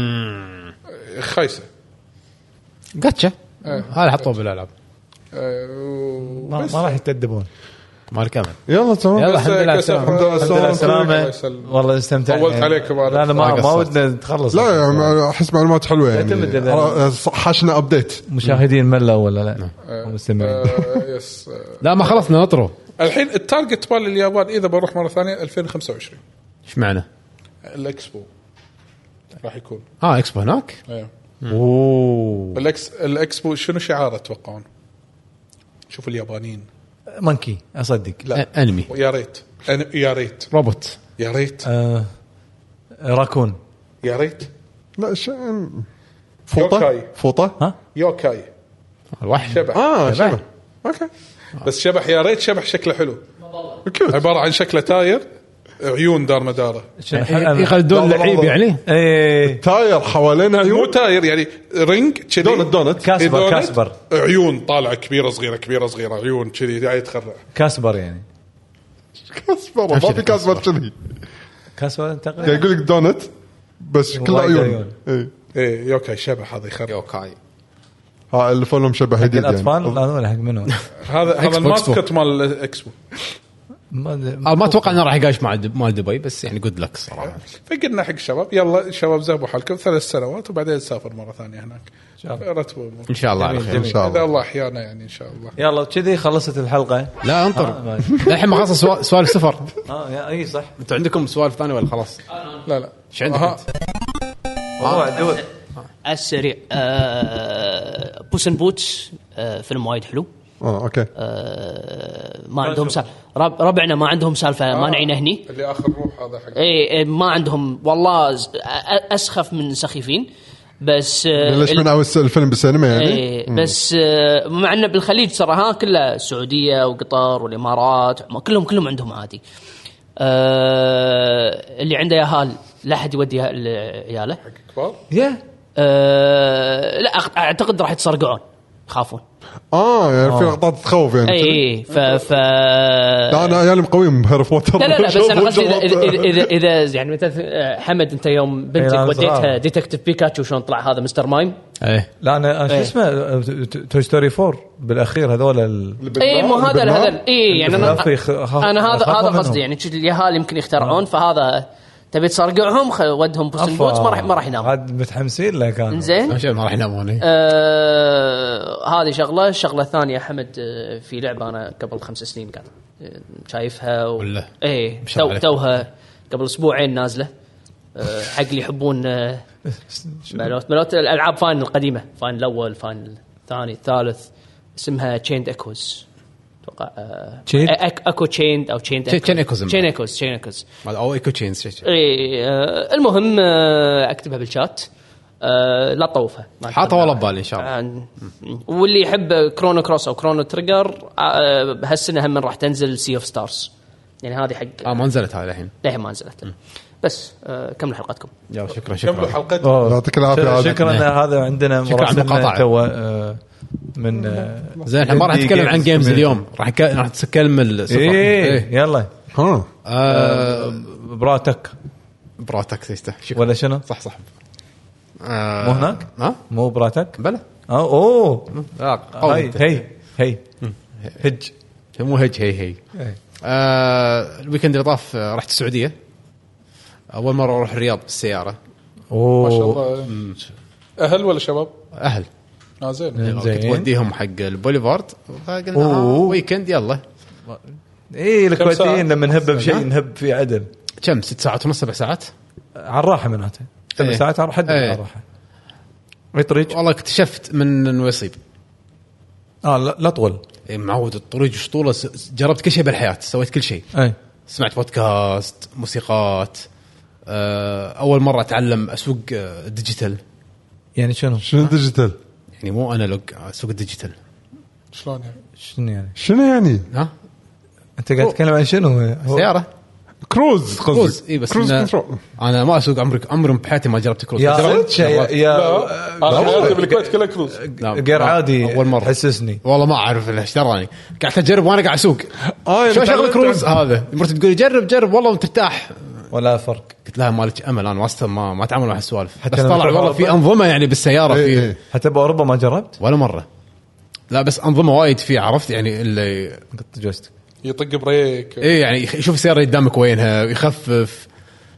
Speaker 2: خايسه
Speaker 1: قتشه هذا حطوه بالالعاب
Speaker 2: أه...
Speaker 4: ما, ما راح يتدبون.
Speaker 1: مال كامل.
Speaker 3: يلا تمام
Speaker 1: يلا الحمد لله على السلامة.
Speaker 3: الحمد لله
Speaker 4: السلامة. والله استمتعنا.
Speaker 2: طولت عليكم.
Speaker 4: لا لا ما ما ودنا نتخلص.
Speaker 3: لا يعني احس معلومات حلوه يعني حاشنا ابديت.
Speaker 4: مشاهدين ملا ولا لا مستمعين.
Speaker 2: أه... يس أه...
Speaker 1: لا ما خلصنا نطرو
Speaker 2: الحين التارجت مال اليابان اذا بروح مره ثانيه ألفين وخمسة وعشرين.
Speaker 1: ايش معنى؟
Speaker 2: الاكسبو راح يكون
Speaker 1: اه اكسبو هناك.
Speaker 2: ايوه
Speaker 1: اوه
Speaker 2: الاكس الاكسبو شنو شعاره تتوقعون؟ شوفوا اليابانيين.
Speaker 4: مونكي اصدق.
Speaker 2: لا
Speaker 1: انمي.
Speaker 2: يا ريت أنا يا ريت
Speaker 1: روبوت.
Speaker 2: يا ريت
Speaker 4: آه... راكون.
Speaker 2: يا ريت
Speaker 3: لا ش... فوطه
Speaker 2: يوكاي.
Speaker 3: فوطه
Speaker 4: ها
Speaker 2: يوكاي
Speaker 1: الوحش.
Speaker 2: شبح.
Speaker 3: اه شبح اوكي
Speaker 2: بس شبح يا ريت شبح شكله حلو،
Speaker 3: كيوت.
Speaker 2: عباره عن شكله تاير عيون دار مداره،
Speaker 1: يخلدون اللعيب يعني.
Speaker 4: ايه
Speaker 3: تاير حوالين
Speaker 2: مو
Speaker 3: عيون
Speaker 2: تاير يعني رينج كذي
Speaker 3: دونت دونت
Speaker 4: كاسبر
Speaker 2: دونت،
Speaker 4: كاسبر
Speaker 2: عيون طالعه كبيره صغيره كبيره صغيره عيون كذي قاعد يتخرع.
Speaker 4: كاسبر يعني
Speaker 3: كاسبر ما في كاسبر كذي
Speaker 4: كاسبر تقريبا
Speaker 3: قاعد يقول لك دونت بس كله
Speaker 4: وايد
Speaker 3: عيون
Speaker 4: عيون.
Speaker 3: اي
Speaker 2: ايه يوكاي شبح هذا يخرع.
Speaker 1: يوكاي
Speaker 3: ها اللي فولهم شبه
Speaker 4: حق
Speaker 3: جديد
Speaker 4: الاطفال
Speaker 3: يعني
Speaker 4: لا ولا حق منو
Speaker 2: هذا هذا
Speaker 1: إكسبو،
Speaker 2: الماسكت مال الاكسبو.
Speaker 4: ما
Speaker 1: آه ما اتوقع انه راح يقاش مع دب- مال دبي بس يعني جود لك صراحه.
Speaker 2: فقلنا حق الشباب يلا الشباب زابوا حالكم ثلاث سنوات وبعدين نسافر مره ثانيه هناك. رتبوا أمور.
Speaker 1: ان شاء الله على
Speaker 4: جميل،
Speaker 1: خير.
Speaker 3: ان شاء
Speaker 2: اذا
Speaker 3: الله
Speaker 2: الله احيانا يعني ان شاء الله.
Speaker 4: يلا كذي خلصت الحلقه.
Speaker 1: لا
Speaker 4: آه،
Speaker 1: انطر
Speaker 4: ماشي.
Speaker 1: الحين ما خلص سوا- سوالف سفر.
Speaker 4: اه يا- اي صح.
Speaker 1: انتوا عندكم سوالف ثانيه ولا خلاص؟
Speaker 2: لا لا
Speaker 1: ايش عندك
Speaker 2: أها.
Speaker 1: انت؟
Speaker 4: موضوع دول
Speaker 5: السريع آه بوسن بوتس آه فيلم وايد حلو.
Speaker 3: اه اوكي
Speaker 5: آه ما عندهم سالفه رب ربعنا ما عندهم سالفه
Speaker 2: آه.
Speaker 5: مانعين هني.
Speaker 2: اللي اخر روح هذا حق
Speaker 5: اي ما عندهم والله ز- أ- اسخف من سخيفين بس آه،
Speaker 3: ليش
Speaker 5: ال-
Speaker 3: من اول الفيلم بالسينما يعني
Speaker 5: ايه بس آه، مع انه بالخليج ترى ها كله السعوديه وقطر والامارات كلهم كلهم عندهم عادي. آه، اللي عنده ياهال لا احد يودي عياله.
Speaker 2: كبار.
Speaker 4: يا
Speaker 5: آه، لا أعت- اعتقد راح يتسرقون يخافون.
Speaker 3: اه يعني في لقطات تخوف يعني
Speaker 5: اي ف ف
Speaker 3: لا انا عيالي مقويين بهاري بوتر
Speaker 5: لا لا لا بس انا قصدي اذا اذا اذا, إذا يعني مثلا حمد انت يوم بنتك
Speaker 4: إيه،
Speaker 5: وديتها
Speaker 4: صغار.
Speaker 5: ديتكتيف بيكاتشو شلون طلع هذا مستر مايم.
Speaker 1: ايه
Speaker 4: لا انا شو
Speaker 5: إيه.
Speaker 4: اسمه توي ستوري فور بالاخير هذول ال...
Speaker 5: اي مو هذا هذا اي يعني انا
Speaker 4: بالنار في خ-
Speaker 5: انا هذا
Speaker 4: خافوا
Speaker 5: هذا
Speaker 4: منهم.
Speaker 5: قصدي يعني شو اليهال يمكن يخترعون فهذا تبي تسرقعهم خ- ودهم بوسن
Speaker 4: أفا.
Speaker 5: بوتس ما راح ما راح ينام.
Speaker 4: عاد متحمسين له كانوا.
Speaker 5: زين
Speaker 1: عشان ما راح ينامون. إيه.
Speaker 5: آه هذه شغله الشغله الثانيه حمد آه في لعبه انا قبل خمس سنين قاعد آه، شايفها و...
Speaker 1: ولا.
Speaker 5: ايه
Speaker 1: مشان
Speaker 5: تو
Speaker 1: عليك.
Speaker 5: توها قبل اسبوعين نازله. آه حق اللي يحبون آه ملوت ملوت الالعاب فاين القديمه فاين الاول فاين الثاني الثالث اسمها تشيند ايكوز اتوقع آه
Speaker 4: Chained؟
Speaker 5: أك- اكو تشيند او تشيند
Speaker 1: Chain- Chain Echoes.
Speaker 5: تشين ايكوز تشين ايكوز
Speaker 1: او ايكو تشينز شيء شيء.
Speaker 5: إيه، آه، المهم آه، اكتبها بالشات آه، لا تطوفها ما
Speaker 1: حاطه
Speaker 5: تحبها.
Speaker 1: والله ببالي ان شاء الله.
Speaker 5: آه، واللي يحب كرونو كروس او كرونو تريجر آه، بهالسنه هم راح تنزل سي اوف ستارز يعني هذه حق
Speaker 1: اه ما نزلت هاي الحين.
Speaker 5: للحين ما نزلت بس آه، كملوا حلقتكم.
Speaker 1: يلا شكرا
Speaker 2: كملوا
Speaker 1: شكرا.
Speaker 2: حلقتنا.
Speaker 4: أوه.
Speaker 3: يعطيك العافية عاد.
Speaker 4: شكرا هذا عندنا
Speaker 1: شكراً على
Speaker 4: مراسلنا
Speaker 1: المقاطعة.
Speaker 4: تو آه، من آه،
Speaker 1: زين احنا ما راح
Speaker 4: Indie
Speaker 1: نتكلم عن
Speaker 4: Games
Speaker 1: جيمز
Speaker 4: Community.
Speaker 1: اليوم راح نك- راح نتكلم السفر.
Speaker 4: ايه يلا
Speaker 3: ها
Speaker 1: آه
Speaker 4: براتك
Speaker 1: براتك تيسته شكرا.
Speaker 4: ولا شنو؟
Speaker 1: صح صح. آه
Speaker 4: مو هناك؟
Speaker 1: ها
Speaker 4: مو براتك؟
Speaker 1: بلى.
Speaker 4: اه اوه
Speaker 1: لا
Speaker 4: هاي
Speaker 1: قوي.
Speaker 4: هي هي هج
Speaker 1: مو هج هي هي.
Speaker 4: إيه.
Speaker 1: آه الويكند اللي طاف آه، رحت السعوديه. اول مره اروح الرياض بالسياره.
Speaker 2: ما شاء
Speaker 4: اوه
Speaker 2: الله. اهل ولا شباب؟
Speaker 1: اهل
Speaker 2: اه زين.
Speaker 1: كنت
Speaker 4: زين
Speaker 1: بوديهم حق البوليفارد فقلنا
Speaker 4: أوه.
Speaker 1: آه ويكند يلا.
Speaker 4: ايه
Speaker 2: كم ساعة؟
Speaker 4: الكويتيين لما نهب بشيء نهب في عدل
Speaker 1: كم ست ساعات ونص سبع ساعات.
Speaker 4: على الراحه منها سبع
Speaker 1: إيه.
Speaker 4: ساعات على حد
Speaker 1: إيه.
Speaker 4: على الراحه اي طريق
Speaker 1: والله اكتشفت من انه يصيب.
Speaker 4: اه لا, لا طول
Speaker 1: معود الطريق وشطوله، جربت كل شيء بالحياه، سويت كل شيء.
Speaker 4: اي
Speaker 1: سمعت بودكاست، موسيقات، اول مره اتعلم اسوق ديجيتال.
Speaker 4: يعني شنو
Speaker 3: شنو ديجيتال؟
Speaker 1: يعني مو انالوج، اسوق ديجيتال.
Speaker 2: شلون يعني؟
Speaker 4: شنو يعني
Speaker 3: شنو يعني؟
Speaker 1: ها
Speaker 4: انت قاعد تتكلم عن شنو؟
Speaker 1: سياره
Speaker 3: كروز
Speaker 1: كروز. اي بس
Speaker 3: كروز
Speaker 1: إن انا ما اسوق، عمري عمري بحياتي ما جربت كروز.
Speaker 4: يا
Speaker 1: جربت
Speaker 4: يا يا
Speaker 2: انا حياتي بالكويت كلها كروز.
Speaker 4: غير عادي
Speaker 1: اول مره
Speaker 4: حسسني
Speaker 1: والله ما اعرف ايش دراني، قاعد اجرب وانا قاعد اسوق.
Speaker 3: اه
Speaker 1: شو شغل كروز هذا؟ مرت تقول جرب جرب والله وترتاح.
Speaker 4: ولا فرق.
Speaker 1: قلت لها مالك امل، انا واسطه ما ما اتعامل مع هالسوالف. بس
Speaker 4: أنا
Speaker 1: طلع
Speaker 4: بروح
Speaker 1: والله في
Speaker 4: أوروبا.
Speaker 1: انظمه يعني بالسياره
Speaker 3: إيه
Speaker 1: في
Speaker 3: إيه.
Speaker 4: حتى باوروبا ما جربت
Speaker 1: ولا مره. لا بس انظمه وايد في، عرفت يعني اللي
Speaker 4: قط جوستك.
Speaker 2: يطق بريك.
Speaker 1: ايه يعني يشوف السياره قدامك وينها يخفف.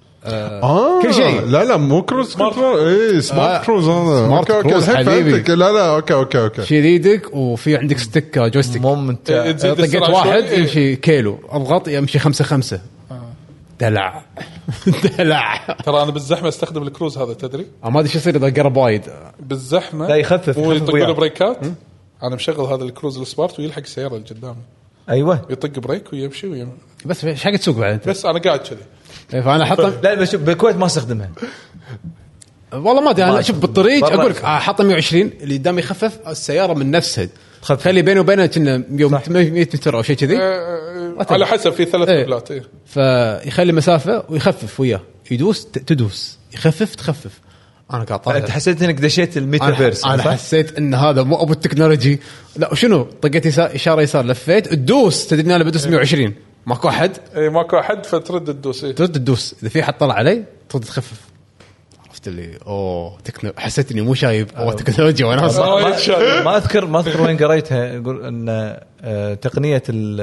Speaker 3: آه
Speaker 1: كل شيء.
Speaker 3: لا لا مو كروز كنترول، اي سمارت
Speaker 1: آه.
Speaker 3: كروز هذا.
Speaker 1: سمارت
Speaker 3: اوكي اوكي
Speaker 1: كروز
Speaker 3: الحين
Speaker 1: حبيبي.
Speaker 3: فهمتك. لا لا اوكي اوكي اوكي
Speaker 1: شيل ايدك وفي عندك ستيك جويستيك،
Speaker 4: ممتع.
Speaker 2: إيه، تزيد
Speaker 1: طقيت
Speaker 2: السرعة
Speaker 1: واحد
Speaker 2: شوي. إيه.
Speaker 1: يمشي كيلو، اضغط يمشي خمسة خمسة. دلع دلع.
Speaker 2: ترى انا بالزحمه استخدم الكروز هذا تدري.
Speaker 1: ما ادري شو يصير اذا قرب وايد.
Speaker 2: بالزحمه
Speaker 4: لا يخفف
Speaker 2: هو
Speaker 4: يخفف
Speaker 2: يطق
Speaker 4: وياه.
Speaker 2: له بريكات. انا مشغل هذا الكروز السبارت ويلحق السياره اللي قدامي،
Speaker 4: ايوه
Speaker 2: يطق بريك ويمشي ويم...
Speaker 1: بس ايش حق تسوق بعد انت؟
Speaker 2: بس انا قاعد كذي.
Speaker 1: إيه، فانا احطه
Speaker 4: لا بس شوف بالكويت ما استخدمها.
Speaker 1: والله ما ادري انا. شوف بالطريق
Speaker 4: برا
Speaker 1: اقول لك
Speaker 4: يخفف.
Speaker 1: احط مية وعشرين اللي قدامي يخفف السياره من نفسها،
Speaker 4: تخفف.
Speaker 1: خلي بينه وبينه كنا مية متر او شيء كذي،
Speaker 2: أه على حسب في ثلاث
Speaker 1: إيه.
Speaker 2: ليفلات. إيه.
Speaker 1: فيخلي مسافه ويخفف وياه، يدوس ت- تدوس، يخفف تخفف. انا قاعد طالع
Speaker 4: انت حسيت انك دشيت الميتافيرس
Speaker 1: انا, أنا
Speaker 4: صح؟
Speaker 1: حسيت ان هذا مو ابو التكنولوجي. لا وشنو طقيت يسار، اشاره يسار، لفيت تدوس، تدري ان انا بدوس مية وعشرين، ماكو احد
Speaker 2: اي ماكو احد فترد تدوس. إيه.
Speaker 1: ترد تدوس، اذا في حد طلع علي ترد تخفف. عرفت اللي اوه تكنو... حسيت اني مو شايب او تكنولوجيا وانا أصلاً.
Speaker 2: ما يتشاف.
Speaker 4: ما اذكر ما اذكر وين قريتها يقول ان آه، تقنيه ال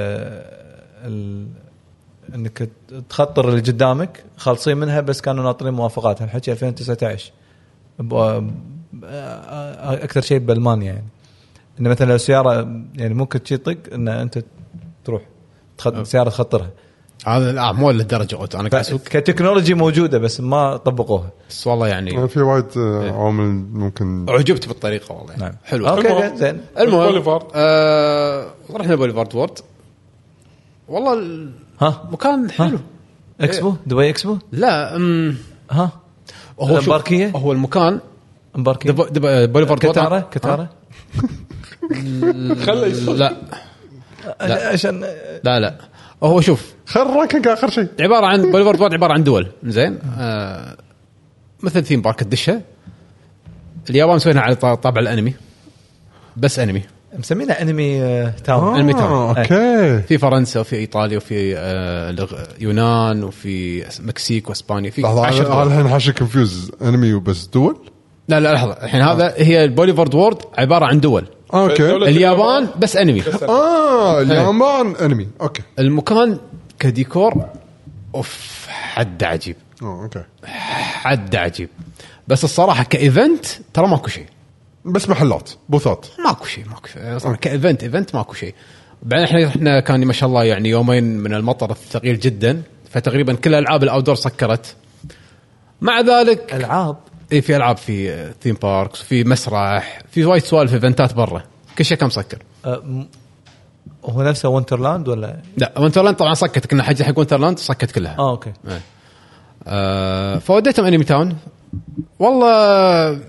Speaker 4: ال انك تخطر اللي قدامك خالصين منها، بس كانوا ناطرين موافقات. هالحكي ألفين وتسعة عشر ب- آه، اكثر شيء بالمانيا. يعني ان مثلا لو سياره يعني ممكن تطق ان انت تروح تخط... سياره تخطرها.
Speaker 1: هذا لا مو للدرجه اوت، انا قاعد اسوق
Speaker 4: كتكنولوجي موجوده بس ما طبقوها.
Speaker 1: بس والله يعني
Speaker 3: في وايد آه، عوامل ممكن.
Speaker 1: عجبت بالطريقه والله يعني.
Speaker 4: نعم.
Speaker 1: حلو.
Speaker 4: اوكي
Speaker 2: المهم.
Speaker 4: زين.
Speaker 1: المهم
Speaker 2: بوليفارد.
Speaker 1: آه رحنا بوليفارد وورد. والله المكان
Speaker 4: ها
Speaker 1: حلو.
Speaker 4: اكسبو دبي اكسبو
Speaker 1: لا أم
Speaker 4: ها
Speaker 1: هو شوف،
Speaker 4: الامباركيه
Speaker 1: هو المكان
Speaker 4: امباركيه
Speaker 1: دب- دب- بوليفارد وورد.
Speaker 4: كتاره كتاره
Speaker 2: خله يصير.
Speaker 1: لا
Speaker 4: عشان
Speaker 1: لا لا هو شوف
Speaker 3: خل رانكينج اخر شيء.
Speaker 1: عباره عن بوليفارد وورد عباره عن دول زين. آه مثل ثيم بارك تدشه. اليابان مسوينها على طابع الانمي، بس انمي.
Speaker 4: مسمينها انمي آه، تاون
Speaker 1: أنمي تاون.
Speaker 3: آه، اوكي.
Speaker 1: في فرنسا وفي ايطاليا وفي آه لغ- يونان وفي مكسيك واسبانيا. في
Speaker 3: لحظه
Speaker 1: عشر
Speaker 3: انا
Speaker 1: دول.
Speaker 3: الحين حاشي كونفيوز انمي وبس دول.
Speaker 1: لا لا لحظه الحين هذا هي البوليفارد وورد عباره عن دول.
Speaker 3: اوكي.
Speaker 2: دولة
Speaker 1: اليابان بس انمي.
Speaker 3: اه اليابان انمي. اوكي.
Speaker 1: المكان كديكور اوف حد عجيب،
Speaker 3: اه اوكي.
Speaker 1: حد عجيب. بس الصراحه كايفنت ترى ماكو شيء،
Speaker 3: بس محلات بوثات.
Speaker 1: ماكو شيء ماكو شيء صراحه كايفنت ايفنت ماكو شيء. بعدين احنا احنا كان ما شاء الله يعني يومين من المطر الثقيل جدا، فتقريبا كل العاب الاوتدور سكرت. مع ذلك
Speaker 4: العاب
Speaker 1: اي في العاب، في ثيم باركس، في مسرح، في وايد سوالف ايفنتات برا، كل شيء كان مسكر.
Speaker 4: آه، م- هو نفسه وينترلاند ولا
Speaker 1: لا وينترلاند طبعا سكت، كنا حاجه حق وينترلاند سكت كلها.
Speaker 4: اه اوكي
Speaker 1: إيه. آه فوديتهم انمي تاون. والله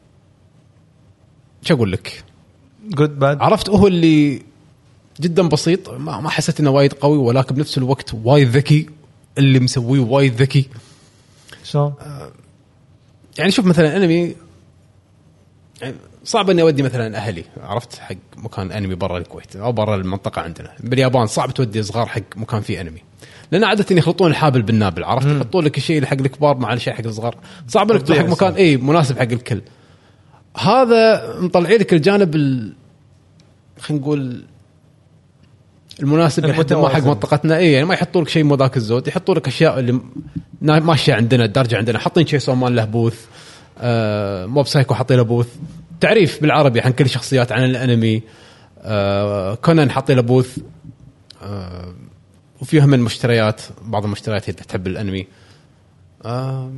Speaker 1: شو اقول لك،
Speaker 4: جود باد
Speaker 1: عرفت هو اللي جدا بسيط، ما ما حسيت انه وايد قوي، ولكن بنفس الوقت وايد ذكي. اللي مسويه وايد ذكي.
Speaker 4: شلون
Speaker 1: يعني شوف مثلا انمي يعني صعب اني اودي مثلا اهلي، عرفت، حق مكان انمي برا الكويت او برا المنطقه عندنا. باليابان صعب تودي صغار حق مكان فيه انمي، لان عاده يخلطون الحابل بالنابل، عرفت، يحطون لك الشيء اللي حق الكبار مع الشيء حق الصغار. صعب انك تروح حق مكان اي مناسب حق الكل. هذا مطلعين لك الجانب ال... خلينا نقول المناسب لحد ما حق منطقتنا. اي يعني ما يحطوا لك شيء مو ذاك الزود، يحطوا لك اشياء اللي ماشيه عندنا الدرجه عندنا. حاطين شيء سومان له بوث، آه موب سايكو حاطين له بوث تعريف بالعربي عن كل شخصيات عن الانمي. آه كونان حاطين له بوث، آه وفيها من مشتريات، بعض المشتريات هي تحب الانمي. آه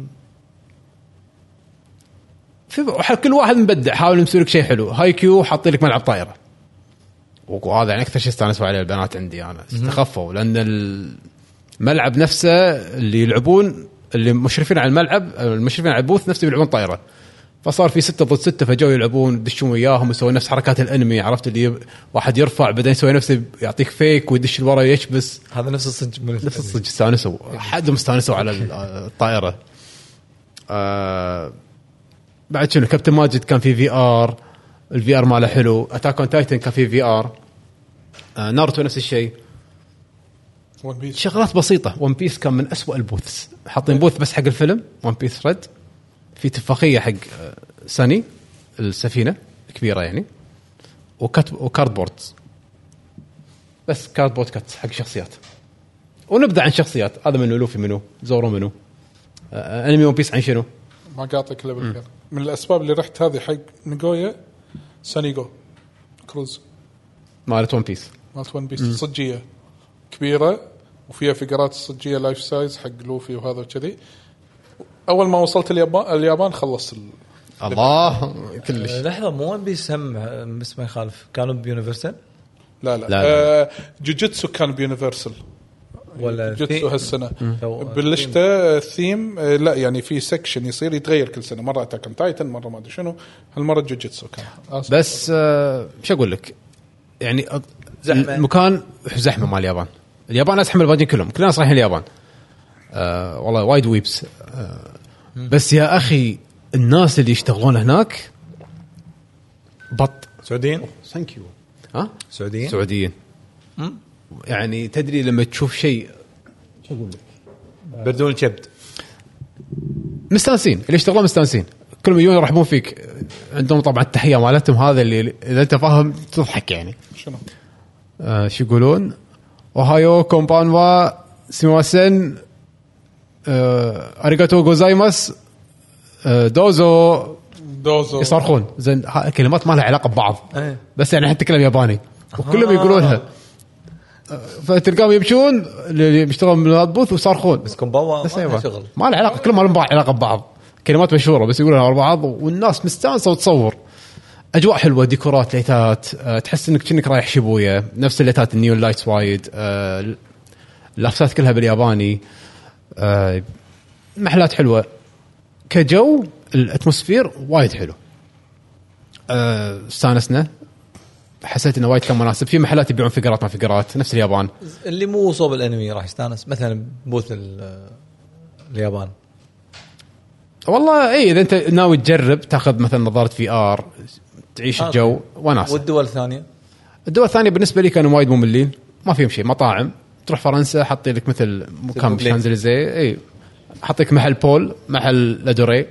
Speaker 1: في كل واحد مبدع، حاول نسوي لك شيء حلو. هاي كيو حاطين لك ملعب طائره، وهذا يعني اكثر شيء استانسوا عليه البنات عندي انا استخفوا لان الملعب نفسه اللي يلعبون اللي مشرفين على الملعب المشرفين على البوث نفسه يلعبون طايره فصار في ستة ضد ستة فجوا يلعبون يدشون وياهم يسوون نفس حركات الانمي عرفت اللي واحد يرفع بعدين يسوي نفسه يعطيك فيك ويدش لورا يشبس
Speaker 4: هذا نفس الصج
Speaker 1: نفس الصج استانسوا حدهم استانسوا على الطائره. آه بعد شنو كابتن ماجد كان في في ار الفي ار ماله حلو. اتاك اون تايتن كان في في ار. آه ناروتو نفس الشيء. شغلات بسيطه. ون بيس كان من أسوأ البوثs حاطين بوث بس حق الفيلم ون بيس ريد في اتفاقيه حق ساني السفينه كبيره يعني وكت وكارد بورد بس كارد بورد كت حق شخصيات ونبدا عن شخصيات هذا منو لوفي منو زورو منو آه انمي ون بيس عن شنو
Speaker 2: ما قاطعك الا بالخير. من الاسباب اللي رحت هذه حق نيغويا سانيغو كروز
Speaker 1: مالت ون بيس
Speaker 2: مالت ون بيس صجيه كبيره وفيها فيجرات صجيه لايف سايز حق لوفي وهذا وكذي. اول ما وصلت اليابان اليابان خلص ال...
Speaker 1: الله كلش.
Speaker 4: لحظه مو ون بيس هم بس ما يخالف كانوا بيونيفرسال
Speaker 2: لا لا, لا. آه جوجيتسو كان بيونيفرسال ولا جوجيتسو هالسنه بلشته الثيم آه لا يعني في سكشن يصير يتغير كل سنه مره اتاك اون تايتن مره ما ادري شنو هالمره جوجيتسو كان
Speaker 1: آسف. بس آه شو اقول لك يعني زحمه المكان زحمه مال اليابان. اليابان ازحم الباقيين كلهم كلنا رايحين اليابان. آه والله وايد ويبس. آه بس يا اخي الناس اللي يشتغلون هناك بط
Speaker 4: سعوديين
Speaker 1: ثانك يو ها
Speaker 4: سعوديين
Speaker 1: سعوديين يعني تدري لما تشوف شيء شو اقول لك
Speaker 4: بردون الكبد
Speaker 1: مستانسين اللي يشتغلون مستانسين كلهم يجون يرحبون فيك. عندهم طبعا التحيه مالتهم هذا اللي اذا انت فاهم تضحك يعني
Speaker 2: شنو
Speaker 1: آه شو يقولون اوهايو كومبانوا سيماسن آه اريغاتو غوزايماس آه دوزو
Speaker 2: دوزو
Speaker 1: يصرخون زين كلمات ما لها علاقه ببعض
Speaker 4: أيه.
Speaker 1: بس يعني حتى كلام ياباني وكلهم يقولونها فتلقاهم يمشون اللي بيشتغلون من البوث ويصرخون
Speaker 4: بس كومباوا ما له شغل
Speaker 1: ما له علاقه كلهم ما لهم علاقه ببعض كلمات مشهوره بس يقولونها على بعض والناس مستانسه وتصور اجواء حلوه ديكورات ليتات أه تحس انك كأنك رايح شيبويا نفس الليتات النيون لايتس وايد أه اللفتات كلها بالياباني أه محلات حلوه كجو الاتموسفير وايد حلو. أه استانسنا حسيت انه وايد كان مناسب. في محلات يبيعون فقرات ما فقرات نفس اليابان
Speaker 4: اللي مو صوب الانمي راح يستانس مثلا بوث اليابان.
Speaker 1: والله اي اذا انت ناوي تجرب تاخذ مثلا نظاره في ار تعيش الجو وناس.
Speaker 4: والدول الثانيه
Speaker 1: الدول الثانيه بالنسبه لي كانوا وايد مملين ما فيهم شيء. مطاعم تروح فرنسا حاطين لك مثل مكان بشانزليزيه اي حاطيك محل بول محل لادوري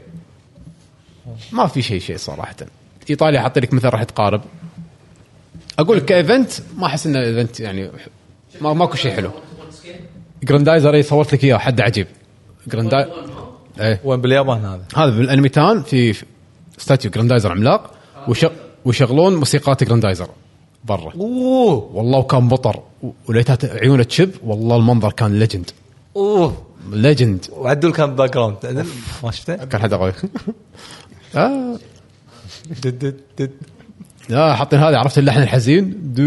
Speaker 1: ما في شيء شيء صراحه. ايطاليا حاطين لك مثل راح تقارب. اقول لك كايفنت ما احس انه ايفنت يعني ما ماكو شيء حلو. جراندايزر اي صورت لك اياه حد عجيب جرانداي
Speaker 4: ايه وين باليابان هذا
Speaker 1: هذا بالانميتان في ستاتيو جراندايزر عملاق وشغ ويشغلون موسيقات جراندايزر برا.
Speaker 4: اوه
Speaker 1: والله وكان بطر وليتات عيونه تشب والله المنظر كان ليجند.
Speaker 4: اوه
Speaker 1: ليجند.
Speaker 4: وعدل كان باك جراوند ما شفته
Speaker 1: كان حدا قوي. اه
Speaker 4: دد دد دد
Speaker 1: لا حاطين هذا عرفت اللحن الحزين دو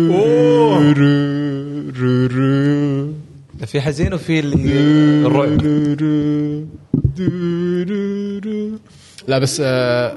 Speaker 1: رو رو
Speaker 4: في حزين وفي الرعب.
Speaker 1: لا بس آه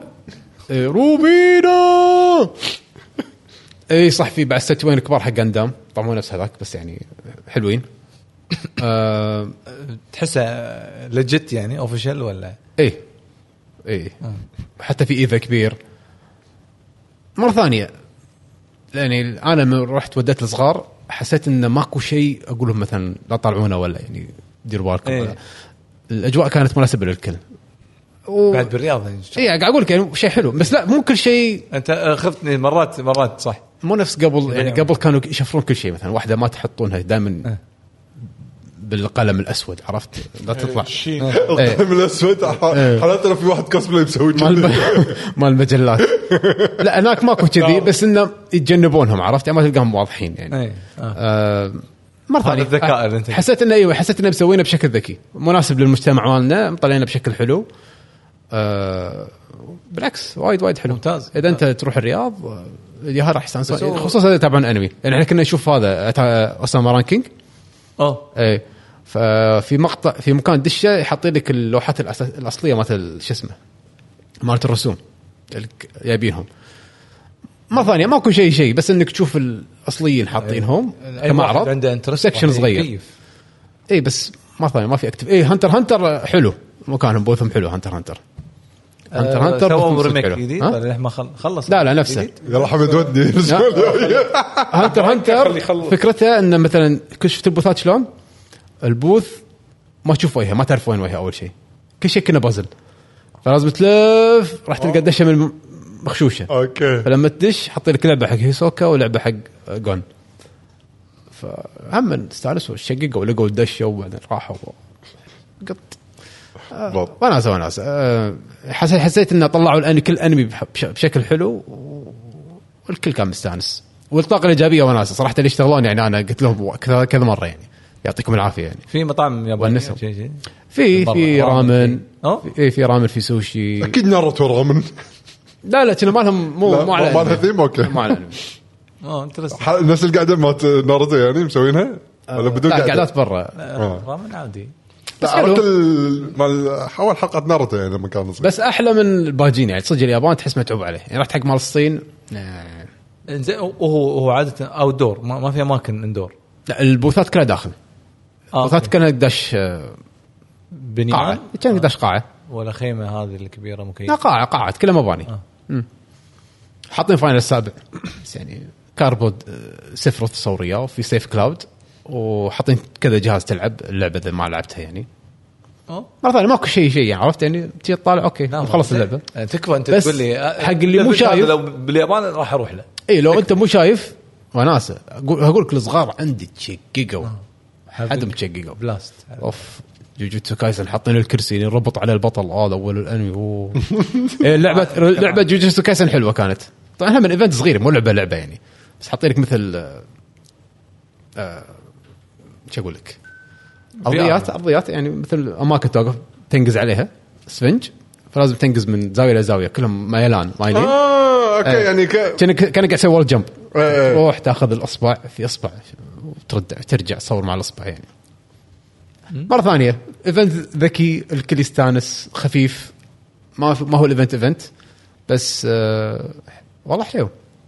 Speaker 1: روبينا اي صح في بعد ست وين كبار حق قندام طبعا مو نفس هذاك بس يعني حلوين. أه
Speaker 4: تحسه لجت يعني اوفيشال ولا
Speaker 1: ايه ايه آه. حتى في ايفا كبير مره ثانيه يعني انا من رحت وديت الصغار حسيت انه ماكو شيء اقول لهم مثلا لا طلعونا ولا يعني ديروا بالكم. إيه. الاجواء كانت مناسبه للكل
Speaker 4: و... بعد بالرياض
Speaker 1: اي قاعد اقول لك يعني شيء حلو بس لا مو كل شيء.
Speaker 4: انت خفتني مرات مرات صح
Speaker 1: مو نفس قبل يعني قبل كانوا يشفرون كل شيء مثلا واحده ما تحطونها دائما أه. بالقلم الاسود عرفت لا تطلع
Speaker 3: القلم الاسود حالات لو في واحد كوسبلاي مسوي
Speaker 1: مال مال المجلات. لا هناك ماكو كذي بس انه يتجنبونهم عرفت ما تلقاهم واضحين يعني. آه مرة ثانية
Speaker 4: الذكاء اللي انت
Speaker 1: حسيت انه ايوه حسيت انه مسوينه بشكل ذكي مناسب للمجتمع مالنا مطلعينه بشكل حلو. آه بالعكس وايد وايد حلو
Speaker 4: ممتاز.
Speaker 1: اذا انت تروح الرياض اليهال راح يستانسون خصوصا اذا يتابعون انمي، يعني احنا كنا نشوف هذا اسامه رانكينج
Speaker 4: اه
Speaker 1: اي ففي مقطع في مكان دشه يحطي لك اللوحات الاصليه مالت شو اسمه مالت الرسوم يابينهم. ما ثانيه ماكو شيء شيء بس انك تشوف الاصليين حاطينهم كمعرض
Speaker 4: عنده انترست
Speaker 1: سكشن صغير. اي بس ما ثانيه ما في اكتف. اي هانتر هانتر حلو مكانهم بوثهم حلو. هانتر هانتر هانتر
Speaker 4: أه
Speaker 1: هانتر
Speaker 4: سووا ريميك جديد ولا ما خلص؟
Speaker 1: لا لا نفسه.
Speaker 3: يلا حمد ودي
Speaker 1: هانتر هانتر فكرته انه مثلا كل شفت البوثات شلون البوث ما تشوف وجهه ما تعرف وين وجهه اول شيء كل شيء كنا بازل فلازم تلف راح تلقى دشه من مخشوشه.
Speaker 3: اوكي
Speaker 1: فلما تدش حطي لك لعبه حق هيسوكا ولعبه حق جون فهم استانسوا شققوا ولقوا الدشه وبعدين راحوا قط وناس وناس أه حسيت حسيت انه طلعوا الانمي كل انمي بشكل حلو والكل كان مستانس والطاقه الايجابيه وناس صراحه اللي يشتغلون يعني انا قلت لهم كذا كذا مره يعني يعطيكم العافيه يعني.
Speaker 4: في مطاعم يابانيه في
Speaker 1: في رامن في في رامن في سوشي
Speaker 3: اكيد ناروتو رامن
Speaker 1: لا لا كنا مالهم مو مو على
Speaker 3: مالها ثيم اوكي
Speaker 1: مو على
Speaker 4: اه انترست
Speaker 3: نفس القعده مالت ناروتو يعني مسوينها ولا بدون
Speaker 1: قعدات برا
Speaker 4: رامن عادي
Speaker 3: بس عرفت مال اول حلقه ناروتو يعني لما كان
Speaker 1: بس احلى من الباجين يعني صدق اليابان تحس متعوب عليه يعني رحت حق مال الصين
Speaker 4: زين وهو هو عاده اوت دور ما, ما في اماكن اندور.
Speaker 1: لا البوثات كلها داخل البوثات كانت داش
Speaker 4: بنيان
Speaker 1: قاعه كان داش قاعه
Speaker 4: ولا خيمه هذه الكبيره مكيفه
Speaker 1: لا قاعه قاعات كلها مباني آه. حاطين فاينل السابع بس يعني كاربود سفر تصوريه وفي سيف كلاود وحاطين كذا جهاز تلعب اللعبه اذا ما لعبتها يعني
Speaker 4: اه
Speaker 1: مره ثانيه ماكو شيء شيء يعني عرفت يعني تجي تطالع اوكي خلص اللعبه
Speaker 4: تكفى انت تقول لي
Speaker 1: حق اللي مو شايف
Speaker 4: لو باليابان راح اروح له
Speaker 1: اي لو انت مو شايف وناسه اقول لك الصغار عندي تشققوا حد متشققوا
Speaker 4: بلاست
Speaker 1: اوف جوجوتسو كايسن حاطين الكرسي يربط على البطل هذا اول الانمي اوه لعبه لعبه جوجوتسو كايسن حلوه كانت طبعا من ايفنت صغير مو لعبه لعبه يعني بس حاطين لك مثل آه شو اقول لك ارضيات ارضيات يعني مثل اماكن توقف تنقز عليها سفنج فلازم تنقز من زاويه لزاويه كلهم مايلان مايلين
Speaker 3: اه اوكي آه. يعني
Speaker 1: ك... كان كان قاعد يسوي وول جمب تروح تاخذ الاصبع في اصبع وترد ترجع تصور مع الاصبع يعني مره ثانيه ايفنت ذكي الكل يستانس خفيف ما ما هو الايفنت ايفنت بس آه والله حلو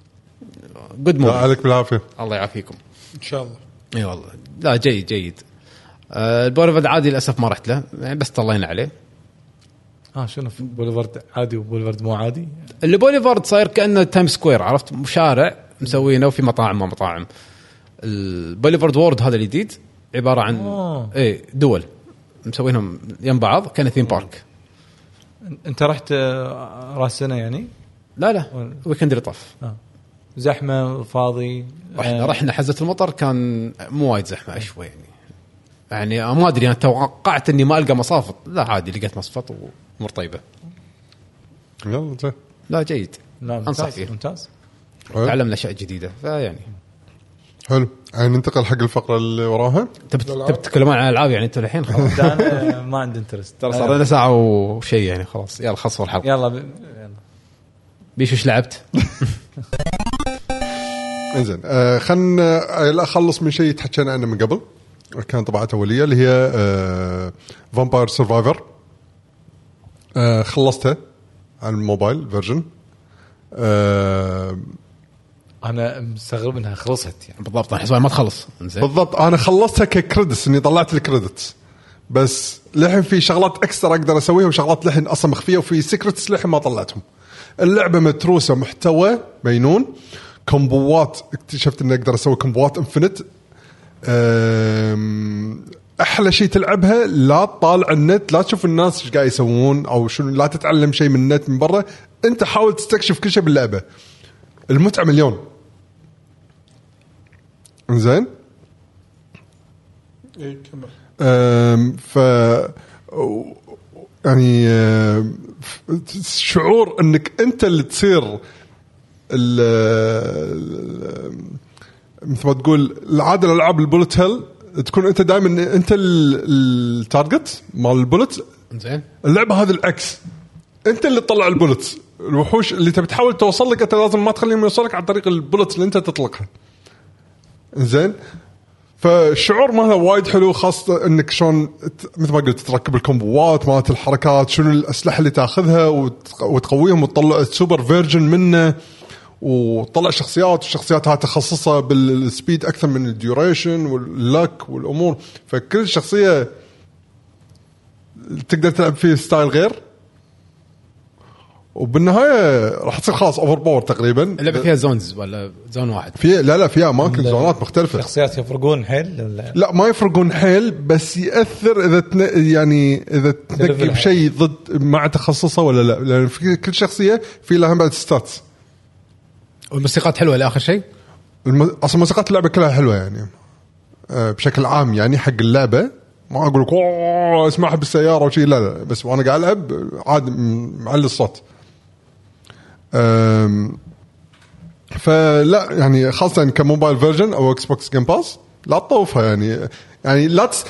Speaker 1: جود مو
Speaker 3: عليك بالعافيه
Speaker 1: الله يعافيكم
Speaker 2: ان شاء الله.
Speaker 1: اي والله لا جيد جيد آه البوليفارد عادي للاسف ما رحت له يعني بس طلعنا عليه
Speaker 4: اه شنو في بوليفارد عادي وبوليفارد مو عادي
Speaker 1: اللي بوليفارد صاير كأنه تايم سكوير عرفت شارع مسوينه وفي مطاعم ما مطاعم البوليفارد وورد هذا الجديد عبارة عن
Speaker 4: أوه.
Speaker 1: ايه دول مسوينهم يم بعض كان ثيم بارك.
Speaker 4: انت رحت راس سنة يعني
Speaker 1: لا لا ويكند اللي طاف
Speaker 4: آه. زحمة فاضي
Speaker 1: رحنا آه. رحنا حزة المطر كان مو وايد زحمة شوي يعني يعني ما ادري انا توقعت اني ما القى مصافط لا عادي لقيت مصفط وامور طيبه
Speaker 3: يلا زين
Speaker 1: لا جيد
Speaker 4: لا
Speaker 1: انصح فيه
Speaker 4: ممتاز
Speaker 1: تعلمنا اشياء جديده فيعني
Speaker 3: حلو يعني ننتقل حق الفقره اللي وراها
Speaker 1: تبي تتكلمون عن العاب يعني انتوا الحين خلاص
Speaker 4: انا ما عندي انترست
Speaker 1: ترى صار لنا ساعه وشيء يعني خلاص يلا خلصوا الحلقه
Speaker 4: يلا ب... يلا
Speaker 1: بيش ايش لعبت
Speaker 3: انزين آه خلنا اخلص من شيء تحكينا عنه من قبل كان طبعات أولية اللي هي فامباير سرفايفر خلصتها على الموبايل فيرجن أه
Speaker 4: أنا مستغرب إنها خلصت يعني
Speaker 1: بالضبط حسب ما تخلص
Speaker 3: بالضبط أنا خلصتها ككريدتس إني طلعت الكريدتس بس لحين في شغلات أكسترا أقدر أسويها وشغلات لحين أصلا مخفية وفي سيكريتس لحين ما طلعتهم. اللعبة متروسة محتوى مينون كومبوات اكتشفت إني أقدر أسوي كومبوات إنفينيت. احلى شيء تلعبها لا تطالع النت لا تشوف الناس ايش قاعد يسوون او شنو لا تتعلم شيء من النت من برا انت حاول تستكشف كل شيء باللعبه المتعه مليون. زين
Speaker 2: اي كمل
Speaker 3: ف يعني شعور انك انت اللي تصير مثل ما تقول العاده الالعاب البولت هيل تكون انت دائما انت التارجت مال البولت.
Speaker 1: زين
Speaker 3: اللعبه هذه العكس انت اللي تطلع البولت الوحوش اللي تبي تحاول توصل لك انت لازم ما تخليهم يوصلك عن طريق البولتس اللي انت تطلقها. زين فالشعور ماله وايد حلو، خاصة انك شلون مثل ما قلت تركب الكومبوات مالت الحركات، شنو الاسلحه اللي تاخذها وتقويهم وتطلع السوبر فيرجن منه وتطلع شخصيات والشخصيات هاي تخصصها بالسبيد اكثر من الديوريشن واللك والامور. فكل شخصيه تقدر تلعب فيه ستايل غير، وبالنهايه راح تصير خلاص اوفر باور تقريبا.
Speaker 1: اللعبه فيها زونز ولا زون واحد؟
Speaker 3: فيها لا لا فيها اماكن زونات مختلفه.
Speaker 4: شخصيات يفرقون حيل ولا
Speaker 3: لا ما يفرقون حيل، بس ياثر اذا تن... يعني اذا تنقي بشيء ضد مع تخصصه ولا لا، لان في كل شخصيه في لها بعد ستاتس.
Speaker 1: والموسيقات حلوه لاخر شيء.
Speaker 3: الم... اصلا موسيقات اللعبه كلها حلوه يعني أه بشكل عام، يعني حق اللعبه ما اقول لك اسمعها بالسياره وشي، لا لا بس وانا قاعد العب عاد معلي الصوت. أم... فلا يعني خاصه يعني كموبايل فيرجن او اكس بوكس جيم باس لا تطوفها يعني يعني لا تس...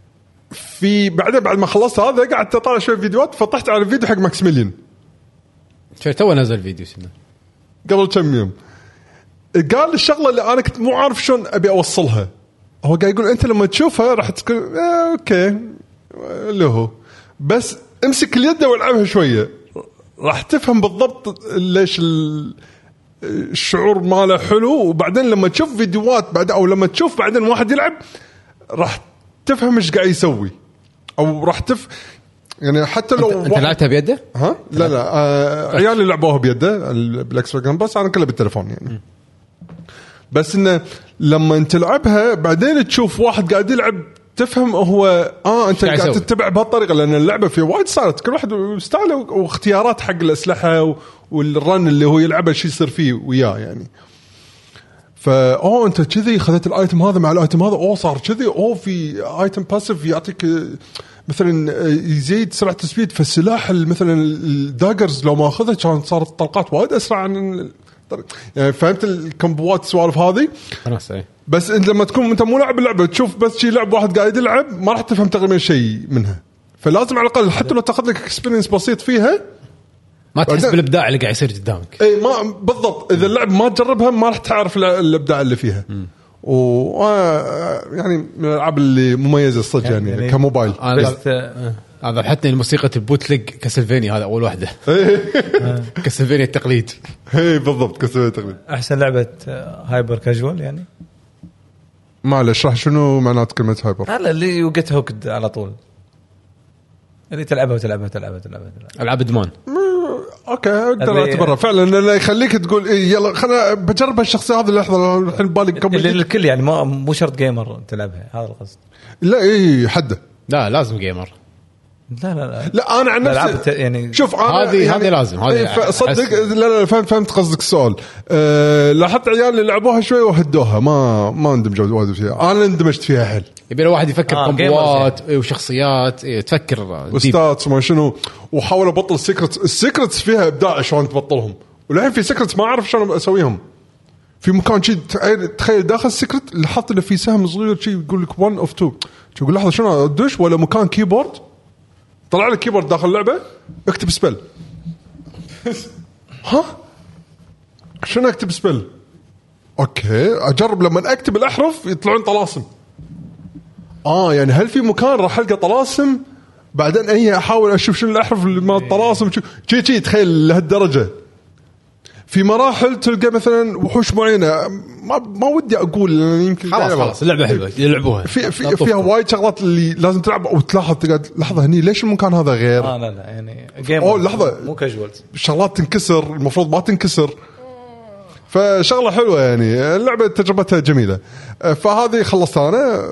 Speaker 3: في بعدين بعد ما خلصت هذا قعدت اطالع شوي فيديوهات، فطحت على الفيديو حق ماكسيميليان
Speaker 1: شوي تو نزل فيديو سنة
Speaker 3: قبل كم يوم. قال الشغله اللي انا كنت مو عارف شلون ابي اوصلها. هو قاعد يقول انت لما تشوفها راح تقول اه اوكي له، بس امسك اليد والعبها شويه راح تفهم بالضبط ليش الشعور ماله حلو. وبعدين لما تشوف فيديوهات بعد او لما تشوف بعدين واحد يلعب راح تفهم ايش قاعد يسوي، او راح تف يعني حتى لو
Speaker 1: انت, انت لعبتها بيده؟
Speaker 3: ها لا لا آه عيالي لعبوها بيده البلاكس واجن، بس انا كله بالتليفون يعني م. بس انه لما انت تلعبها بعدين تشوف واحد قاعد يلعب تفهم هو اه انت قاعد تتبع بهالطريقه، لان اللعبه في وايد صارت كل واحد ستايله واختيارات حق الاسلحه والرن اللي هو يلعبه شيء يصير فيه وياه يعني. فا اوه انت كذي خذت الايتم هذا مع الايتم هذا، اوه صار كذي، اوه في ايتم باسيف يعطيك مثلا يزيد سرعه السبيد في السلاح مثلا الداجرز لو ما اخذها كانت صارت طلقات وايد اسرع عن يعني فهمت الكومبوات السوالف هذه.
Speaker 1: خلاص اي
Speaker 3: بس انت لما تكون انت مو لاعب اللعبه تشوف بس شيء لعب واحد قاعد يلعب ما راح تفهم تقريبا شيء منها، فلازم على الاقل حتى لو تاخذ لك اكسبيرينس بسيط فيها
Speaker 1: ما تحس بالابداع اللي قاعد يصير قدامك.
Speaker 3: اي ما بالضبط، اذا اللعب ما تجربها ما راح تعرف الابداع اللي فيها. و يعني من الالعاب اللي مميزه صدق يعني, يعني كموبايل.
Speaker 1: هذا حتى الموسيقى البوتليج كاسلفينيا هذا اول واحده كاسلفينيا التقليد.
Speaker 3: اي بالضبط كاسلفينيا التقليد.
Speaker 4: احسن لعبه هايبر كاجوال يعني
Speaker 3: معلش اشرح شنو معنات كلمه هايبر.
Speaker 4: هذا اللي وقت هوكد على طول اللي تلعبها وتلعبها وتلعبها وتلعبها
Speaker 1: العاب ادمان.
Speaker 3: اوكي اقدر اعتبرها فعلا انه يخليك تقول إيه يلا خلنا بجرب الشخصيه هذه اللحظه الحين بالي قبل
Speaker 4: الكل يعني ما مو شرط جيمر تلعبها، هذا القصد.
Speaker 3: لا اي حده
Speaker 1: لا لازم جيمر.
Speaker 4: لا لا لا
Speaker 3: لا انا عن نفسي
Speaker 4: يعني
Speaker 3: شوف
Speaker 1: هذه
Speaker 3: يعني
Speaker 1: هذه لازم هذه
Speaker 3: صدق. لا لا فهمت فهمت قصدك السؤال. أه لاحظت عيال اللي لعبوها شوي وهدوها ما ما اندمجوا وايد فيها، انا اندمجت فيها حيل.
Speaker 1: يبي له واحد يفكر كومبوات آه وشخصيات إيه تفكر
Speaker 3: وستاتس ما شنو، وحاول ابطل السيكرتس. السيكرتس فيها ابداع شلون تبطلهم، والحين في سيكرتس ما اعرف شلون اسويهم. في مكان شيء تخيل داخل السيكرت لاحظت انه في سهم صغير شيء يقول لك واحد اوف تو، تقول لحظه شنو ادش ولا مكان كيبورد طلع لك كيبورد داخل اللعبه اكتب سبل. ها شنو اكتب سبل؟ اوكي اجرب لما اكتب الاحرف يطلعون طلاسم. اه يعني هل في مكان راح القى طلاسم بعدين اي احاول اشوف شنو الاحرف اللي ما الطلاسم شيء شيء. تخيل لهالدرجه. في مراحل تلقى مثلا وحوش معينه ما ما ودي اقول يمكن
Speaker 1: خلاص خلاص اللعبه حلوه يلعبوها
Speaker 3: في في فيها وايد شغلات اللي لازم تلعب وتلاحظ تقعد لحظه هني ليش المكان هذا غير.
Speaker 4: اه لا لا يعني جيم
Speaker 3: او لحظه
Speaker 4: مو كاجوال
Speaker 3: شغلات تنكسر المفروض ما تنكسر، فشغله حلوه يعني اللعبه تجربتها جميله. فهذه خلصتها انا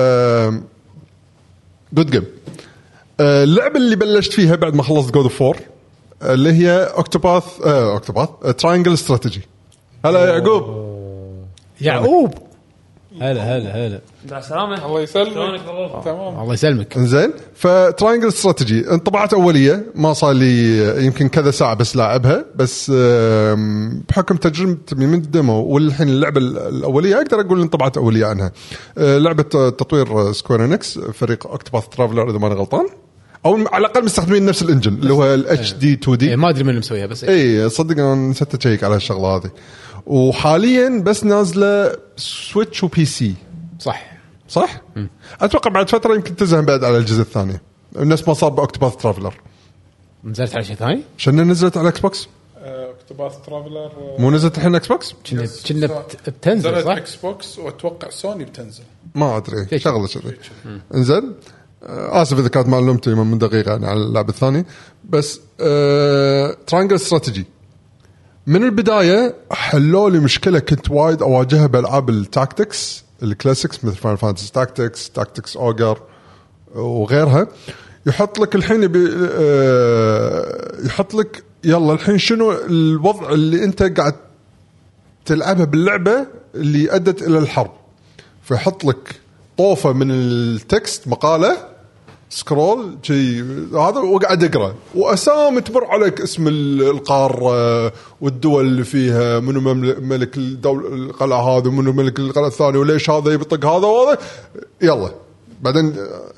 Speaker 3: جود جيم. اللعبه اللي بلشت فيها بعد ما خلصت جود اوف وور اللي هي اوكتوباث آه اوكتوباث تراينجل استراتيجي. هلا يعقوب.
Speaker 1: يعقوب هلا هلا هلا
Speaker 5: مع السلامه.
Speaker 2: الله يسلمك.
Speaker 1: تمام الله يسلمك.
Speaker 3: زين فتراينجل استراتيجي انطبعت اوليه ما صار لي يمكن كذا ساعه بس لاعبها، بس بحكم تجربتي من الديمو والحين اللعبه الاوليه اقدر اقول انطبعت اوليه عنها. لعبه تطوير سكوير انكس فريق اوكتوباث ترافلر اذا ما انا غلطان، او على الاقل مستخدمين نفس الانجن اللي هو الاتش دي تو دي.
Speaker 1: ما ادري من اللي مسويها بس
Speaker 3: اي صدق انا نسيت اشيك على الشغله هذه. وحاليا بس نازله سويتش وبي سي.
Speaker 1: صح
Speaker 3: صح م. اتوقع بعد فتره يمكن تزهم بعد على الجزء الثاني الناس ما صار باوكتوباث ترافلر.
Speaker 1: نزلت على شيء ثاني
Speaker 3: شنو نزلت على اكس بوكس
Speaker 2: اوكتوباث ترافلر
Speaker 3: مو نزلت الحين اكس بوكس
Speaker 1: كنا كنا بتنزل صح
Speaker 2: اكس بوكس واتوقع سوني بتنزل
Speaker 3: ما ادري شغله كذي. انزين اسف اذا كانت معلومتي من دقيقه يعني على اللعبه الثانيه بس أه... ترانجل استراتيجي من البدايه حلوا لي مشكله كنت وايد اواجهها بالعاب التاكتكس الكلاسيكس مثل فاينل فانتسي تاكتكس تاكتكس اوجر وغيرها. يحط لك الحين بي... أه... يحط لك يلا الحين شنو الوضع اللي انت قاعد تلعبها باللعبه اللي ادت الى الحرب فيحط لك طوفه من التكست مقاله سكرول شيء هذا وقاعد اقرا واسامي تمر عليك اسم القاره والدول اللي فيها منو ملك الدوله القلعه هذا ومنو ملك القلعه الثانيه وليش هذا يبطق هذا وهذا يلا بعدين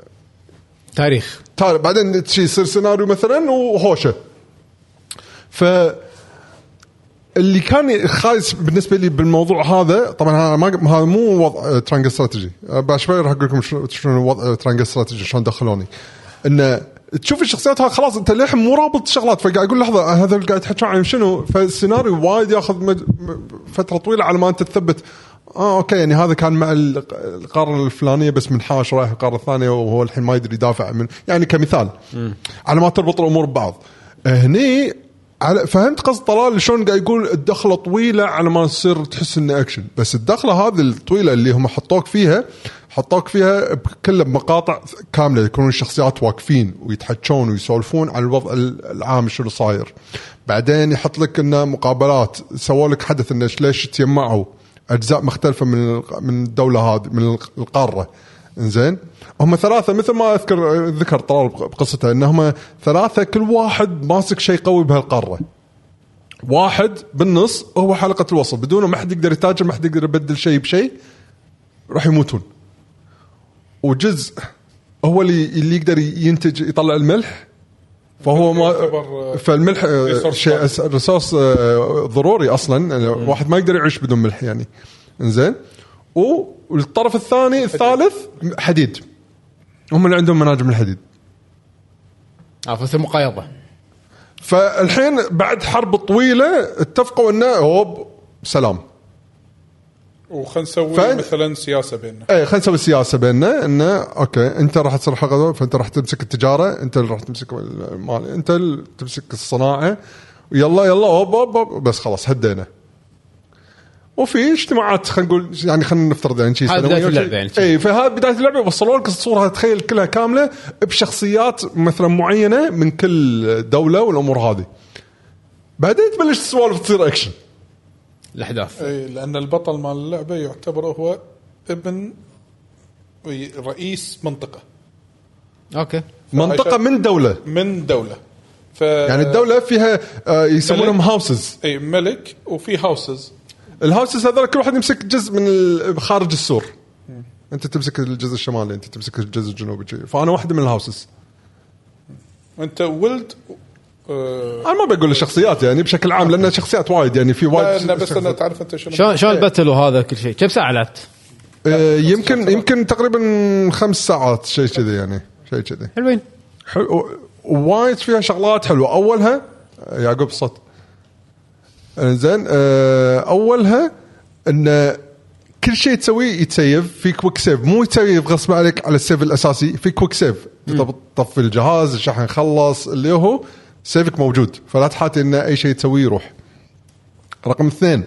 Speaker 1: تاريخ
Speaker 3: بعدين شيء يصير سيناريو مثلا وهوشه. ف اللي كان خايس بالنسبه لي بالموضوع هذا طبعا ما هذا مو وضع ترانجل استراتيجي بشوي راح اقول لكم شنو وضع ترانجل استراتيجي شلون دخلوني ان تشوف الشخصيات هاي خلاص انت للحين مو رابط شغلات فقاعد اقول لحظه هذا اللي قاعد تحكي عن شنو فالسيناريو وايد ياخذ فتره طويله على ما انت تثبت اه اوكي يعني هذا كان مع القاره الفلانيه بس منحاش رايح القاره الثانيه وهو الحين ما يدري يدافع من يعني كمثال م. على ما تربط الامور ببعض. هني على فهمت قصد طلال شلون قاعد يقول الدخله طويله على ما تصير تحس انه اكشن بس الدخله هذه الطويله اللي هم حطوك فيها حطوك فيها بكل مقاطع كامله يكونون الشخصيات واقفين ويتحكون ويسولفون عن الوضع العام شو اللي صاير. بعدين يحط لك انه مقابلات سووا لك حدث انه ليش تجمعوا اجزاء مختلفه من من الدوله هذه من القاره. انزين هم ثلاثه مثل ما اذكر ذكر طلال بقصته انهم ثلاثه كل واحد ماسك شيء قوي بهالقاره. واحد بالنص هو حلقه الوصل بدونه ما حد يقدر يتاجر ما حد يقدر يبدل شيء بشيء راح يموتون. وجزء هو اللي اللي يقدر ينتج يطلع الملح فهو ما فالملح شيء ريسورس ضروري اصلا واحد ما يقدر يعيش بدون ملح يعني. انزين والطرف الثاني الثالث حديد هم اللي عندهم مناجم الحديد
Speaker 1: عرفت المقايضه.
Speaker 3: فالحين بعد حرب طويله اتفقوا انه هو سلام
Speaker 2: وخلنا نسوي
Speaker 3: فأن...
Speaker 2: مثلا سياسه بيننا
Speaker 3: اي خلينا نسوي سياسه بيننا انه اوكي انت راح تصير حلقه فانت راح تمسك التجاره انت اللي راح تمسك المال انت اللي تمسك الصناعه ويلا يلا أوب أوب بس خلاص هدينا. وفي اجتماعات خلينا نقول يعني خلينا نفترض يعني شيء
Speaker 1: بدايه اللعبه يعني
Speaker 3: اي فهذا بدايه اللعبه وصلوا لك الصوره تخيل كلها كامله بشخصيات مثلا معينه من كل دوله والامور هذه. بعدين تبلش السوالف تصير اكشن
Speaker 1: الاحداث
Speaker 2: اي لان البطل مال اللعبه يعتبر هو ابن رئيس منطقه
Speaker 1: اوكي
Speaker 3: منطقه من دوله
Speaker 2: من دوله
Speaker 3: ف... يعني الدوله فيها آه يسمونهم هاوسز
Speaker 2: اي ملك وفي هاوسز.
Speaker 3: الهاوسز هذول كل واحد يمسك جزء من خارج السور م. انت تمسك الجزء الشمالي انت تمسك الجزء الجنوبي فانا واحده من الهاوسز
Speaker 2: انت ولد
Speaker 3: أه انا ما بقول الشخصيات يعني بشكل عام لان شخصيات وايد يعني في وايد
Speaker 2: لا بس انا تعرف انت شنو
Speaker 1: شلون شلون الباتل وهذا كل شيء كم ساعه لعبت
Speaker 3: أه يمكن يمكن تقريبا خمس ساعات شيء كذي يعني شيء كذي
Speaker 1: حلوين
Speaker 3: حلو وايد فيها شغلات حلوه. اولها يعقوب الصوت زين أه اولها ان كل شيء تسويه يتسيف في كويك سيف مو يتسيف غصب عليك على السيف الاساسي في كويك سيف تطفي الجهاز الشحن خلص اللي هو سيفك موجود فلا تحاتي ان اي شيء تسويه يروح. رقم اثنين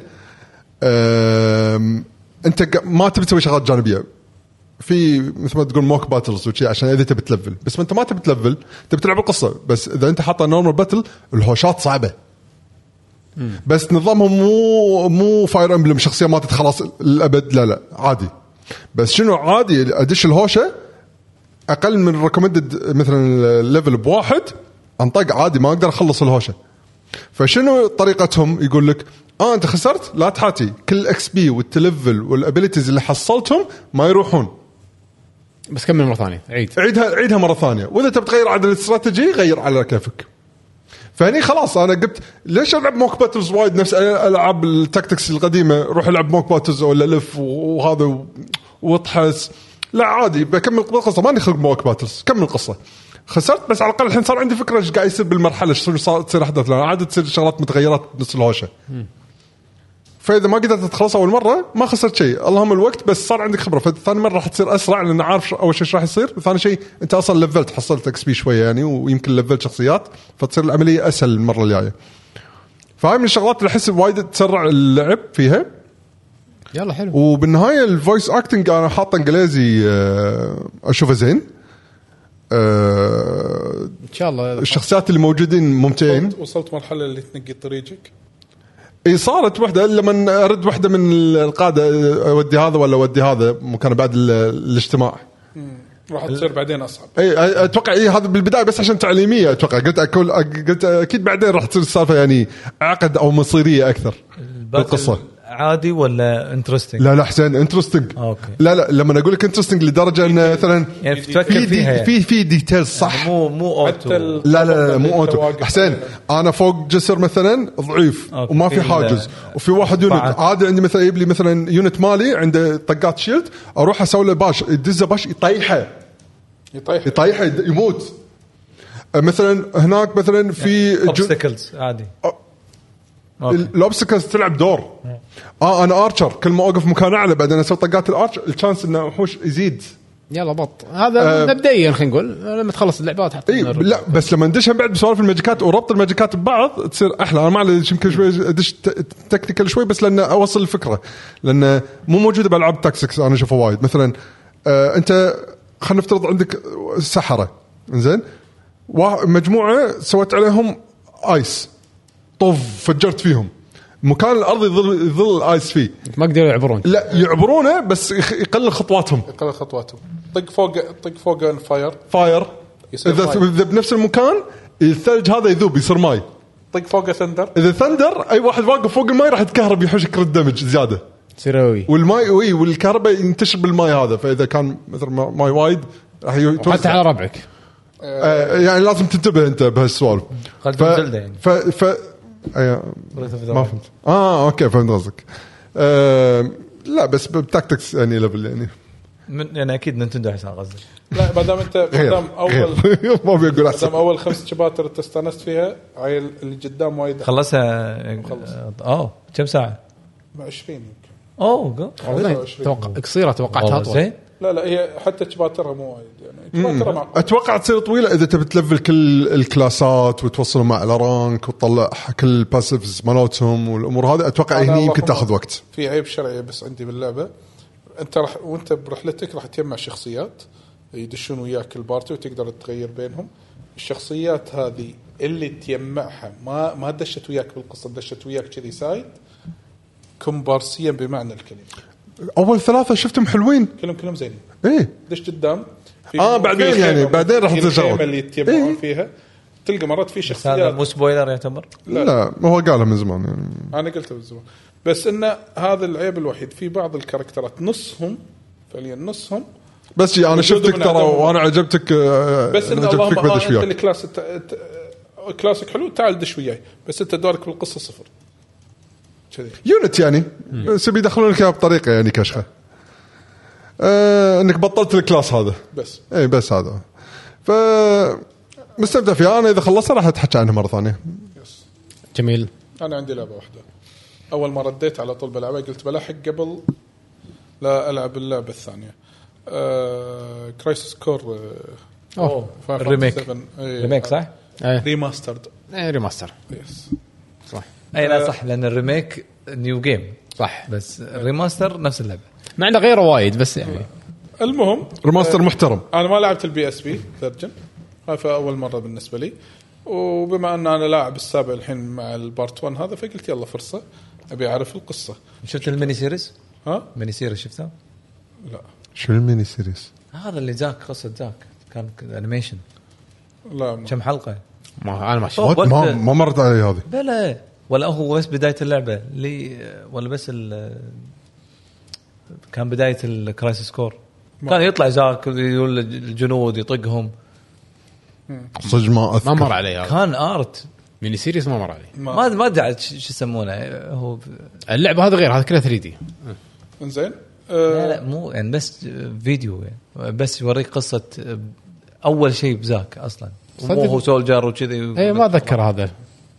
Speaker 3: انت ما تبي تسوي شغلات جانبيه في مثل ما تقول موك باتلز وشي عشان اذا تبي تلفل بس ما انت ما تبي تلفل تبي تلعب القصه بس اذا انت حاطه نورمال باتل الهوشات صعبه مم. بس نظامهم مو مو فاير امبلم شخصيه ما تتخلص الابد لا لا عادي بس شنو عادي ادش الهوشه اقل من الريكومندد مثلا ليفل بواحد انطق عادي ما اقدر اخلص الهوشه. فشنو طريقتهم يقول لك اه انت خسرت لا تحاتي كل اكس بي والتلفل والابيليتيز اللي حصلتهم ما يروحون
Speaker 1: بس كمل مره ثانيه عيد
Speaker 3: عيدها عيدها مره ثانيه. واذا تبي تغير عدل الاستراتيجي غير على كيفك. فهني خلاص انا قلت ليش العب موك باتلز وايد نفس العاب التاكتكس القديمه، روح العب موك باتلز ولا لف وهذا واطحس. لا عادي بكمل القصه، ماني خلق موك باتلز، كمل القصه. خسرت بس على الاقل الحين صار عندي فكره ايش قاعد يصير بالمرحله، ايش صار تصير احداث، لان عاده تصير شغلات متغيرات بنص الهوشه. فاذا ما قدرت تخلص اول مره ما خسرت شيء، اللهم الوقت بس صار عندك خبره. فثاني مره راح تصير اسرع لان عارف اول شيء ايش راح يصير، ثاني شيء انت اصلا ليفلت حصلت اكس بي شويه يعني، ويمكن ليفلت شخصيات فتصير العمليه اسهل المره الجايه. فهاي من الشغلات اللي احس وايد تسرع اللعب فيها.
Speaker 1: يلا حلو.
Speaker 3: وبالنهايه الفويس اكتنج انا حاطه انجليزي اشوفه زين.
Speaker 1: ان شاء الله
Speaker 3: الشخصيات اللي موجودين ممتعين.
Speaker 2: وصلت, وصلت مرحله اللي تنقي طريقك.
Speaker 3: اي صارت وحده لما ارد وحده من القاده اودي هذا ولا اودي هذا مكان بعد الاجتماع
Speaker 2: راح تصير بعدين اصعب.
Speaker 3: اي اتوقع اي هذا بالبدايه بس عشان تعليميه. اتوقع قلت اكل قلت اكيد بعدين راح تصير السالفه يعني عقد او مصيريه اكثر بالقصه.
Speaker 4: عادي ولا انترستينج؟
Speaker 3: لا لا حسين انترستينج. لا لا لما اقول لك انترستينج لدرجه ان مثلا
Speaker 4: يعني تفكر فيها يعني.
Speaker 3: في في ديتيلز صح
Speaker 4: يعني مو مو اوتو.
Speaker 3: لا لا, لا مو اوتو. حسين انا فوق جسر مثلا ضعيف أوكي. وما في حاجز وفي واحد يونت عادي عندي مثلا يجيب لي مثلا يونت مالي عنده طقات شيلد اروح اسوي له باش يدزه باش يطيحه
Speaker 2: يطيح
Speaker 3: يطيحه يموت. مثلا هناك مثلا في
Speaker 4: اوبستكلز عادي
Speaker 3: الأوبستكلز تلعب دور. اه انا ارشر كل ما اوقف مكان اعلى بعدين اسوي طقات الارش الشانس انه وحوش يزيد.
Speaker 1: يلا بط هذا آه مبدئيا خلينا نقول لما تخلص اللعبات حتى
Speaker 3: إيه لا بس لما ندشهم بعد بسوالف الماجيكات وربط الماجيكات ببعض تصير احلى. انا ما عليش يمكن شوي ادش تكنيكال شوي بس لان اوصل الفكره لان مو موجوده بالعاب تاكسكس انا اشوفها وايد. مثلا آه انت خلينا نفترض عندك سحره زين مجموعه سويت عليهم ايس طوف فجرت فيهم مكان الارض يظل يظل الايس فيه
Speaker 1: ما قدروا يعبرون.
Speaker 3: لا يعبرونه بس يقلل خطواتهم
Speaker 2: يقلل خطواتهم طق فوق طق فوق الفاير
Speaker 3: فاير اذا اذا بنفس المكان الثلج هذا يذوب يصير ماي.
Speaker 2: طق فوق ثندر
Speaker 3: اذا ثندر اي واحد واقف فوق الماي راح يتكهرب يحوشك رد دمج زياده
Speaker 1: سيروي
Speaker 3: والماي وي والكهرباء ينتشر بالماء هذا. فاذا كان مثل ماي وايد راح يتوزع
Speaker 1: حتى على ربعك.
Speaker 3: آه يعني لازم تنتبه انت بهالسوالف.
Speaker 4: ف... يعني.
Speaker 3: ف... ف... أي... ما فهمت. اه اوكي فهمت قصدك. آه... لا بس بتاكتكس يعني ليفل يعني
Speaker 4: من يعني اكيد نينتندو حسن قصدك.
Speaker 2: لا ما دام انت ما دام اول
Speaker 3: ما بيقول احسن
Speaker 2: دام اول خمس شباتر انت استانست فيها هاي اللي قدام وايد
Speaker 4: خلصها. اه كم ساعه؟
Speaker 2: عشرين يمكن.
Speaker 4: اوه
Speaker 1: توقع قصيره توقعتها اطول.
Speaker 2: لا لا هي حتى شباترها مو وايد يعني شباترها معقول.
Speaker 3: اتوقع تصير طويله اذا تبي تلفل كل الكلاسات وتوصلهم مع الرانك وتطلع كل الباسيفز مالتهم والامور هذه. اتوقع هني يمكن تاخذ وقت.
Speaker 2: في عيب شرعي بس عندي باللعبه انت راح وانت برحلتك راح تجمع شخصيات يدشون وياك البارتي وتقدر تغير بينهم. الشخصيات هذه اللي تجمعها ما ما دشت وياك بالقصه دشت وياك كذي سايد كومبارسيا بمعنى الكلمه.
Speaker 3: اول ثلاثه شفتهم حلوين
Speaker 2: كلهم كلهم زين
Speaker 3: ايه
Speaker 2: دش قدام
Speaker 3: اه بعدين يعني بعدين راح
Speaker 2: تصير اللي يتجمعون إيه؟ فيها تلقى مرات في شخصيات.
Speaker 4: هذا مو سبويلر يعتبر.
Speaker 3: لا, لا هو قالها من زمان يعني.
Speaker 2: انا قلته من زمان بس انه هذا العيب الوحيد في بعض الكاركترات نصهم فعليا نصهم
Speaker 3: بس جي انا شفتك ترى وانا عجبتك
Speaker 2: بس ان اللهم انت الكلاس كلاسك حلو تعال دش وياي بس انت دورك بالقصه صفر كذي
Speaker 3: يونت يعني بس بيدخلونك بطريقه يعني كشخه آه انك بطلت الكلاس هذا
Speaker 2: بس
Speaker 3: اي بس هذا ف مستمتع فيها. انا اذا خلصت راح اتحكي عنها مره ثانيه.
Speaker 1: جميل.
Speaker 2: انا عندي لعبه واحده اول ما رديت على طول بلعبها قلت بلاحق قبل لا العب اللعبه الثانيه آه... كرايسيس كور
Speaker 4: آه... اوه الريميك ريميك صح
Speaker 1: ايه
Speaker 2: ريماسترد
Speaker 1: ايه ريماستر
Speaker 2: يس
Speaker 1: صح
Speaker 4: اي لا صح لان الريميك نيو جيم
Speaker 1: صح
Speaker 4: بس الريماستر نفس اللعبه
Speaker 1: ما عنده غيره وايد بس يعني
Speaker 2: المهم
Speaker 3: ريماستر آه... محترم.
Speaker 2: انا ما لعبت البي اس بي فيرجن هاي اول مره بالنسبه لي وبما ان انا لاعب السابع الحين مع البارت واحد هذا فقلت يلا فرصه ابي اعرف القصه.
Speaker 4: شفت الميني سيريز؟
Speaker 2: ها
Speaker 4: ميني سيريز شفتها؟
Speaker 2: لا
Speaker 3: شو الميني سيريز
Speaker 4: هذا اللي ذاك قصه ذاك كان انيميشن
Speaker 2: لا ما.
Speaker 4: كم حلقه
Speaker 1: ما انا ما
Speaker 3: شفت ما ما مرت علي هذه
Speaker 4: لا لا ولا هو بس بدايه اللعبه لي ولا بس كان بدايه الكرايسيس كور كان يطلع زاك يقول الجنود يطقهم
Speaker 3: صدق ما اذكر
Speaker 1: ما مر علي هذا
Speaker 4: كان ارت
Speaker 1: ميني سيريس ما مر علي
Speaker 4: ما ما ادري شو يسمونه هو
Speaker 1: اللعبه هذا غير هذا كله ثري دي
Speaker 2: انزين
Speaker 4: لا لا مو يعني بس فيديو يعني بس يوريك قصه اول شيء بزاك اصلا مو هو سولجر وكذي
Speaker 1: اي ما اتذكر هذا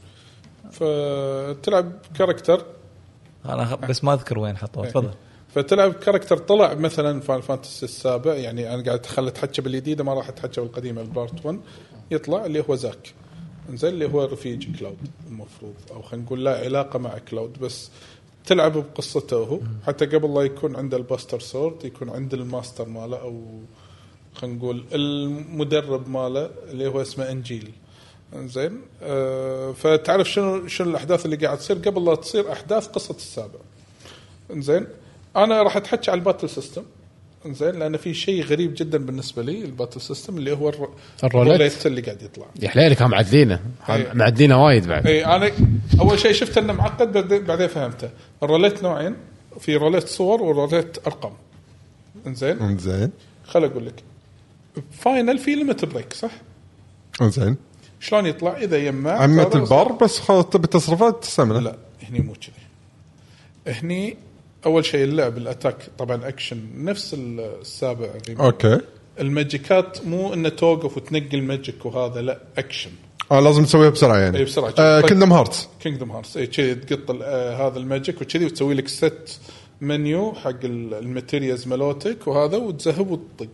Speaker 2: فتلعب كاركتر
Speaker 4: انا بس ما اذكر وين حطوه تفضل
Speaker 2: فتلعب كاركتر طلع مثلا فاينل فانتسي السابع يعني انا قاعد اتخلى اتحكى بالجديده ما راح اتحكى بالقديمه البارت واحد يطلع اللي هو زاك انزين اللي هو رفيج كلاود المفروض او خلينا نقول لا علاقه مع كلاود بس تلعب بقصته هو حتى قبل لا يكون عنده الباستر سورد يكون عنده الماستر ماله او خلينا نقول المدرب ماله اللي هو اسمه انجيل انزين أه فتعرف شنو شنو الاحداث اللي قاعد تصير قبل لا تصير احداث قصه السابع انزين انا راح اتحكي على الباتل سيستم انزين لان في شيء غريب جدا بالنسبه لي الباتل سيستم اللي هو الر... الروليت اللي قاعد يطلع
Speaker 1: يا حليلك هم معدلينه معدلينه وايد بعد
Speaker 2: اي انا اول شيء شفت انه معقد بعدين فهمته الروليت نوعين في روليت صور وروليت ارقام انزين
Speaker 3: انزين
Speaker 2: خل اقول لك فاينل في ليميت بريك صح
Speaker 3: انزين
Speaker 2: شلون يطلع اذا يجمع
Speaker 3: عمت البار بس خلاص تبي تصرفات تستعمله
Speaker 2: لا هني مو كذي هني اول شيء اللعب الاتاك طبعا اكشن نفس السابع
Speaker 3: اوكي
Speaker 2: الماجيكات مو انه توقف وتنقل ماجيك وهذا لا اكشن
Speaker 3: اه لازم تسويها بسرعه يعني
Speaker 2: اي بسرعه
Speaker 3: آه كينجدم هارتس
Speaker 2: كينجدم هارتس اي كذي تقط آه هذا الماجيك وكذي وتسوي لك ست منيو حق الماتيريالز مالوتك وهذا وتذهب وتطق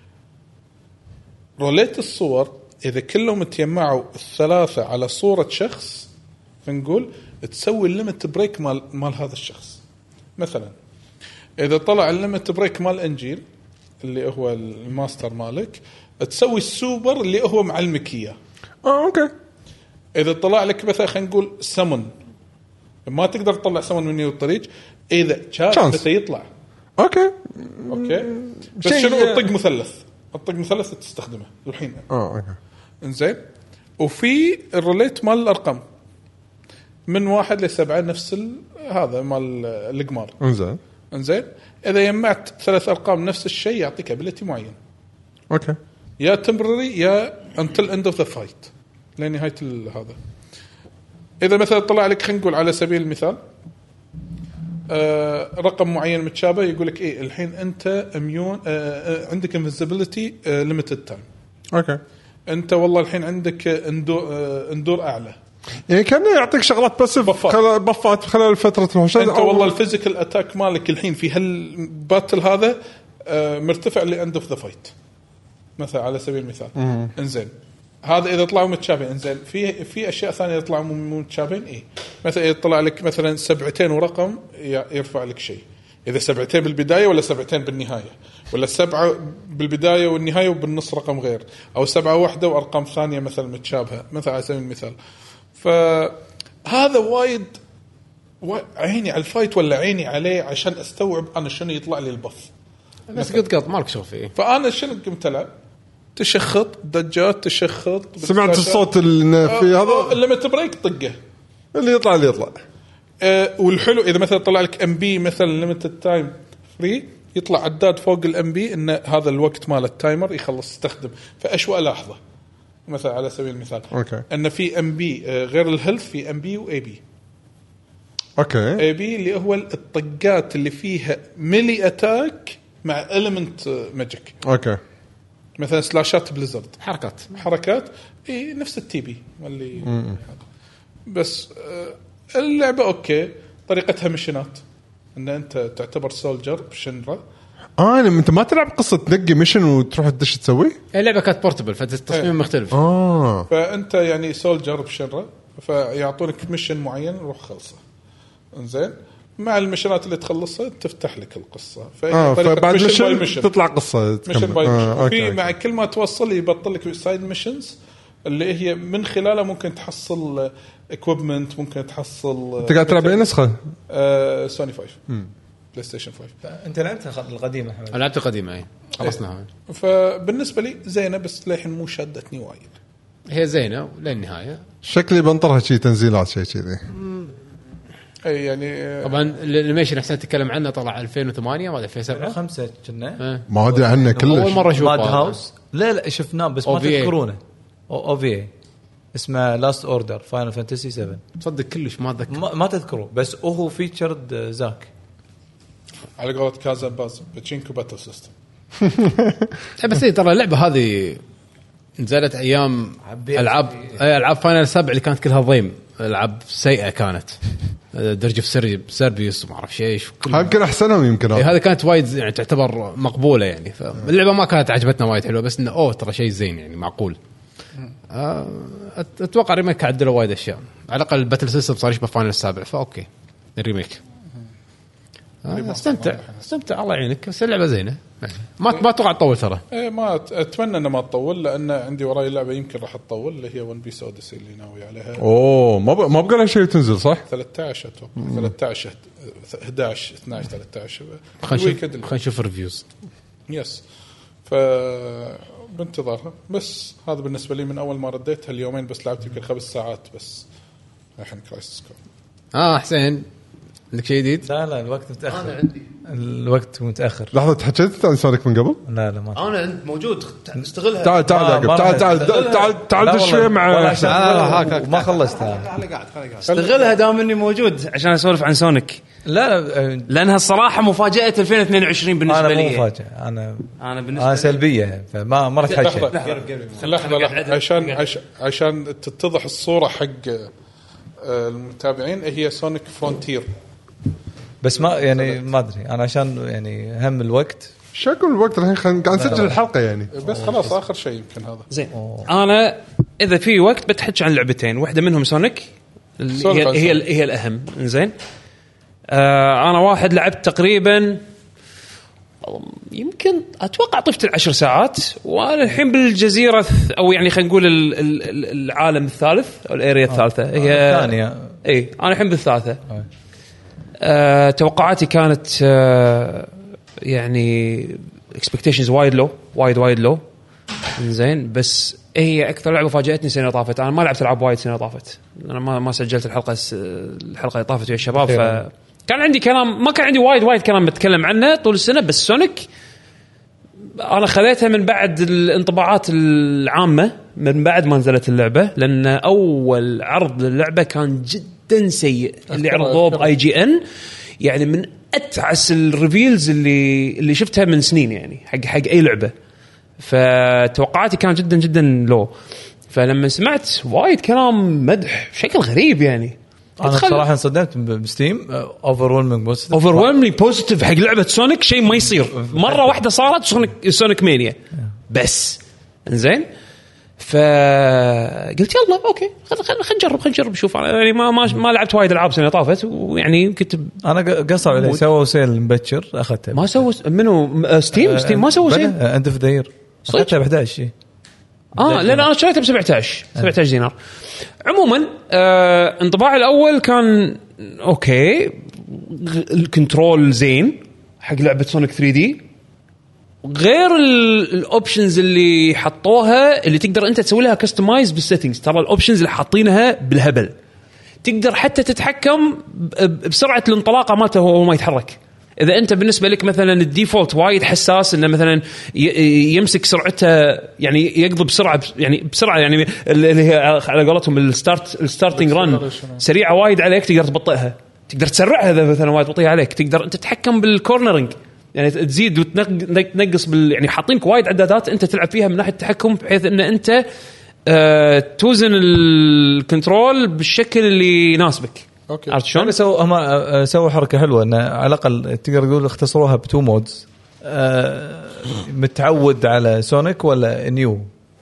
Speaker 2: روليت الصور اذا كلهم تجمعوا الثلاثه على صوره شخص فنقول تسوي الليمت بريك مال مال هذا الشخص مثلا اذا طلع الليمت بريك مال انجيل اللي هو الماستر مالك تسوي السوبر اللي هو معلمك اياه
Speaker 3: اه اوكي
Speaker 2: اذا طلع لك مثلا خلينا نقول سمن ما تقدر تطلع سمن من الطريق اذا شانس يطلع
Speaker 3: اوكي
Speaker 2: اوكي بس شنو الطق مثلث الطق مثلث تستخدمه الحين
Speaker 3: اه اوكي
Speaker 2: انزين وفي الروليت مال الارقام من واحد لسبعة نفس هذا مال القمار
Speaker 3: انزين
Speaker 2: انزين اذا جمعت ثلاث ارقام نفس الشيء يعطيك ابيلتي معين
Speaker 3: اوكي
Speaker 2: يا تمبرري يا until end of the fight لنهايه هذا اذا مثلا طلع لك خلينا نقول على سبيل المثال آه رقم معين متشابه يقول لك ايه الحين انت اميون آه عندك انفيزيبيليتي آه ليميتد تايم
Speaker 3: اوكي
Speaker 2: انت والله الحين عندك اندور آه اندور اعلى
Speaker 3: يعني كان يعطيك شغلات بس خلال بفات خلال فتره الهوشه
Speaker 2: انت والله الفيزيكال اتاك مالك الحين في هالباتل هذا آه مرتفع لاند اوف ذا فايت مثلا على سبيل المثال انزين هذا اذا طلعوا متشابهين انزين في في اشياء ثانيه يطلعوا مو متشابهين ايه مثلا يطلع لك مثلا سبعتين ورقم يرفع لك شيء اذا سبعتين بالبدايه ولا سبعتين بالنهايه ولا سبعه بالبدايه والنهايه وبالنص رقم غير او سبعه واحده وارقام ثانيه مثلا متشابهه مثلا على سبيل المثال فهذا وايد عيني على الفايت ولا عيني عليه عشان استوعب انا شنو يطلع لي البث
Speaker 1: بس قد قط مالك شغل فيه
Speaker 2: فانا شنو قمت العب تشخط دجات تشخط
Speaker 3: سمعت الصوت اللي في هذا
Speaker 2: لما تبريك طقه
Speaker 3: اللي يطلع اللي يطلع
Speaker 2: أه والحلو اذا مثلا طلع لك ام بي مثلا ليميتد تايم فري يطلع عداد فوق الام بي ان هذا الوقت مال التايمر يخلص استخدم فاشوى لحظه مثلا على سبيل المثال
Speaker 3: أوكي.
Speaker 2: ان في ام بي غير الهيلث في ام بي واي بي
Speaker 3: اوكي
Speaker 2: اي بي اللي هو الطقات اللي فيها ميلي اتاك مع اليمنت ماجيك
Speaker 3: اوكي
Speaker 2: مثلا سلاشات بليزرد
Speaker 1: حركات
Speaker 2: حركات اي نفس التي بي اللي بس اللعبه اوكي طريقتها مشينات ان انت تعتبر سولجر بشنرا
Speaker 3: اه يعني انت ما تلعب قصه تنقي ميشن وتروح تدش تسوي
Speaker 1: اللعبه كانت بورتبل فالتصميم
Speaker 2: ايه.
Speaker 1: مختلف
Speaker 3: اه
Speaker 2: فانت يعني سولجر بشنرا فيعطونك ميشن معين روح خلصه انزين مع المشنات اللي تخلصها تفتح لك القصه
Speaker 3: اه فبعد ميشن,
Speaker 2: ميشن
Speaker 3: تطلع قصه
Speaker 2: ميشن باي
Speaker 3: آه.
Speaker 2: في مع كل ما توصل يبطل لك سايد ميشنز اللي هي من خلالها ممكن تحصل اكويبمنت ممكن تحصل
Speaker 3: انت قاعد تلعب اي نسخه
Speaker 2: آه سوني فايف بلاي ستيشن فايف
Speaker 4: انت لعبت القديمه حمد
Speaker 1: انا لعبت القديمه اي خلصناها
Speaker 2: إيه. فبالنسبه لي زينه بس للحين مو شدتني وايد
Speaker 1: هي زينه للنهايه
Speaker 3: شكلي بنطرها شيء تنزيلات شيء كذي
Speaker 2: اي يعني
Speaker 1: طبعا الانيميشن احسن تتكلم عنه طلع ألفين وثمانية ولا ألفين وسبعة
Speaker 4: خمسة كنا
Speaker 3: ما ادري عنه كلش.
Speaker 1: اول مره اشوفه
Speaker 4: ماد هاوس. لا لا شفناه بس ما تذكرونه. او او في اسمه لاست اوردر فاينل فانتسي سبعة.
Speaker 1: تصدق كلش ما اتذكر
Speaker 4: ما, ما تذكره بس هو فيتشرد زاك
Speaker 2: على قولة كازا باز باتشينكو باتل سيستم.
Speaker 1: بس ترى اللعبه هذه نزلت ايام العاب اي العاب فاينل سبعة اللي كانت كلها ضيم، العاب سيئه كانت درجه في سرب سربيوس وما اعرف ايش
Speaker 3: يمكن احسنهم يمكن
Speaker 1: إيه هذا كانت وايد يعني تعتبر مقبوله يعني. فاللعبه ما كانت عجبتنا وايد حلوه بس انه اوه ترى شيء زين يعني معقول. أه اتوقع ريميك عدلوا وايد اشياء، على الاقل الباتل سيستم صار يشبه فاينل السابع فاوكي الريميك. أه استمتع استمتع الله يعينك بس اللعبه زينه ما ما اتوقع تطول ترى.
Speaker 2: ايه ما اتمنى انها ما تطول لان عندي وراي لعبه يمكن راح تطول اللي هي ون بيس اوديسي اللي ناوي عليها.
Speaker 3: اوه ما ب... ما بقى لها شيء تنزل صح
Speaker 2: ثلاثة عشر اتوقع ثلاثة عشر أحد عشر اثنا عشر ثلاثة عشر.
Speaker 1: خلينا نشوف خلينا نشوف ريفيوز.
Speaker 2: يس ف بانتظارها. بس هذا بالنسبه لي من اول ما رديت هاليومين بس لعبت يمكن خمس ساعات بس الحين كرايسيس كور.
Speaker 1: اه حسين عندك شيء جديد؟
Speaker 4: لا لا الوقت متاخر.
Speaker 6: انا عندي
Speaker 4: الوقت متاخر.
Speaker 3: لحظه تحكيت عن سونيك من قبل؟
Speaker 4: لا لا ما
Speaker 6: انا عند موجود استغلها.
Speaker 3: تعال تعال
Speaker 4: ما-
Speaker 3: تعال تعال تعال تعال تعال شوي مع
Speaker 4: ما خلصتها.
Speaker 1: خلي قاعد خلي قاعد
Speaker 6: استغلها دام اني موجود عشان اسولف عن سونيك
Speaker 4: لا لا
Speaker 6: لانها الصراحه مفاجاه ألفين واثنين وعشرين بالنسبه
Speaker 4: انا مو
Speaker 6: لي.
Speaker 4: مفاجئ. انا
Speaker 6: انا بالنسبه
Speaker 4: انا
Speaker 6: لي
Speaker 4: سلبيه فما ما راح احكي.
Speaker 2: لحظه لحظه عشان عشان عشان تتضح الصوره حق آه، المتابعين هي سونيك فرونتير.
Speaker 4: بس ما يعني ما ادري انا عشان يعني هم الوقت.
Speaker 3: شكل الوقت الحين خلينا قاعد نسجل الحلقه يعني
Speaker 2: بس خلاص اخر شيء يمكن هذا
Speaker 6: زين. انا اذا في وقت بتحكي عن لعبتين، واحده منهم سونيك اللي
Speaker 2: سونيك
Speaker 6: هي هي, هي الاهم. زين آه انا واحد لعبت تقريبا يمكن اتوقع طفت العشر ساعات وانا الحين بالجزيره او يعني خلينا نقول ال- ال- العالم الثالث او الاريا الثالثه هي
Speaker 4: الثانيه.
Speaker 6: اي انا الحين بالثالثه. آه توقعاتي كانت آه يعني expectations وايد لو وايد وايد لو. زين بس هي اكثر لعبه فاجاتني السنه طافت. انا ما لعبت العاب وايد السنه طافت، انا ما ما سجلت الحلقه الحلقه اللي طافت ويا الشباب فكان عندي كلام ما كان عندي وايد وايد كلام بتكلم عنه طول السنه. بس سونيك انا خذيتها من بعد الانطباعات العامه من بعد ما نزلت اللعبه، لان اول عرض للعبه كان جدا سيء اللي عرضوه باي جي ان، يعني من اتعس الريفيلز اللي اللي شفتها من سنين يعني حق حق اي لعبه. فتوقعاتي كانت جدا جدا لو، فلما سمعت وايد كلام مدح بشكل غريب يعني
Speaker 4: انا صراحه انصدمت بستيم. اوفرويلمينج بوزيتيف
Speaker 6: اوفرويلمينج بوزيتيف حق لعبه سونيك شيء ما يصير. مره واحده صارت سونيك سونيك مانيا بس. انزين فقلت يلا اوكي خل خل خل نجرب خل نجرب نشوف. انا يعني ما ما ما لعبت وايد العاب سنه طافت ويعني كنت
Speaker 4: انا قصر عليه سووا سيل مبكر اخذته.
Speaker 6: ما سووا منو ستيم ستيم ما سووا سيل
Speaker 4: اند اوف داير اخذته ب أحد عشر.
Speaker 6: اه لان انا اشتريته ب سبعة عشر سبعة عشر دينار. عموما آه انطباعي الاول كان اوكي الكنترول زين حق لعبه سونيك ثري دي، غير الاوبشنز اللي حطوها اللي تقدر انت تسوي لها كستمايز بالسيتنجز. ترى الاوبشنز اللي حاطينها بالهبل، تقدر حتى تتحكم بسرعه الانطلاقه مالته وهو ما يتحرك. اذا انت بالنسبه لك مثلا الديفولت وايد حساس انه مثلا يمسك سرعته يعني يقضي بسرعه يعني بسرعه يعني اللي هي على قولتهم الستارت الستارتنج رن سريعه وايد عليك، تقدر تبطئها تقدر تسرعها. اذا مثلا وايد بطيئه عليك تقدر انت تتحكم بالكورنرنج يعني تزيد وتنقص بال يعني حاطينك وايد اعدادات انت تلعب فيها من ناحيه التحكم بحيث ان انت آه توزن الكنترول بالشكل اللي يناسبك.
Speaker 2: اوكي
Speaker 6: عرفت شلون؟
Speaker 4: سووا هم سووا حركه حلوه ان على الاقل تقدر تقول اختصروها بتو مودز. أه متعود على سونيك ولا نيو؟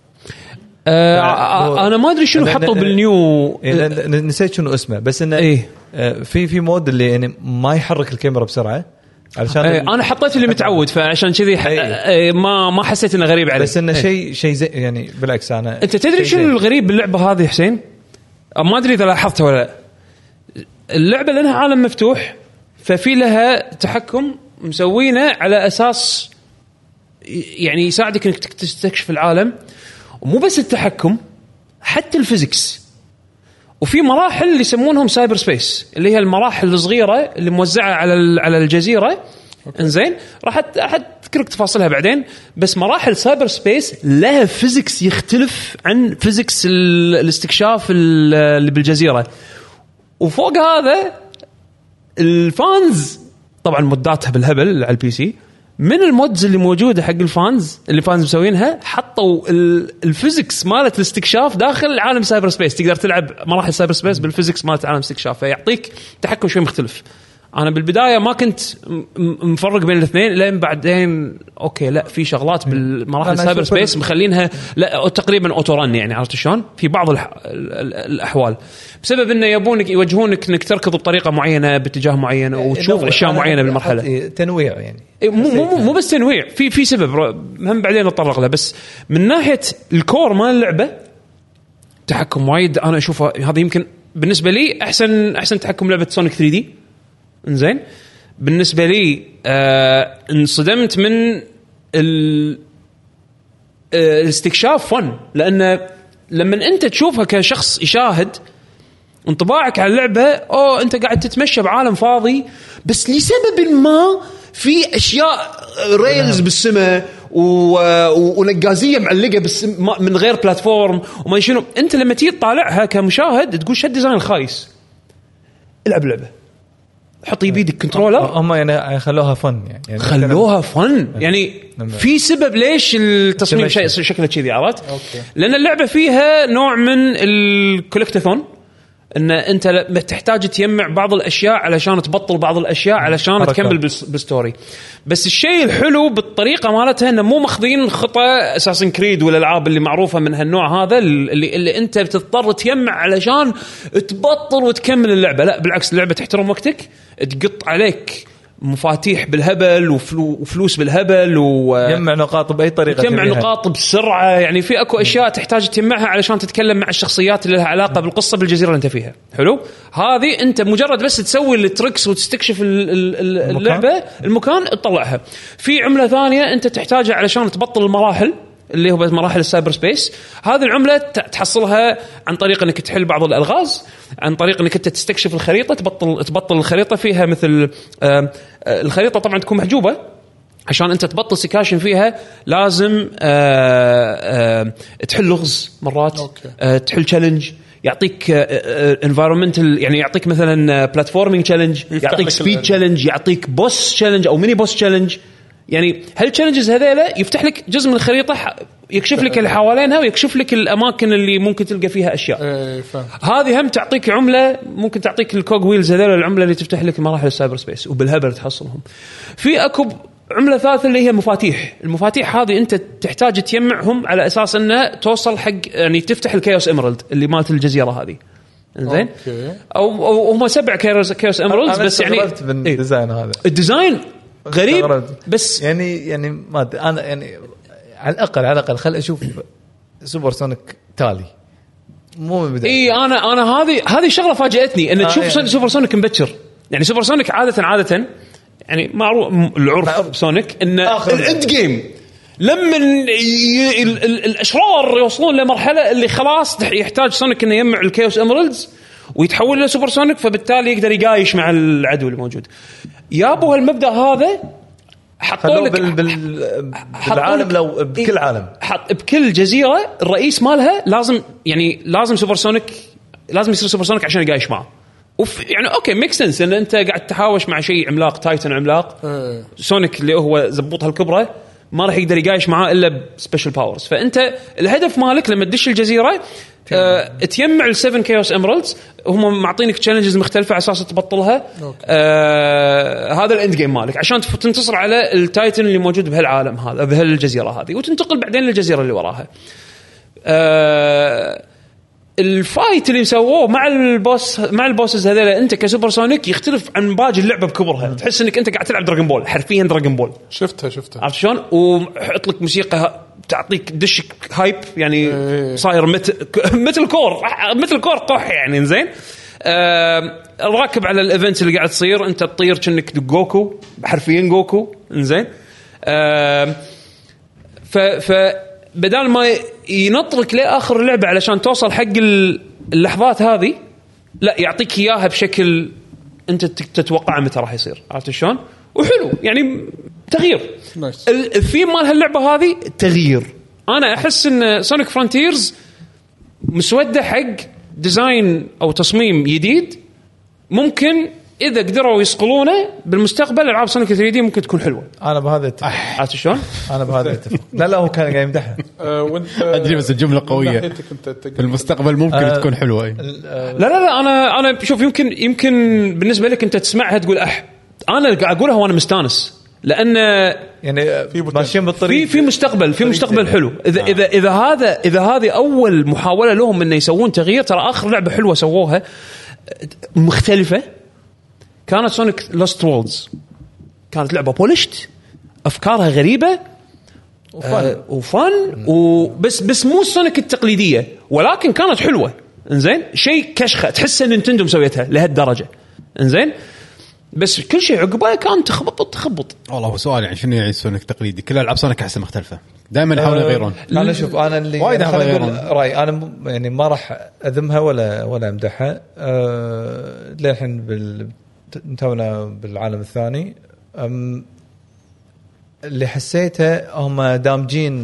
Speaker 6: أه انا ما ادري شنو حطوا بالنيو،
Speaker 4: نسيت شنو اسمه بس انه
Speaker 6: إيه؟
Speaker 4: أه في في مود اللي يعني ما يحرك الكاميرا بسرعه علشان
Speaker 6: إيه انا حطيت اللي متعود فعشان كذي إيه ما ما حسيت انه غريب علي.
Speaker 4: بس انه
Speaker 6: إيه؟
Speaker 4: شيء شيء زي يعني بالعكس. انا
Speaker 6: انت تدري شنو الغريب باللعبه هذه حسين؟ ما ادري اذا لاحظتها ولا لا. اللعبه لانها عالم مفتوح ففي لها تحكم مسوينه على اساس يعني يساعدك انك تستكشف العالم، ومو بس التحكم حتى الفيزيكس. وفي مراحل اللي يسمونهم سايبر سبيس اللي هي المراحل الصغيره اللي موزعه على على الجزيره. انزين راح راح اذكرك تفاصيلها بعدين. بس مراحل سايبر سبيس لها فيزيكس يختلف عن فيزيكس الاستكشاف اللي بالجزيره. وفوق هذا الفانز طبعا موداتها بالهبل على البي سي. من المودز اللي موجوده حق الفانز اللي فانز مسوينها حطوا الفيزيكس مالت الاستكشاف داخل عالم سايبر سبيس. تقدر تلعب مراحل سايبر سبيس بالفيزيكس مالت عالم الاستكشاف فيعطيك تحكم شوي مختلف. انا بالبدايه ما كنت مفرق بين الاثنين لين بعدين اوكي لا في شغلات بالمراحل سايبر سبيس مخلينها لا تقريبا اوتورن يعني عرفت شلون في بعض الاحوال بسبب انه يبونك يوجهونك انك تركض بطريقه معينه باتجاه معين وتشوف اشياء معينه بالمرحله.
Speaker 4: تنويع يعني
Speaker 6: مو مو مو بس تنويع في في سبب هم بعدين نتطرق له. بس من ناحيه الكور مال اللعبه تحكم وايد انا اشوفه هذا يمكن بالنسبه لي احسن احسن تحكم لعبه سونيك ثري دي. انزين بالنسبه لي آه انصدمت من ال آه الاستكشاف فن لان لما انت تشوفها كشخص يشاهد انطباعك على اللعبه اوه انت قاعد تتمشى بعالم فاضي بس لسبب ما في اشياء ريلز بالسماء ونقازيه معلقه بس من غير بلاتفورم وما شنو. انت لما تيجي تطالعها كمشاهد تقول شو الديزاين الخايس. العب لعبه حط بيدك كنترولر
Speaker 4: هم يعني خلوها فن يعني
Speaker 6: خلوها فن يعني في سبب ليش التصميم شيء شكله كذي عرفت. لان اللعبه فيها نوع من الكولكتاثون ان انت تحتاج تجمع بعض الاشياء علشان تبطل بعض الاشياء علشان حركة. تكمل بالستوري. بس الشيء الحلو بالطريقه مالتها انه مو ماخذين خطه اساسن كريد والالعاب اللي معروفه من هالنوع هذا اللي, اللي انت بتضطر تجمع علشان تبطل وتكمل اللعبه. لا بالعكس اللعبه تحترم وقتك تقط عليك مفاتيح بالهبل وفلوس بالهبل
Speaker 4: ويجمع نقاط باي طريقه
Speaker 6: تجمع نقاط بسرعه يعني في اكو اشياء تحتاج تجمعها علشان تتكلم مع الشخصيات اللي لها علاقه بالقصه بالجزيره اللي انت فيها. حلو هذه انت مجرد بس تسوي التريكس وتستكشف اللعبه المكان تطلعها. في عمله ثانيه انت تحتاجها علشان تبطل المراحل اللي هو مراحل السايبر سبيس. هذه العمله تحصلها عن طريق انك تحل بعض الالغاز عن طريق انك انت تستكشف الخريطه تبطل تبطل الخريطه فيها مثل الخريطه طبعا تكون محجوبه عشان انت تبطل سكاشن فيها لازم تحل لغز مرات تحل تشالنج يعطيك انفايرمنتال يعني يعطيك مثلا بلاتفورمينج تشالنج يعطيك سبيد تشالنج يعطيك بوس تشالنج او ميني بوس تشالنج. يعني هالتشالنجز هذيلا يفتح لك جزء من الخريطة يكشف لك اللي حوالينها ويكشف لك الأماكن اللي ممكن تلقى فيها أشياء. هذه هم تعطيك عملة ممكن تعطيك الكوغ ويلز هذيلا العملة اللي تفتح لك مراحل السايبر سبيس وبالهبل تحصلهم. في أكو عملة ثالثة اللي هي مفاتيح. المفاتيح هذه أنت تحتاج تجمعهم على أساس أنه توصل حق يعني تفتح الكيوس إمرالد اللي مالت الجزيرة هذه. زين أو, أو هم سبع كيوس كيوس إمرالدز بس يعني
Speaker 4: الديزاين هذا
Speaker 6: الديزاين غريب بس
Speaker 4: يعني يعني ما انا يعني على الاقل على الاقل خل اشوف سوبر سونيك تالي مو من البدايه.
Speaker 6: اي انا انا هذه هذه شغله فاجاتني ان آه تشوف يعني سوبر سونيك مبكر. يعني سوبر سونيك عاده عاده يعني معروف العرف بسونيك ان الاند جيم لما الاشرار يوصلون لمرحله اللي خلاص يحتاج سونيك انه يجمع الكيوس اميرالدز ويتحول الى سوبر سونيك فبالتالي يقدر يقايش مع العدو اللي موجود. يابو هالمبدا هذا حطوا لك
Speaker 4: بال... بال... بالعالم لو بكل عالم
Speaker 6: حط بكل جزيره الرئيس مالها لازم يعني لازم سوبر سونيك لازم يصير سوبر سونيك عشان يقايش معه. وف يعني اوكي ميك سنس ان انت قاعد تحاوش مع شيء عملاق تايتن عملاق أه. سونيك اللي هو زبوطها الكبرى ما راح يقدر يقايش معاه الا بسبيشال باورز. فانت الهدف مالك لما تدش الجزيره أه تجمع السفن كيوس اميرالدز هم معطينك تشالنجز مختلفه على اساس تبطلها أه هذا الاند جيم مالك عشان تنتصر على التايتن اللي موجود بهالعالم هذا بهالجزيره هذه وتنتقل بعدين للجزيره اللي وراها. أه الفايت اللي سووه مع البوس مع البوسز هذول انت كسوبر سونيك يختلف عن باقي اللعبه بكبرها. تحس انك انت قاعد تلعب دراغون بول حرفيا دراغون بول.
Speaker 2: شفتها شفتها
Speaker 6: عرفت شلون وحط لك موسيقى تعطيك دشك هايب يعني ايه. صاير مثل مثل كور مثل كور قح يعني زين. آه راكب على الايفنت اللي قاعد تصير انت تطير كأنك جوكو حرفيا جوكو زين. آه ف ف بدال ما ينطرك لاخر اللعبه علشان توصل حق اللحظات هذه لا يعطيك اياها بشكل انت تتوقع متى راح يصير. عرفت شلون؟ وحلو يعني تغيير. الثيم مال هاللعبه هذه تغيير. انا احس ان سونيك فرونتيرز مسوده حق ديزاين او تصميم جديد، ممكن اذا قدروا يصقلونه بالمستقبل العاب سونيك ثري دي ممكن تكون حلوه.
Speaker 4: انا بهذا اتفق.
Speaker 6: عرفت شلون؟
Speaker 4: انا بهذا اتفق. لا لا هو كان قاعد يمدحها.
Speaker 1: ادري بس الجمله قويه في المستقبل ممكن أه تكون حلوه.
Speaker 6: لا لا لا انا انا شوف يمكن يمكن بالنسبه لك انت تسمعها تقول اح انا قاعد اقولها وانا مستانس، لان
Speaker 4: يعني ماشيين بالطريق
Speaker 6: في في مستقبل في مستقبل حلو. اذا اذا اذا هذا اذا هذه اول محاوله لهم انه يسوون تغيير، ترى اخر لعبه حلوه سووها مختلفه كانت سونيك لوست وولدز. كانت لعبه بولشت، افكارها غريبه وفن آه وفن وبس بس مو سونيك التقليديه، ولكن كانت حلوه. انزين شيء كشخه تحس ان نينتندو مسويتها لهالدرجه. انزين بس كل شيء عقبه كان تخبط تخبط.
Speaker 1: والله هو سؤال يعني شنو يعني سونيك تقليدي؟ كل العاب سونيك احس مختلفه، دائما يحاولون يغيرون.
Speaker 4: أه انا شوف انا اللي
Speaker 1: وايد
Speaker 4: اقول راي انا يعني ما راح اذمها ولا ولا امدحها. أه للحين بال تونا بالعالم الثاني اللي حسيته هم دامجين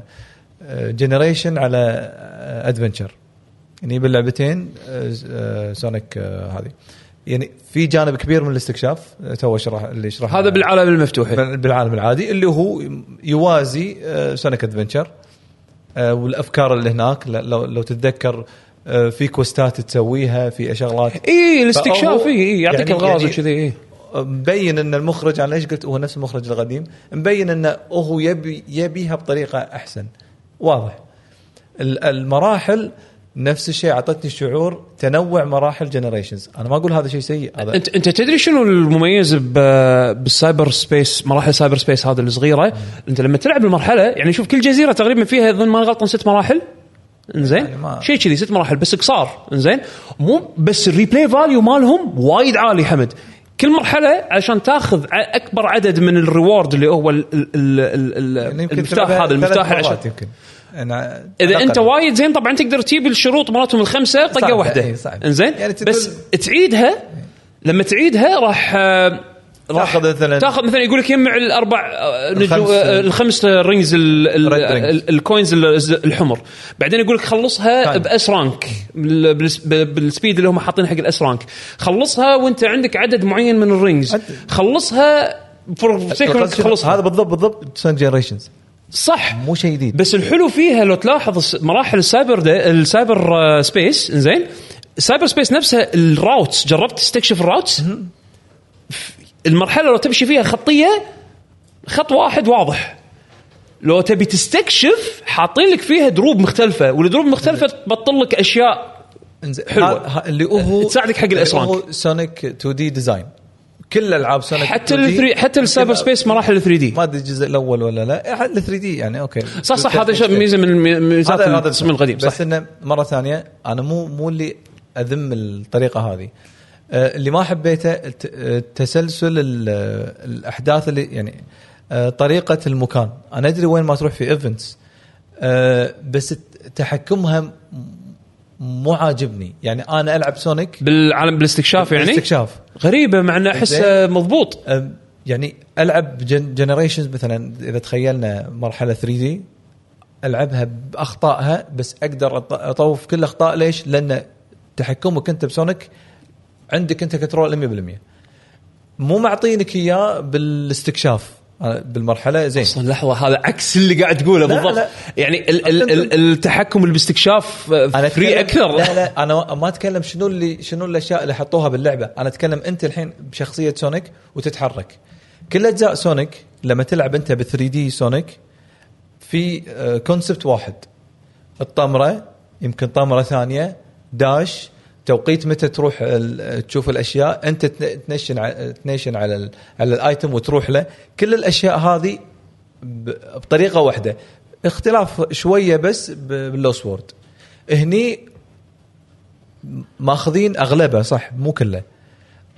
Speaker 4: جنريشن على ادفنتشر يعني باللعبتين سونيك هذه. يعني في جانب كبير من الاستكشاف تو شرح اللي شرح
Speaker 6: هذا بالعالم المفتوح
Speaker 4: بالعالم العادي اللي هو يوازي سونيك ادفنتشر والافكار اللي هناك. لو لو تتذكر في كوستات تسويها في شغلات
Speaker 6: اي الاستكشاف اي يعطيك يعني الغاز وكذي. يعني
Speaker 4: مبين ان المخرج على ايش قلت هو نفس المخرج القديم، مبين انه هو يبي يبيها بطريقه احسن واضح. المراحل نفس الشيء اعطتني شعور تنوع مراحل جنريشنز. انا ما اقول هذا شيء سيء. هذا
Speaker 6: انت انت تدري شنو المميز بالسايبر سبيس، مراحل سايبر سبيس هذه الصغيره. م. انت لما تلعب المرحله يعني شوف كل جزيره تقريبا فيها اظن ما غلطان ست مراحل. انزين يعني شيء كذي ست مراحل بس قصار. انزين مو بس الريبلاي فاليو مالهم وايد عالي حمد. كل مرحله عشان تاخذ اكبر عدد من الريورد اللي هو ال ال ال يعني المفتاح هذا المفتاح عشان يمكن أنا اذا انت وايد زين طبعا تقدر تجيب الشروط مالتهم الخمسه طقه واحده. انزين يعني بس تعيدها لما تعيدها راح راح مثلا تاخذ مثلا يقول لك يجمع الاربع الخمس, الخمس رينجز الكوينز الحمر، بعدين يقول لك خلصها باس رانك بالسبيد اللي هم حاطين حق الاس رانك، خلصها وانت عندك عدد معين من الرينجز، خلصها خلصها.
Speaker 4: هذا بالضبط بالضبط سان جنريشنز
Speaker 6: صح،
Speaker 4: مو شيء جديد.
Speaker 6: بس الحلو فيها لو تلاحظ مراحل السايبر ده السايبر سبيس. انزين السايبر سبيس نفسها الراوتس، جربت تستكشف الراوتس؟ المرحله لو تمشي فيها خطيه خط واحد واضح، لو تبي تستكشف حاطين لك فيها دروب مختلفه، والدروب مختلفه تبطل لك اشياء حلوه
Speaker 4: اللي هو
Speaker 6: تساعدك حق الاسرانك.
Speaker 4: هو سونيك تو دي ديزاين كل العاب سونيك
Speaker 6: حتى ال حتى السايبر سبيس مراحل ال ثري دي
Speaker 4: ما ادري الجزء الاول ولا لا ال ثري دي يعني اوكي
Speaker 6: صح صح هذا شيء ميزه من ميزات التصميم القديم صح.
Speaker 4: بس انه مره ثانيه انا مو مو اللي اذم الطريقه هذه. اللي ما حبيته تسلسل الاحداث اللي يعني طريقه المكان. انا ادري وين ما تروح في ايفنتس بس تحكمها مو عاجبني. يعني انا العب سونيك
Speaker 6: بالعالم بالاستكشاف يعني
Speaker 4: بالاستكشاف
Speaker 6: غريبه مع انه احسه مضبوط.
Speaker 4: يعني العب جنريشنز مثلا اذا تخيلنا مرحله ثري دي العبها باخطائها بس اقدر اطوف كل اخطاء. ليش؟ لان تحكمك انت بسونيك عندك انت كنترول مية بالمية، مو معطينك اياه بالاستكشاف بالمرحله. زين
Speaker 6: اصلا لحظه هذا عكس اللي قاعد تقوله بالضبط. لا. يعني ال ال ال التحكم اللي باستكشاف فري اكثر.
Speaker 4: لا لا انا ما اتكلم شنو اللي شنو الاشياء اللي حطوها باللعبه. انا اتكلم انت الحين بشخصيه سونيك وتتحرك. كل اجزاء سونيك لما تلعب انت ب ثري دي سونيك في كونسبت واحد، الطمره يمكن طمره ثانيه داش توقيت متى تروح تشوف الاشياء، انت تنشن تنشن على ال على الايتم وتروح له. كل الاشياء هذه بطريقه واحده، اختلاف شويه بس باللوس وورد. هني ماخذين اغلبها صح مو كله.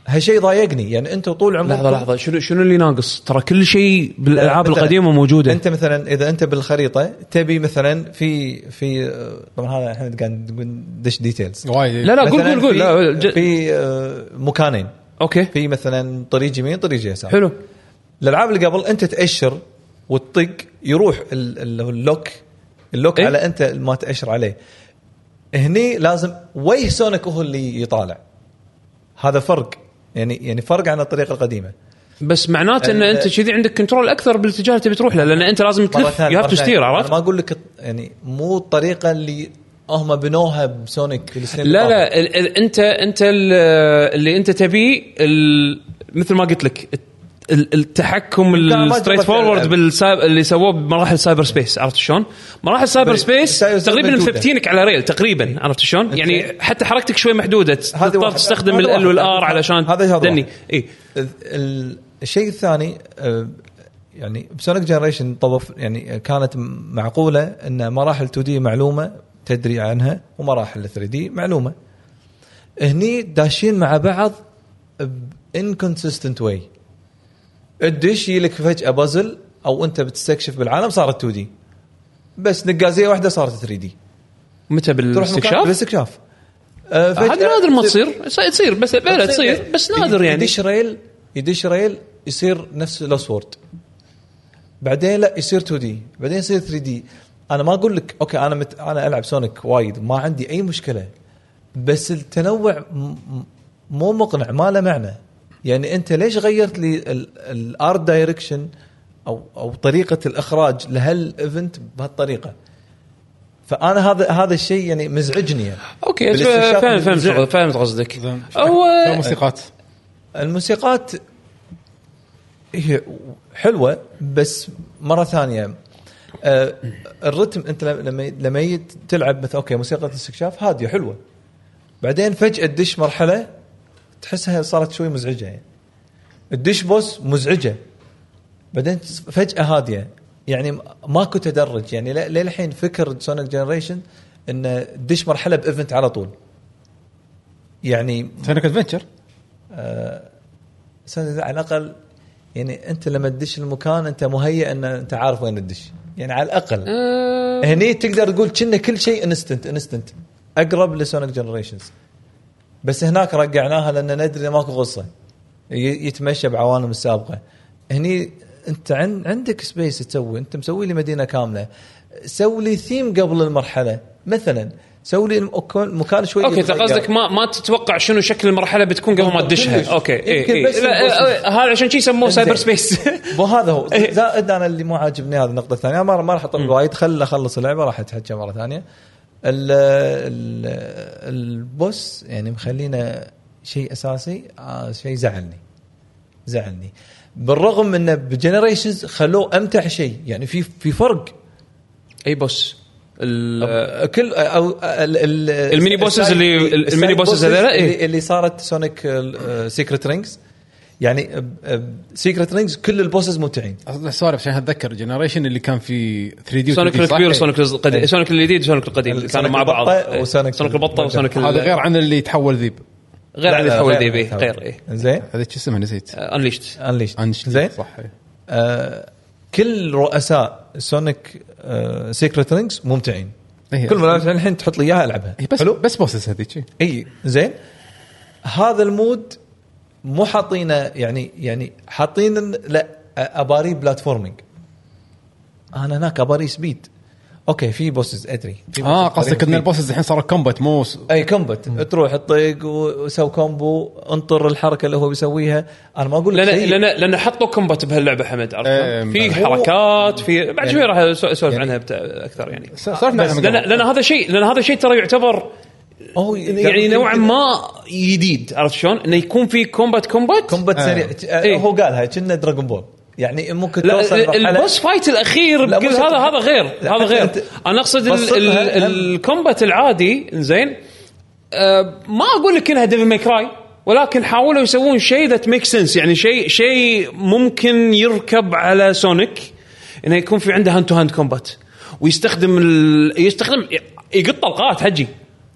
Speaker 4: هالشيء ضايقني. يعني انتم طول عمركم
Speaker 6: لحظه لحظه شنو شنو اللي ناقص؟ ترى كل شيء بالالعاب القديمه موجوده.
Speaker 4: انت مثلا اذا انت بالخريطه تبي مثلا في في طبعا هذا احنا قاعد ندش ديتيلز.
Speaker 6: لا لا قول قول قول لا
Speaker 4: ج... في مكانين
Speaker 6: اوكي،
Speaker 4: في مثلا طريق يمين طريق يسار.
Speaker 6: حلو.
Speaker 4: الالعاب اللي قبل انت تاشر والطق يروح اللوك اللوك
Speaker 6: إيه؟
Speaker 4: على انت ما تاشر عليه. هني لازم وجه سونيك هو اللي يطالع. هذا فرق يعني يعني فرق عن الطريقه القديمه.
Speaker 6: بس معناته ان انت كذي عندك كنترول اكثر بالاتجاه اللي تبي تروح له، لان انت لازم تلف يا تستير. عرفت؟
Speaker 4: انا ما اقول لك يعني مو الطريقه اللي هم بنوها بسونيك.
Speaker 6: لا لا ال ال انت انت اللي انت تبي مثل ما قلت لك التحكم الستريت فورورد بالسايب اللي سووه بمراحل سايبر سبيس. عرفت شلون؟ مراحل سايبر سبيس تقريبا مثبتينك على ريل تقريبا. عرفت شلون؟ يعني حتى حركتك شوي محدوده، تضطر تستخدم ال والار علشان تدني. اي
Speaker 4: الشيء الثاني يعني بسونيك جنريشن طوف يعني كانت معقوله ان مراحل تو دي معلومه تدري عنها ومراحل ثري دي معلومه. هني داشين مع بعض inconsistent way. الدش يلك فجأة بازل أو أنت بتستكشف بالعالم صارت تو دي، بس نقازية واحدة صارت ثري دي.
Speaker 6: متى بالاستكشاف؟
Speaker 4: بالاستكشاف
Speaker 6: آه هذا نادر ما تصير تصير بس بلا تصير بس نادر يعني.
Speaker 4: يدش ريل يدش ريل يصير نفس لوسورد، بعدين لا يصير تو دي، بعدين يصير ثري دي. أنا ما أقول لك أوكي أنا مت... أنا ألعب سونيك وايد ما عندي أي مشكلة، بس التنوع م... مو مقنع ما له معنى. يعني أنت ليش غيرت لي الارت دايركشن أو أو طريقة الإخراج لهالإيفنت بهالطريقة؟ فأنا هذا هذا الشيء يعني مزعجني يعني.
Speaker 6: أوكي فاهم فاهم فاهم قصدك.
Speaker 1: أو الموسيقات
Speaker 4: الموسيقات هي حلوة بس مرة ثانية آه الرتم أنت لما لما تلعب مثل أوكي موسيقى الاستكشاف هادية حلوة، بعدين فجأة تدش مرحلة تحسها صارت شوي مزعجة يعني. الدش بوس مزعجة بعدين فجأة هادية يعني ماكو تدرج يعني. ليه الحين فكر سونيك جنريشن إن دش مرحلة بإيفنت على طول يعني
Speaker 1: سونيك أدفنتشر
Speaker 4: آه على الأقل يعني أنت لما تدش المكان أنت مهيئ أن أنت عارف وين تدش يعني على الأقل. أه هني تقدر تقول كنا كل شيء انستنت انستنت أقرب لسونيك جنريشنز، بس هناك رجعناها لأن ندري ماكو قصة يتمشى بعوالم السابقة. هني أنت عندك سبيس تسوي، أنت مسوي لي مدينة كاملة، سوي لي ثيم قبل المرحلة مثلا، سوي لي مكان شوي.
Speaker 6: اوكي قصدك ما ما تتوقع شنو شكل المرحله بتكون قبل ما تدشها. اوكي اي إيه. هذا عشان شيء يسموه سايبر سبيس.
Speaker 4: وهذا هو زائد انا اللي مو عاجبني هذه النقطه الثانيه. ما ما راح اطول وايد، خل اخلص اللعبه راح اتحكى مره ثانيه. البوس يعني مخلينا شيء اساسي آه شيء زعلني زعلني بالرغم انه بجنريشنز خلوه امتع شيء يعني. في في فرق.
Speaker 6: اي بوس
Speaker 4: كل او
Speaker 6: الميني بوسز اللي الميني بوسز هذول
Speaker 4: اللي, اللي صارت سونيك سيكريت رينجز يعني. سيكريت رينجز كل البوسز ممتعين.
Speaker 1: السؤال عشان اتذكر جنريشن اللي كان في ثري دي
Speaker 6: سونيك الكبير سونيك القديم سونيك الجديد سونيك القديم كانوا مع بعض.
Speaker 4: وسونيك
Speaker 6: سونيك البطه وسونيك
Speaker 1: هذا غير عن اللي يتحول ذيب
Speaker 6: غير عن اللي يتحول ذيب غير ايه
Speaker 4: زين.
Speaker 1: هذا شو اسمه نسيت.
Speaker 6: انليشت
Speaker 4: انليشت زين
Speaker 1: صح.
Speaker 4: آه كل رؤساء سونيك آه سيكريت رينجز ممتعين. كل ما الحين تحط لي اياها العبها
Speaker 1: بس حلو. بس بوسس هذيك
Speaker 4: اي زين. هذا المود مو حاطينه يعني يعني حاطين لا اباري بلاتفورمينج. انا هناك اباري سبيد. اوكي في بوسز ادري في
Speaker 1: اه قصدك ان البوسز الحين صاروا كومبات مو
Speaker 4: اي كومبات تروح تطيق وسوي كومبو انطر الحركه اللي هو بيسويها. انا ما اقول لك
Speaker 6: لان لان لان حطوا كومبات بهاللعبه حمد عرفت اه في حركات في بعد شوي راح اسولف يعني عنها اكثر يعني. لان لان هذا شيء لان هذا شيء ترى يعتبر
Speaker 4: أو
Speaker 6: يعني نوعا ما جديد. عرفت شلون انه يكون في كومبات كومبات
Speaker 4: كومبات سريع.
Speaker 6: ايه.
Speaker 4: هو قالها كنا دراغون بول يعني ممكن توصل
Speaker 6: البوس فايت الاخير هذا هذا غير هذا غير. انا اقصد الكومبات العادي زين. أه ما اقول لك انها ديفل ماي كراي، ولكن حاولوا يسوون شيء ذات ميك سنس يعني شيء شيء ممكن يركب على سونيك انه يكون في عنده هاند تو هاند كومبات ويستخدم ال... يستخدم يقط طلقات حجي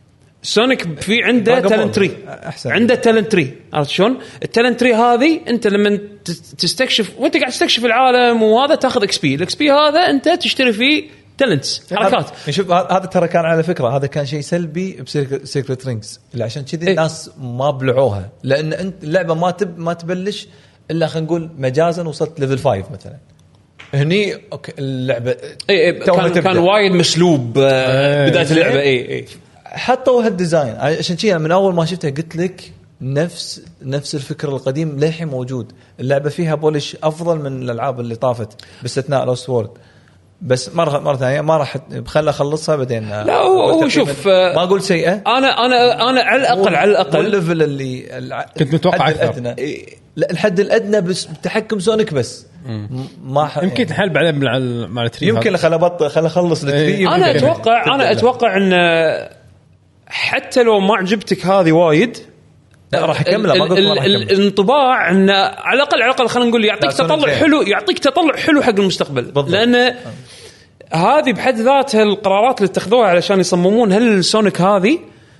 Speaker 6: سونيك في عنده تالنت تري
Speaker 4: أحسن.
Speaker 6: عنده تالنت تري عرفت شلون التالنت تري هذه انت لما تستكشف وانت قاعد تستكشف العالم وهذا تاخذ اكس بي الاكس بي هذا انت تشتري فيه تالنتس حركات.
Speaker 4: شوف هذا ترى كان على فكره هذا كان شيء سلبي بسيكريت رينجز اللي عشان كذي الناس ما بلعوها لان انت اللعبه ما تب ما تبلش الا خلينا نقول مجازا وصلت ليفل خمسة مثلا هني اوكي اللعبه
Speaker 6: اي كان كان وايد مسلوب بدايه اللعبه اي اي
Speaker 4: حطوا هالديزاين عشان كذا من اول ما شفتها قلت لك نفس نفس الفكر القديم للحين موجود. اللعبه فيها بولش افضل من الالعاب اللي طافت باستثناء لوست وورد بس مره مره ثانيه ما راح خلى اخلصها بعدين.
Speaker 6: لا هو شوف
Speaker 4: ما اقول سيئه
Speaker 6: انا انا انا على الاقل على الاقل
Speaker 4: الليفل اللي
Speaker 1: كنت متوقع اكثر.
Speaker 4: لا الحد الادنى بس بتحكم سونيك بس ما ح...
Speaker 1: يمكن تحل بعدين مع التري
Speaker 4: يمكن خل ابط خل اخلص التري.
Speaker 6: انا اتوقع انا اتوقع ان حتى لو ما عجبتك هذه وايد
Speaker 4: راح اكملها ما قلت راح اكمل.
Speaker 6: الانطباع ان على الاقل على الاقل خلينا نقول يعطيك تطلع حلو يعطيك تطلع حلو حق المستقبل بالضبط. لان أه. هذه بحد ذاتها القرارات اللي اتخذوها علشان يصممون هالسونيك هذه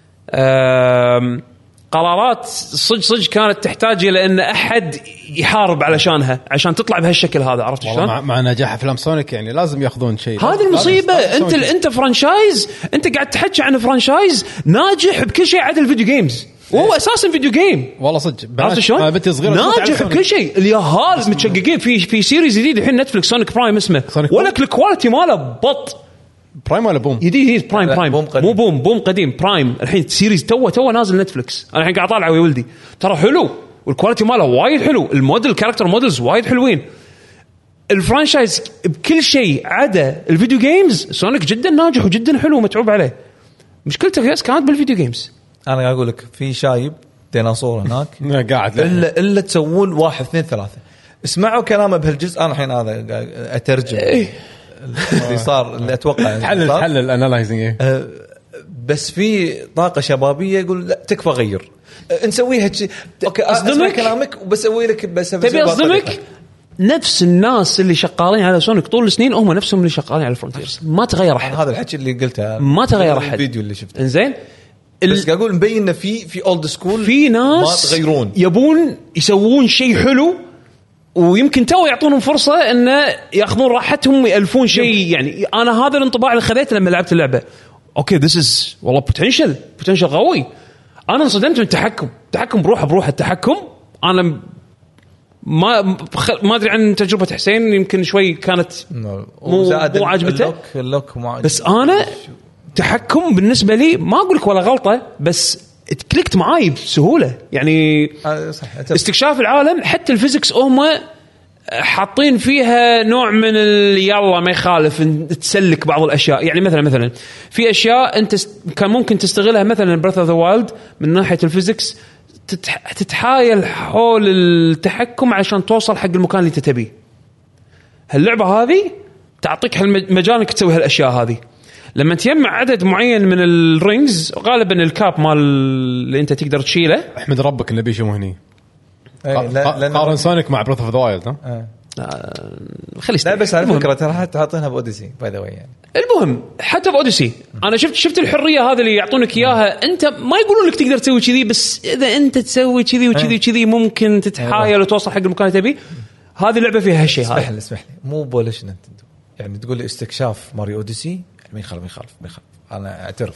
Speaker 6: قرارات صج صج كانت تحتاج الى ان احد يحارب علشانها عشان تطلع بهالشكل هذا. عرفت شلون؟
Speaker 1: مع, مع نجاح افلام سونيك يعني لازم ياخذون شيء.
Speaker 6: هذه المصيبه انت انت فرانشايز انت قاعد تحكي عن فرانشايز ناجح بكل شيء عدا الفيديو جيمز وهو اساسا فيديو جيم
Speaker 1: والله صدق.
Speaker 6: عرفت شلون؟
Speaker 1: بنتي صغيره
Speaker 6: ناجح بكل شيء. اليهال متشققين في في سيريز جديد الحين نتفلكس سونيك برايم اسمه ولك الكواليتي ماله بط
Speaker 1: برايم ولا بوم
Speaker 6: جديد برايم برايم
Speaker 4: بوم
Speaker 6: مو بوم بوم قديم برايم الحين سيريز تو تو نازل نتفلكس. انا الحين قاعد اطالع ويا ولدي ترى حلو والكواليتي ماله وايد حلو الموديل كاركتر مودلز وايد حلوين. الفرانشايز بكل شيء عدا الفيديو جيمز سونيك جدا ناجح وجدا حلو ومتعوب عليه. مشكلته بس كانت بالفيديو جيمز.
Speaker 4: انا قاعد اقول لك في شايب ديناصور هناك
Speaker 1: قاعد
Speaker 4: الا الا تسوون واحد اثنين ثلاثه. اسمعوا كلامه بهالجزء. انا الحين هذا اترجم
Speaker 6: إيه؟
Speaker 4: اللي صار اللي اتوقع
Speaker 1: حلل حلل الانالايزنج
Speaker 4: أه بس في طاقه شبابيه يقول لا تكفى غير أه نسويها شيء اوكي اسمع كلامك وبسوي لك بس
Speaker 6: تبي اصدمك نفس الناس اللي شغالين على سونيك طول السنين هم نفسهم اللي شغالين على الفرونتيرز ما تغير احد.
Speaker 4: هذا الحكي اللي قلته
Speaker 6: ما تغير احد
Speaker 4: الفيديو اللي شفته
Speaker 6: انزين
Speaker 4: بس قاعد اقول مبين انه في في اولد سكول
Speaker 6: في ناس
Speaker 4: ما تغيرون
Speaker 6: يبون يسوون شيء حلو ويمكن تو يعطونهم فرصه انه ياخذون راحتهم ويالفون شيء. يعني انا هذا الانطباع اللي خذيته لما لعبت اللعبه. اوكي ذس از والله بوتنشل بوتنشل قوي. انا انصدمت من التحكم التحكم بروحه بروحه التحكم. انا ما ما ادري عن تجربه حسين يمكن شوي كانت مو مو عاجبته
Speaker 4: اللوك اللوك
Speaker 6: بس انا تحكم بالنسبه لي ما اقول لك ولا غلطه بس اتكلكت معاي بسهوله. يعني
Speaker 4: صح.
Speaker 6: استكشاف العالم حتى الفيزيكس هم حاطين فيها نوع من يلا ما يخالف تسلك بعض الاشياء. يعني مثلا مثلا في اشياء انت كان ممكن تستغلها مثلا بريث اوف ذا وايلد من ناحيه الفيزيكس تتحايل حول التحكم عشان توصل حق المكان اللي تتبيه. هاللعبه هذه تعطيك هالمجال انك تسوي هالاشياء هذه. لما تجمع عدد معين من الرينجز غالبا الكاب مال اللي انت تقدر تشيله
Speaker 1: احمد ربك النبي شو هني قارن سونيك مع بريث اوف ذا وايلد. ها
Speaker 6: خلي
Speaker 4: لا بس على فكره ترى حتى حاطينها باوديسي باي ذا واي. يعني
Speaker 6: المهم حتى باوديسي انا شفت شفت الحريه هذه اللي يعطونك اياها. انت ما يقولون لك تقدر تسوي كذي بس اذا انت تسوي كذي وكذي وكذي ممكن تتحايل وتوصل حق المكان اللي تبيه. هذه اللعبه فيها هالشيء هذا.
Speaker 4: اسمح لي اسمح لي مو بولش نينتندو يعني تقول لي استكشاف ماريو اوديسي ما يخالف ما يخالف ما يخالف. انا اعترف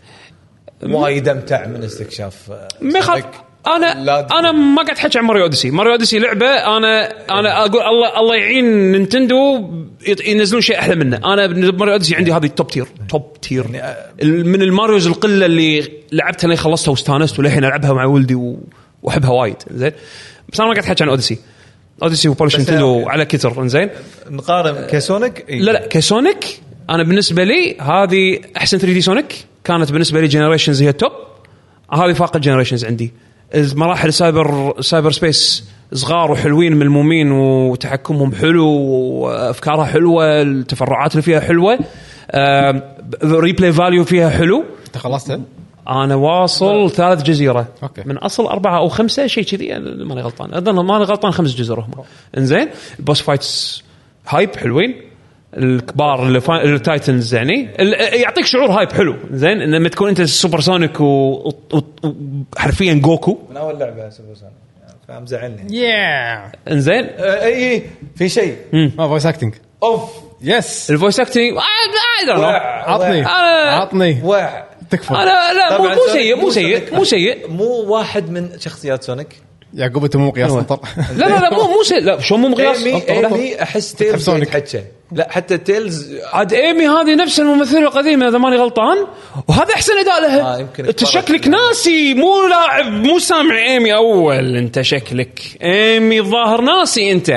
Speaker 4: وايد امتع من استكشاف
Speaker 6: ما يخالف. انا انا ما قاعد احكي عن ماريو اوديسي. ماريو اوديسي لعبه انا انا اقول الله الله يعين نينتندو ينزلون شيء احلى منه. انا ماريو اوديسي عندي هذه توب تير توب تير من الماريوز القله اللي لعبتها اللي خلصتها واستانست وللحين العبها مع ولدي واحبها وايد. زين بس انا ما قاعد احكي عن اوديسي. اوديسي وبولش نينتندو على كتر. زين
Speaker 4: نقارن كسونيك
Speaker 6: إيه؟ لا لا كسونيك انا بالنسبه لي هذه احسن ثري دي سونيك كانت بالنسبه لي. جنريشنز هي التوب. هذه فاقد جنريشنز عندي. مراحل سايبر سايبر سبيس صغار وحلوين ملمومين وتحكمهم حلو وافكارها حلوه التفرعات اللي فيها حلوه. آه ريبلاي فاليو فيها حلو.
Speaker 1: انت خلصت؟
Speaker 6: انا واصل ثالث جزيره
Speaker 1: أوكي.
Speaker 6: من اصل اربعه او خمسه شيء كذي ماني غلطان. اظن ماني غلطان خمس جزر هم. انزين البوس فايتس هايب حلوين. الكبار الفا- التايتنز يعني ال- يعطيك شعور هايب حلو زين ان لما تكون انت سوبر سونيك وحرفيا جوكو
Speaker 4: من اول لعبه سوبر سونيك فاهم زعلني
Speaker 1: يا
Speaker 6: انزين
Speaker 4: اي اي في شيء
Speaker 1: ما فويس اكتنج
Speaker 4: اوف
Speaker 1: يس
Speaker 6: الفويس اكتنج
Speaker 1: عطني
Speaker 6: أنا-
Speaker 1: عطني
Speaker 4: واع
Speaker 1: تكفى
Speaker 6: انا لا مو
Speaker 4: طبعاً
Speaker 6: مو
Speaker 4: سونيك
Speaker 6: سيء مو
Speaker 4: مو
Speaker 6: سيء
Speaker 4: سونيك.
Speaker 6: مو سيء
Speaker 4: مو واحد من شخصيات سونيك
Speaker 1: يعقوب انت مو مقياس نطر
Speaker 6: لا لا لا مو مو سيء لا شو مو مقياس
Speaker 4: ايمي ايمي احس تيلز
Speaker 1: سونيك.
Speaker 4: يتحكى لا حتى تيلز
Speaker 6: عاد ايمي هذه نفس الممثله القديمه اذا ماني غلطان وهذا احسن اداء لها
Speaker 4: آه، يمكن
Speaker 6: انت
Speaker 4: اتفرج.
Speaker 6: شكلك ناسي مو لاعب مو سامع ايمي اول انت شكلك ايمي الظاهر ناسي انت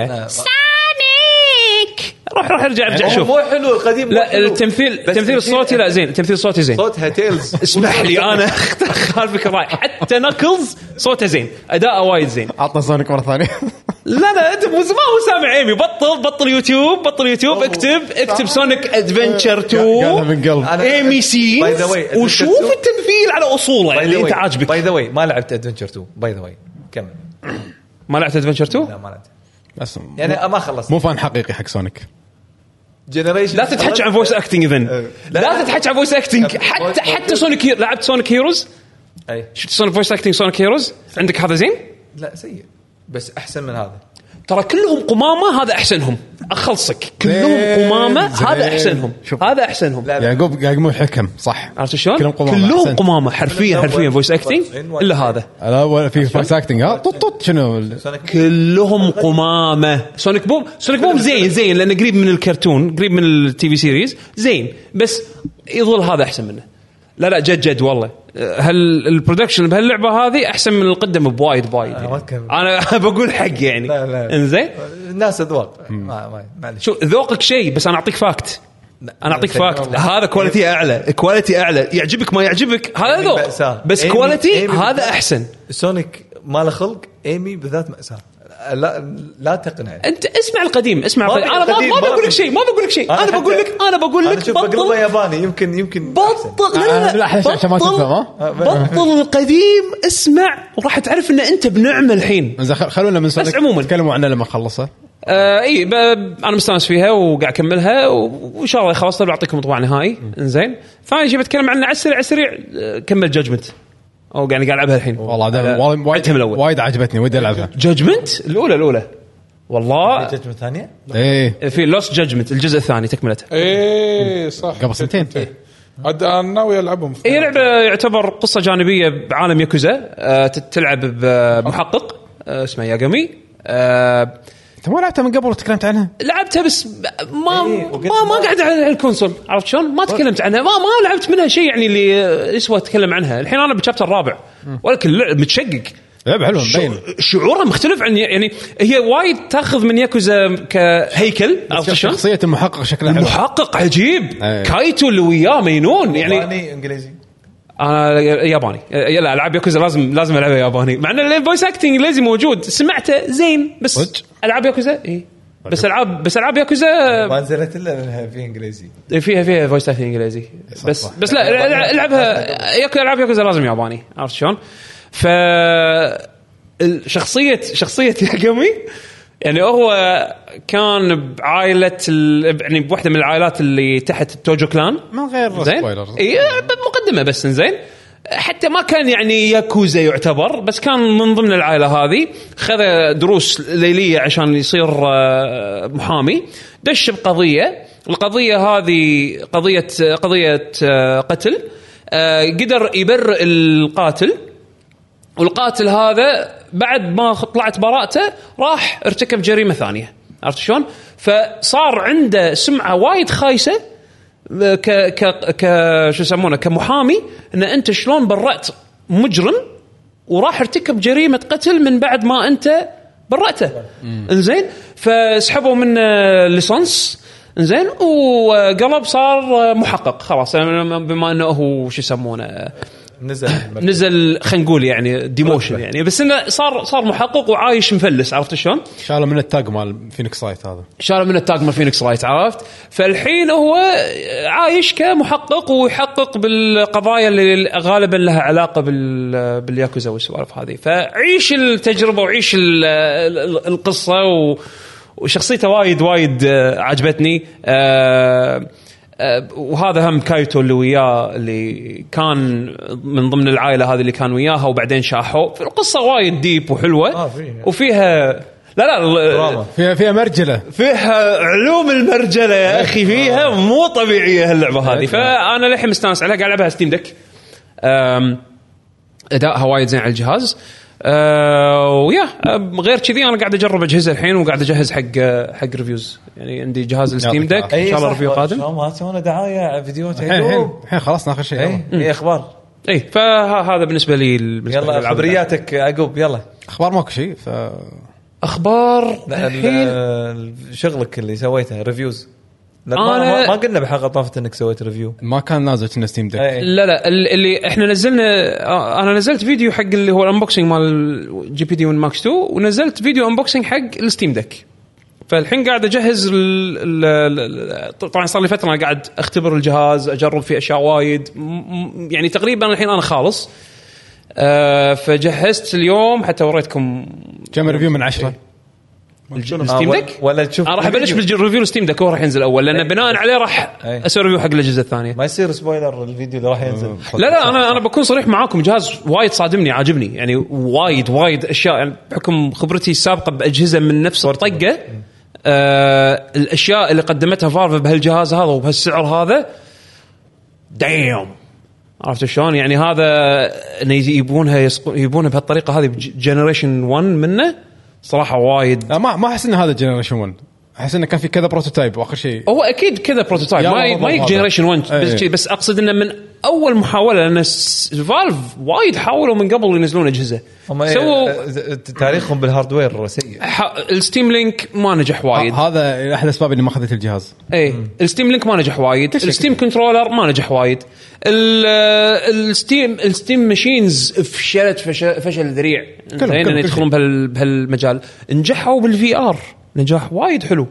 Speaker 6: سونيك روح روح ارجع ارجع
Speaker 4: هو
Speaker 6: شوف
Speaker 4: مو حلو القديم مو
Speaker 6: لا
Speaker 4: حلو.
Speaker 6: التمثيل
Speaker 4: بس
Speaker 6: التمثيل الصوتي لا زين التمثيل الصوتي زين
Speaker 4: صوتها تيلز
Speaker 6: اسمح لي انا خالفك الراي حتى نكلز صوته زين اداءه وايد زين
Speaker 1: عطنا سونيك مره ثانيه
Speaker 6: لا لا انت مو ما هو سامع ايمي بطل بطل يوتيوب بطل يوتيوب اكتب اكتب سونيك ادفنتشر
Speaker 1: قالها من
Speaker 6: تو
Speaker 1: قلب.
Speaker 6: ايمي
Speaker 4: By
Speaker 6: سينز
Speaker 4: the way,
Speaker 6: وشوف
Speaker 4: Adventure two-
Speaker 6: التمثيل على اصوله اللي انت عاجبك
Speaker 4: باي ذا واي ما لعبت ادفنتشر تو باي ذا واي كمل
Speaker 6: ما لعبت ادفنتشر تو
Speaker 4: لا ما لعبت
Speaker 1: بس
Speaker 4: يعني ما خلصت
Speaker 1: مو فان حقيقي حق سونيك
Speaker 4: جنريشن
Speaker 6: لا تتحكي عن فويس اكتنج اذن لا تتحكي عن فويس اكتنج حتى حتى سونيك هيرو لعبت سونيك هيروز
Speaker 4: اي
Speaker 6: شفت سونيك فويس اكتنج سونيك هيروز عندك هذا زين
Speaker 4: لا سيء بس احسن من هذا
Speaker 6: ترى كلهم قمامه هذا احسنهم اخلصك كلهم
Speaker 1: زين،
Speaker 6: قمامه
Speaker 1: زين.
Speaker 6: هذا احسنهم
Speaker 1: شوف.
Speaker 6: هذا احسنهم
Speaker 4: لا لا
Speaker 1: يعقوب قاعد مو حكم صح
Speaker 6: عرفت شلون؟
Speaker 1: كلهم قمامة،
Speaker 6: كلهم
Speaker 1: أحسنت.
Speaker 6: قمامه حرفيا حرفيا فويس اكتنج الا هذا
Speaker 1: لا ولا في فويس اكتنج ها طط طط شنو ال-
Speaker 6: كلهم قمامه سونيك بوم سونيك بوم زين زين لانه قريب من الكرتون قريب من التي في سيريز زين بس يظل هذا احسن منه لا لا جد جد والله هل البرودكشن بهاللعبه هذه احسن من القدم بوايد بوايد يعني.
Speaker 4: ما كان-
Speaker 6: انا بقول حق يعني
Speaker 4: لا لا
Speaker 6: انزين
Speaker 4: الناس اذواق ما ما معلش
Speaker 6: شو ذوقك شيء بس انا اعطيك فاكت انا اعطيك
Speaker 4: لا،
Speaker 6: فاكت
Speaker 4: والله.
Speaker 6: هذا كواليتي اعلى كواليتي اعلى يعجبك ما يعجبك هذا
Speaker 4: إيمي
Speaker 6: ذوق
Speaker 4: مأساة.
Speaker 6: بس
Speaker 4: إيمي-
Speaker 6: كواليتي
Speaker 4: إيمي
Speaker 6: هذا
Speaker 4: بالذات.
Speaker 6: احسن
Speaker 4: سونيك ما له خلق ايمي بالذات مأساة لا لا تقنع
Speaker 6: انت اسمع القديم اسمع
Speaker 4: ما
Speaker 6: القديم.
Speaker 4: في
Speaker 6: انا ما,
Speaker 4: القديم،
Speaker 6: ما
Speaker 4: ما
Speaker 6: بقول
Speaker 4: في.
Speaker 6: لك شيء ما بقول لك شيء انا,
Speaker 4: حتى-
Speaker 6: بقول لك انا بقول
Speaker 4: انا
Speaker 6: لك
Speaker 4: شوف بقلبه
Speaker 6: بطل
Speaker 4: ياباني يمكن يمكن
Speaker 6: بطل لا لا
Speaker 1: لا،
Speaker 6: لا
Speaker 1: عشان- عشان ما
Speaker 6: بطل-
Speaker 1: تفهم، ها؟
Speaker 6: بطل القديم اسمع وراح تعرف ان انت بنعمه الحين
Speaker 1: زين خل- خلونا من سونيك
Speaker 6: عموماً.
Speaker 1: تكلموا عنها لما خلصها
Speaker 6: آه اي ب- انا مستانس فيها وقاعد اكملها و- وان شاء الله خلاص بعطيكم انطباع نهائي انزين ثاني شيء بتكلم عنه على السريع على السريع آه، كمل جادجمنت او يعني قاعد العبها الحين
Speaker 1: والله ده
Speaker 6: آه،
Speaker 1: وايد
Speaker 6: عدتها من الاول
Speaker 1: وايد عجبتني ودي العبها
Speaker 6: جادجمنت الاولى الاولى والله
Speaker 4: جدمة ثانية
Speaker 1: ايه
Speaker 6: في لوست جادجمنت الجزء الثاني تكملته
Speaker 2: ايه صح
Speaker 1: قبل سنتين.
Speaker 2: عاد انا ناوي العبهم
Speaker 6: هي لعبه يعتبر قصه جانبيه بعالم ياكوزا آه، تلعب بمحقق آه، اسمه ياغامي آه،
Speaker 1: انت ما لعبتها من قبل وتكلمت عنها
Speaker 6: لعبتها بس ما
Speaker 4: إيه، وقلت
Speaker 6: ما ما
Speaker 4: ما-
Speaker 6: قاعد على الكونسول عرفت شلون ما تكلمت عنها ما ما لعبت منها شيء يعني اللي يسوى اتكلم عنها الحين انا بالشابتر الرابع ولكن اللعب متشقق
Speaker 1: لعبه حلوه مبين
Speaker 6: شعورها مختلف عن يعني هي وايد تاخذ من ياكوزا كهيكل عرفت شلون
Speaker 1: شخصيه المحقق شكلها حلو
Speaker 6: المحقق عجيب
Speaker 1: أيه.
Speaker 6: كايتو اللي وياه مينون يعني
Speaker 4: ياباني انجليزي
Speaker 6: انا ياباني يلا العاب ياكوزا لازم لازم العبها ياباني مع ان الفويس اكتنج انجليزي موجود سمعته زين بس
Speaker 1: صدق؟
Speaker 6: العاب ياكوزا اي بس العاب بس العاب ياكوزا
Speaker 4: ما نزلت الا لانها في انجليزي
Speaker 6: فيها فيها فويس اكتنج انجليزي بس
Speaker 1: صح.
Speaker 6: بس لا الع- العبها ياكو العاب ياكوزا لازم ياباني عرفت شلون ف الشخصيه شخصيه ياغامي يعني هو كان بعائله ال... يعني بوحده من العائلات اللي تحت التوجو كلان
Speaker 1: من غير
Speaker 6: زين
Speaker 1: سبويلر
Speaker 6: اي مقدمه بس زين حتى ما كان يعني ياكوزا يعتبر بس كان من ضمن العائله هذه خذ دروس ليليه عشان يصير آه، محامي دش بقضيه القضيه هذه قضيه قضيه آه، قتل آه، قدر يبرئ القاتل والقاتل هذا بعد ما طلعت براءته راح ارتكب جريمه ثانيه عرفت شلون فصار عنده سمعه وايد خايسه ك ك ك شو يسمونه كمحامي ان انت شلون برأت مجرم وراح ارتكب جريمه قتل من بعد ما انت برأته انزين فسحبوا من الليسانس انزين وقلب صار محقق خلاص بما انه هو شو يسمونه
Speaker 4: نزل
Speaker 6: نزل خلينا نقول يعني ديموشن يعني بس انه صار صار محقق وعايش مفلس عرفت شلون
Speaker 1: شالوا من التاج مال فينيكس رايت هذا
Speaker 6: شالوا من التاج مال فينيكس رايت عرفت فالحين هو عايش كمحقق ويحقق بالقضايا اللي غالبا لها علاقه بال بالياكوزا والسوالف هذه فعيش التجربه وعيش ال- ال- القصه و وشخصيته وايد وايد آه عجبتني. آه آه وهذا هم كايتو اللي وياه اللي كان من ضمن العائله هذه اللي كان وياها وبعدين شاحوا. القصه وايد ديب وحلوه
Speaker 4: آه فيها.
Speaker 6: وفيها لا لا
Speaker 1: فيها فيها مرجله
Speaker 6: فيها علوم المرجله يا اخي فيها مو طبيعيه هاللعبه هذه. فانا للحين مستانس عليها قاعد العبها ستيم دك. ادائها وايد زين على الجهاز. أه ويا غير كذي انا قاعد اجرب اجهزه الحين وقاعد اجهز حق حق ريفيوز. يعني عندي جهاز الستيم دك ان شاء الله ريفيو قادم.
Speaker 4: ما سوينا دعايه فيديوهات
Speaker 1: الحين الحين خلصنا اخر شيء.
Speaker 4: اي ايه اخبار.
Speaker 6: اي فهذا بالنسبه لي بالنسبة
Speaker 4: يلا خبرياتك عقب يلا.
Speaker 1: اخبار ماكو شيء. ف
Speaker 6: اخبار
Speaker 4: شغلك اللي سويته ريفيوز. لا
Speaker 6: أنا...
Speaker 4: ما قلنا بحلقه طافت انك سويت ريفيو.
Speaker 1: ما كان نازل كنا ستيم دك.
Speaker 6: لا لا اللي احنا نزلنا انا نزلت فيديو حق اللي هو الانبوكسينج مال جي بي دي ون ماكس تو ونزلت فيديو انبوكسينج حق الستيم دك. فالحين قاعد اجهز ال ال طبعا صار لي فتره انا قاعد اختبر الجهاز اجرب فيه اشياء وايد يعني تقريبا الحين انا خالص. أه فجهزت اليوم حتى وريتكم
Speaker 1: كم ريفيو من عشرة
Speaker 6: الستيم دك
Speaker 4: ولا تشوف.
Speaker 6: انا راح ابلش بالريفيو الستيم دك هو راح ينزل اول لان بناء عليه راح اسوي ريفيو حق الاجهزه الثانيه.
Speaker 4: ما يصير سبويلر الفيديو اللي راح ينزل.
Speaker 6: لا لا انا انا بكون صريح معاكم. جهاز وايد صادمني عاجبني يعني وايد وايد اشياء يعني بحكم خبرتي السابقه باجهزه من نفس الطقه. آه الاشياء اللي قدمتها فالف بهالجهاز هذا وبهالسعر هذا دايم عرفت شلون يعني هذا ان يبونها يبونها بهالطريقه هذه جنريشن واحد منه صراحه وايد.
Speaker 1: لا ما ما احس ان هذا جنريشن واحد. احس انه كان في كذا بروتوتايب واخر شيء
Speaker 6: هو اكيد كذا بروتوتايب ما ما يجي جنريشن واحد بس, بس اقصد انه من اول محاوله لان فالف وايد حاولوا من قبل ينزلون اجهزه
Speaker 4: سووا تاريخهم بالهاردوير سيء.
Speaker 6: الستيم لينك ما نجح وايد.
Speaker 1: هذا احد الاسباب اني ما اخذت الجهاز.
Speaker 6: اي الستيم لينك ما نجح وايد. الستيم كنترولر ما نجح وايد. الستيم الستيم ماشينز فشلت فشل ذريع زين ان يدخلون بهالمجال. نجحوا بالفي ار نجاح وايد حلو.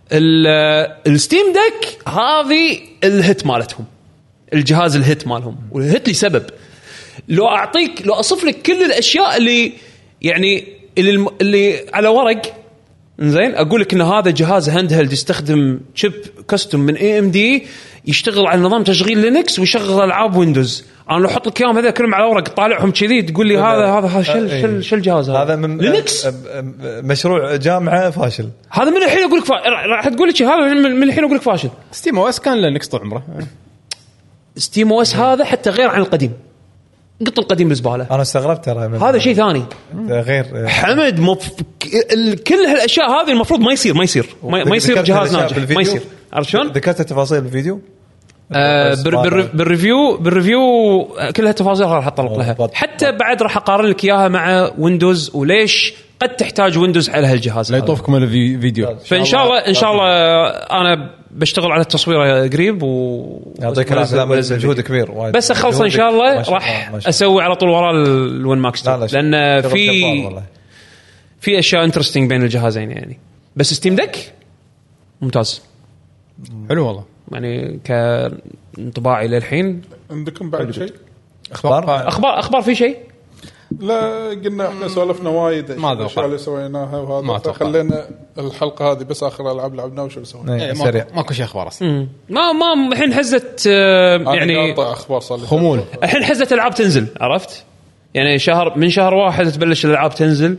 Speaker 6: الستيم دك هذه الهيت مالتهم الجهاز الهيت مالهم والهيت لي سبب. لو اعطيك لو اصف لك كل الاشياء اللي يعني اللي, اللي على ورق زين اقول لك ان هذا جهاز هاند هيلد يستخدم شيب كاستم من اي ام دي يشتغل على نظام تشغيل لينكس ويشغل العاب ويندوز. انا لو احط لك اياهم هذا كلهم على ورق طالعهم كذي تقول لي هذا هذا هذا شل شل شل الجهاز هذا لينكس
Speaker 4: مشروع جامعه فاشل.
Speaker 6: هذا من الحين اقول لك فا... راح تقول لي هذا من الحين اقول لك فاشل.
Speaker 1: ستيم او اس كان لينكس طول عمره.
Speaker 6: ستيم او اس هذا حتى غير عن القديم. قط القديم بالزباله.
Speaker 4: انا استغربت ترى
Speaker 6: هذا شيء ثاني
Speaker 4: غير
Speaker 6: حمد مف... كل هالاشياء هذه المفروض ما يصير ما يصير ما, ما يصير جهاز ناجح ما يصير. عرفت شلون
Speaker 4: ذكرت التفاصيل بالفيديو.
Speaker 6: آه بال... بالريفيو بالريفيو كلها تفاصيل راح اطلق لها حتى بعد راح اقارن لك اياها مع ويندوز وليش قد تحتاج ويندوز على هالجهاز.
Speaker 1: لا يطوفكم الفيديو.
Speaker 6: فان شاء الله ان شاء الله انا بشتغل على التصوير قريب و
Speaker 4: يعطيك العافيه مجهود كبير وايد.
Speaker 6: بس اخلص ان شاء الله راح اسوي على طول وراء الون ماكس لان في في اشياء انترستينج بين الجهازين يعني. بس ستيم دك ممتاز
Speaker 1: حلو والله
Speaker 6: يعني كانطباعي للحين.
Speaker 2: عندكم بعد شيء
Speaker 6: اخبار اخبار اخبار في شيء؟
Speaker 2: لا قلنا احنا سولفنا وايد الاشياء اللي سويناها وهذا خلينا الحلقه هذه بس اخر العاب لعبناها وش سوينا.
Speaker 1: ايه ماكو, ماكو شيء اخبار اصلا.
Speaker 6: ما ما الحين حزت يعني
Speaker 2: اخبار صار
Speaker 1: خمول.
Speaker 6: الحين حزت العاب تنزل عرفت يعني شهر من شهر واحد تبلش الالعاب تنزل.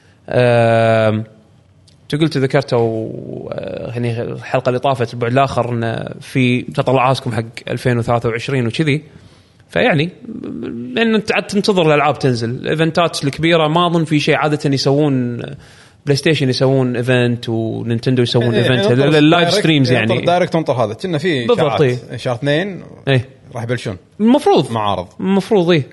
Speaker 6: أه قلت ذكرته هني الحلقه اللي طافت البعد الاخر ان في تطلعاتكم حق ألفين وثلاثة وعشرين وكذي. فيعني لان انت عاد تنتظر الالعاب تنزل. الايفنتات الكبيره ما اظن في شيء عاده يسوون. بلاي ستيشن يسوون ايفنت ونينتندو يسوون
Speaker 1: ايه
Speaker 6: ايفنت اللايف ستريمز يعني
Speaker 1: دايركت انطر هذا كنا في شهر اثنين
Speaker 6: ايه
Speaker 1: راح يبلشون
Speaker 6: المفروض
Speaker 1: معارض
Speaker 6: المفروض ايه.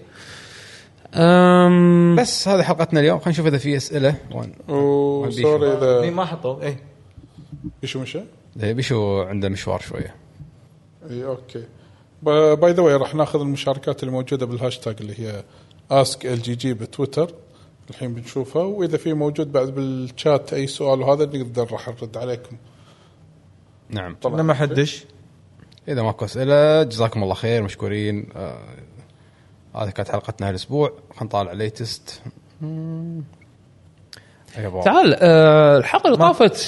Speaker 6: أم
Speaker 1: بس هذه حلقتنا اليوم. خلينا نشوف اذا في اسئله
Speaker 2: وين سوري اذا
Speaker 4: ما حطوا ايه
Speaker 2: بيشو مشى
Speaker 1: بيشو عنده مشوار شويه.
Speaker 2: اي اوكي باي ذا واي راح ناخذ المشاركات اللي موجوده بالهاشتاج اللي هي اسك ال جي جي بتويتر الحين بنشوفها. واذا في موجود بعد بالشات اي سؤال وهذا نقدر راح نرد عليكم.
Speaker 1: نعم
Speaker 4: طبعا ما حدش.
Speaker 1: اذا ماكو اسئله جزاكم الله خير مشكورين. آه هذه كانت حلقتنا هالاسبوع. خلينا نطالع ليتست.
Speaker 6: تعال. أه الحلقه اللي طافت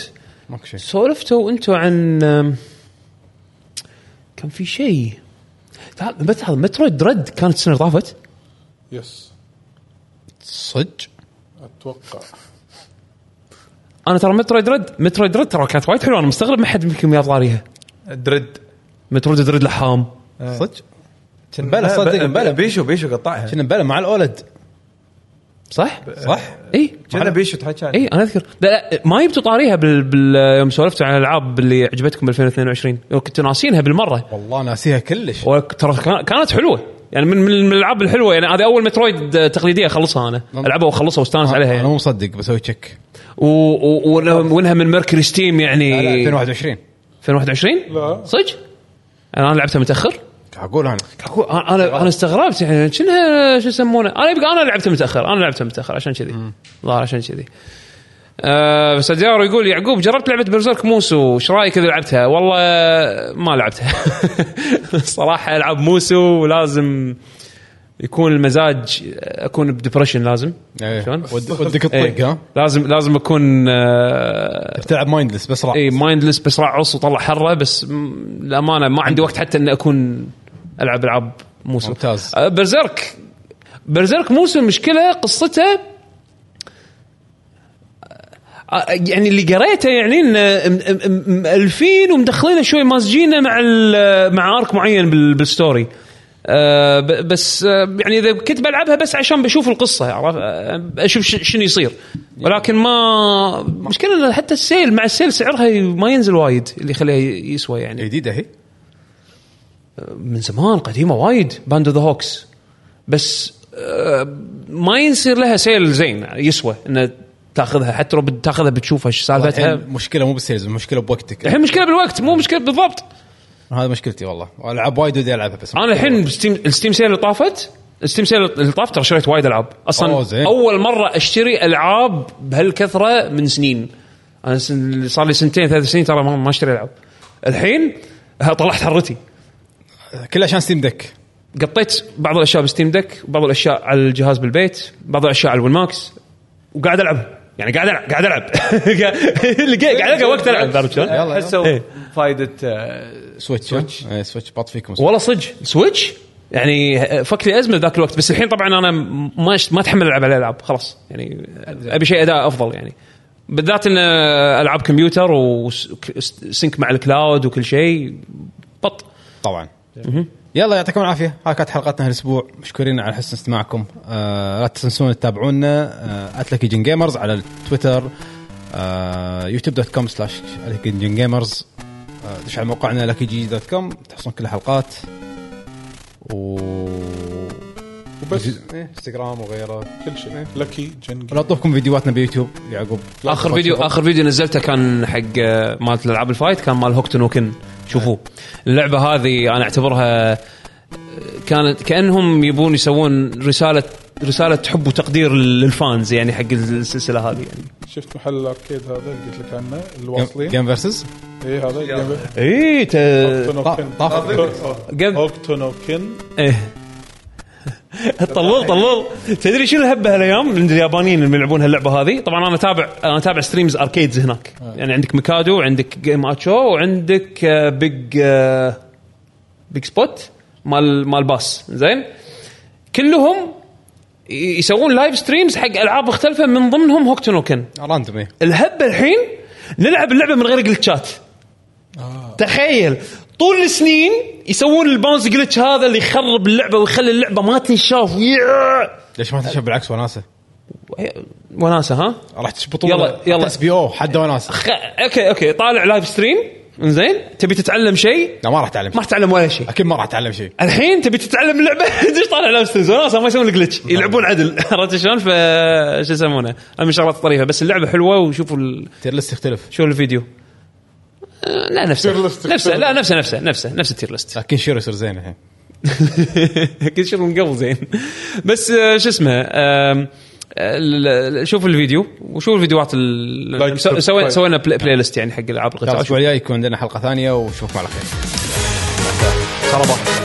Speaker 1: ماكو شيء.
Speaker 6: سولفتوا انتم عن آم، كان في شيء بس هذا مترويد دريد كانت السنه اللي طافت.
Speaker 2: يس
Speaker 1: صدق
Speaker 2: اتوقع.
Speaker 6: انا ترى مترويد دريد مترويد دريد ترى كانت وايد حلوه. انا مستغرب ما حد منكم يطلعيها.
Speaker 4: دريد
Speaker 6: مترويد دريد لحام
Speaker 1: صدق بلا صدق بلا
Speaker 4: بيشو بيشو قطعها
Speaker 1: كنا بلا مع الاولد
Speaker 6: صح
Speaker 1: صح
Speaker 6: اي
Speaker 4: كنا بيشو تحكي
Speaker 6: اي انا اذكر لا ما يبتوا طاريها بال, بال... يوم سولفتوا عن الالعاب اللي عجبتكم ب ألفين واثنين وعشرين كنتوا ناسينها بالمره.
Speaker 1: والله ناسيها كلش.
Speaker 6: وترى كانت حلوه يعني من من الالعاب الحلوه يعني. هذه اول مترويد تقليديه اخلصها انا العبها واخلصها واستانس عليها يعني.
Speaker 1: انا مو مصدق بسوي تشيك
Speaker 6: و... و... وانها من ميركوري ستيم يعني
Speaker 1: ألفين وواحد وعشرين
Speaker 6: ألفين وواحد وعشرين
Speaker 2: لا
Speaker 6: صدق انا لعبتها متاخر.
Speaker 1: اقول انا
Speaker 6: انا انا استغربت يعني كأنها شو يسمونه. انا يبقى انا لعبتها متاخر انا لعبتها متاخر عشان كذي ظاهر عشان كذي. أه بس ديارو يقول يعقوب جربت لعبه برزيرك موسو ايش رايك اذا لعبتها؟ والله ما لعبتها الصراحه. العاب موسو لازم يكون المزاج اكون بديبريشن لازم
Speaker 1: شلون ودك تطق ها
Speaker 6: لازم لازم اكون أه
Speaker 1: تلعب مايندلس بس راح
Speaker 6: اي مايندلس بس رعص وطلع حره بس الامانه ما عندي وقت حتى ان اكون العب العاب موسو.
Speaker 1: ممتاز.
Speaker 6: أه برزيرك برزيرك موسو المشكله قصته يعني اللي قريته يعني ان ألفين ومدخلينه شوي مازجينه مع مع ارك معين بالستوري. أه بس يعني اذا كنت بلعبها بس عشان بشوف القصه عرف اشوف شنو يصير ولكن ما مشكله ان حتى السيل مع السيل سعرها ما ينزل وايد اللي يخليها يسوى يعني.
Speaker 1: جديده هي
Speaker 6: من زمان قديمه وايد باند ذا هوكس بس أه ما ينصير لها سيل زين يسوى انه تاخذها حتى لو بتاخذها بتشوفها ايش سالفتها.
Speaker 1: مشكله مو بالسيلز المشكله بوقتك.
Speaker 6: الحين مشكله بالوقت مو مشكله بالضبط.
Speaker 1: هذا مشكلتي والله. العب وايد ودي العبها بس
Speaker 6: انا الحين ستيم الستيم سيل اللي طافت الستيم سيل اللي طافت ترى شريت وايد العاب اصلا. اول مره اشتري العاب بهالكثره من سنين. انا صار لي سنتين ثلاث سنين ترى ما اشتري العاب. الحين طلعت حرتي
Speaker 1: كلها عشان ستيم دك.
Speaker 6: قطيت بعض الاشياء بستيم دك بعض الاشياء على الجهاز بالبيت بعض الاشياء على الوينماكس وقاعد العب يعني قاعد العب قاعد العب قاعد القى وقت العب. عرفت شلون؟
Speaker 4: حسوا فائده
Speaker 1: سويتش سويتش سويتش بط فيكم
Speaker 6: والله صدق سويتش يعني فك لي ازمه ذاك الوقت. بس الحين طبعا انا ما ما اتحمل العب على الالعاب خلاص يعني ابي شيء اداء افضل يعني بالذات ان العاب كمبيوتر وسينك مع الكلاود وكل شيء بط
Speaker 1: طبعا. يلا يعطيكم العافيه. هاي كانت حلقتنا هالاسبوع. مشكورين على حسن استماعكم. آه لا تنسون تتابعونا آه @lucky gen gamers على التويتر آه يوتيوب دوت كوم سلاش lucky gen gamers. آه دش على موقعنا lucky g دوت com تحصلون كل الحلقات و
Speaker 2: وبس
Speaker 1: انستغرام وغيره
Speaker 2: كل شيء لكي جن.
Speaker 1: نطلبكم فيديوهات بيوتيوب يعقوب.
Speaker 6: اخر فيديو اخر فيديو نزلته كان حق مالت الالعاب الفايت كان مال هوكتو نوكن. شوفوا اللعبه هذه انا اعتبرها كانت كانهم يبون يسوون رساله رساله حب وتقدير للفانز يعني حق السلسله هذه يعني.
Speaker 2: شفت محل الاركيد هذا اللي قلت لك عنه الواصلين
Speaker 1: جيم فيرسز
Speaker 2: اي هذا جيم
Speaker 6: اي
Speaker 2: طاف هوكتو نوكن
Speaker 6: ايه طلول طلول. تدري شنو الهبه هالايام من اليابانيين اللي يلعبون هاللعبه هذه؟ طبعا انا تابع انا تابع ستريمز اركيدز هناك يعني عندك ميكادو وعندك جيم اتشو وعندك بيج بيج سبوت مال مال باس زين. كلهم يسوون لايف ستريمز حق العاب مختلفه من ضمنهم هوكتو نوكن
Speaker 1: راندوم.
Speaker 6: الهبه الحين نلعب اللعبه من غير جلتشات. آه. تخيل طول السنين يسوون الباونس جلتش هذا اللي يخرب اللعبه ويخلي اللعبه ما تنشاف.
Speaker 1: ليش ما تنشاف بالعكس وناسه
Speaker 6: وناسه ها
Speaker 1: راح تشبطون
Speaker 6: يلا يلا
Speaker 1: اس بي او حد وناسه.
Speaker 6: خ... اوكي اوكي طالع لايف ستريم زين تبي تتعلم شيء
Speaker 1: لا ما راح تعلم
Speaker 6: ما راح تتعلم ولا شيء
Speaker 1: اكيد ما راح تعلم شيء.
Speaker 6: الحين تبي تتعلم اللعبه ليش طالع لايف ستريم وناسه ما يسوون الجلتش يلعبون عدل. عرفت شلون ف شو يسمونه من شغلات طريفه بس اللعبه حلوه وشوفوا التير
Speaker 1: ليست يختلف.
Speaker 6: شو الفيديو لا نفسه نفسه لا نفسه نفسه نفسه نفس التير ليست
Speaker 1: لكن شير يصير زين الحين
Speaker 6: كل شيء من قبل زين بس شو اسمه شوف الفيديو وشوف الفيديوهات سوينا سوينا بلاي ليست يعني حق العاب القتال.
Speaker 1: الاسبوع الجاي يكون عندنا حلقه ثانيه وشوفكم على خير.
Speaker 6: خربان.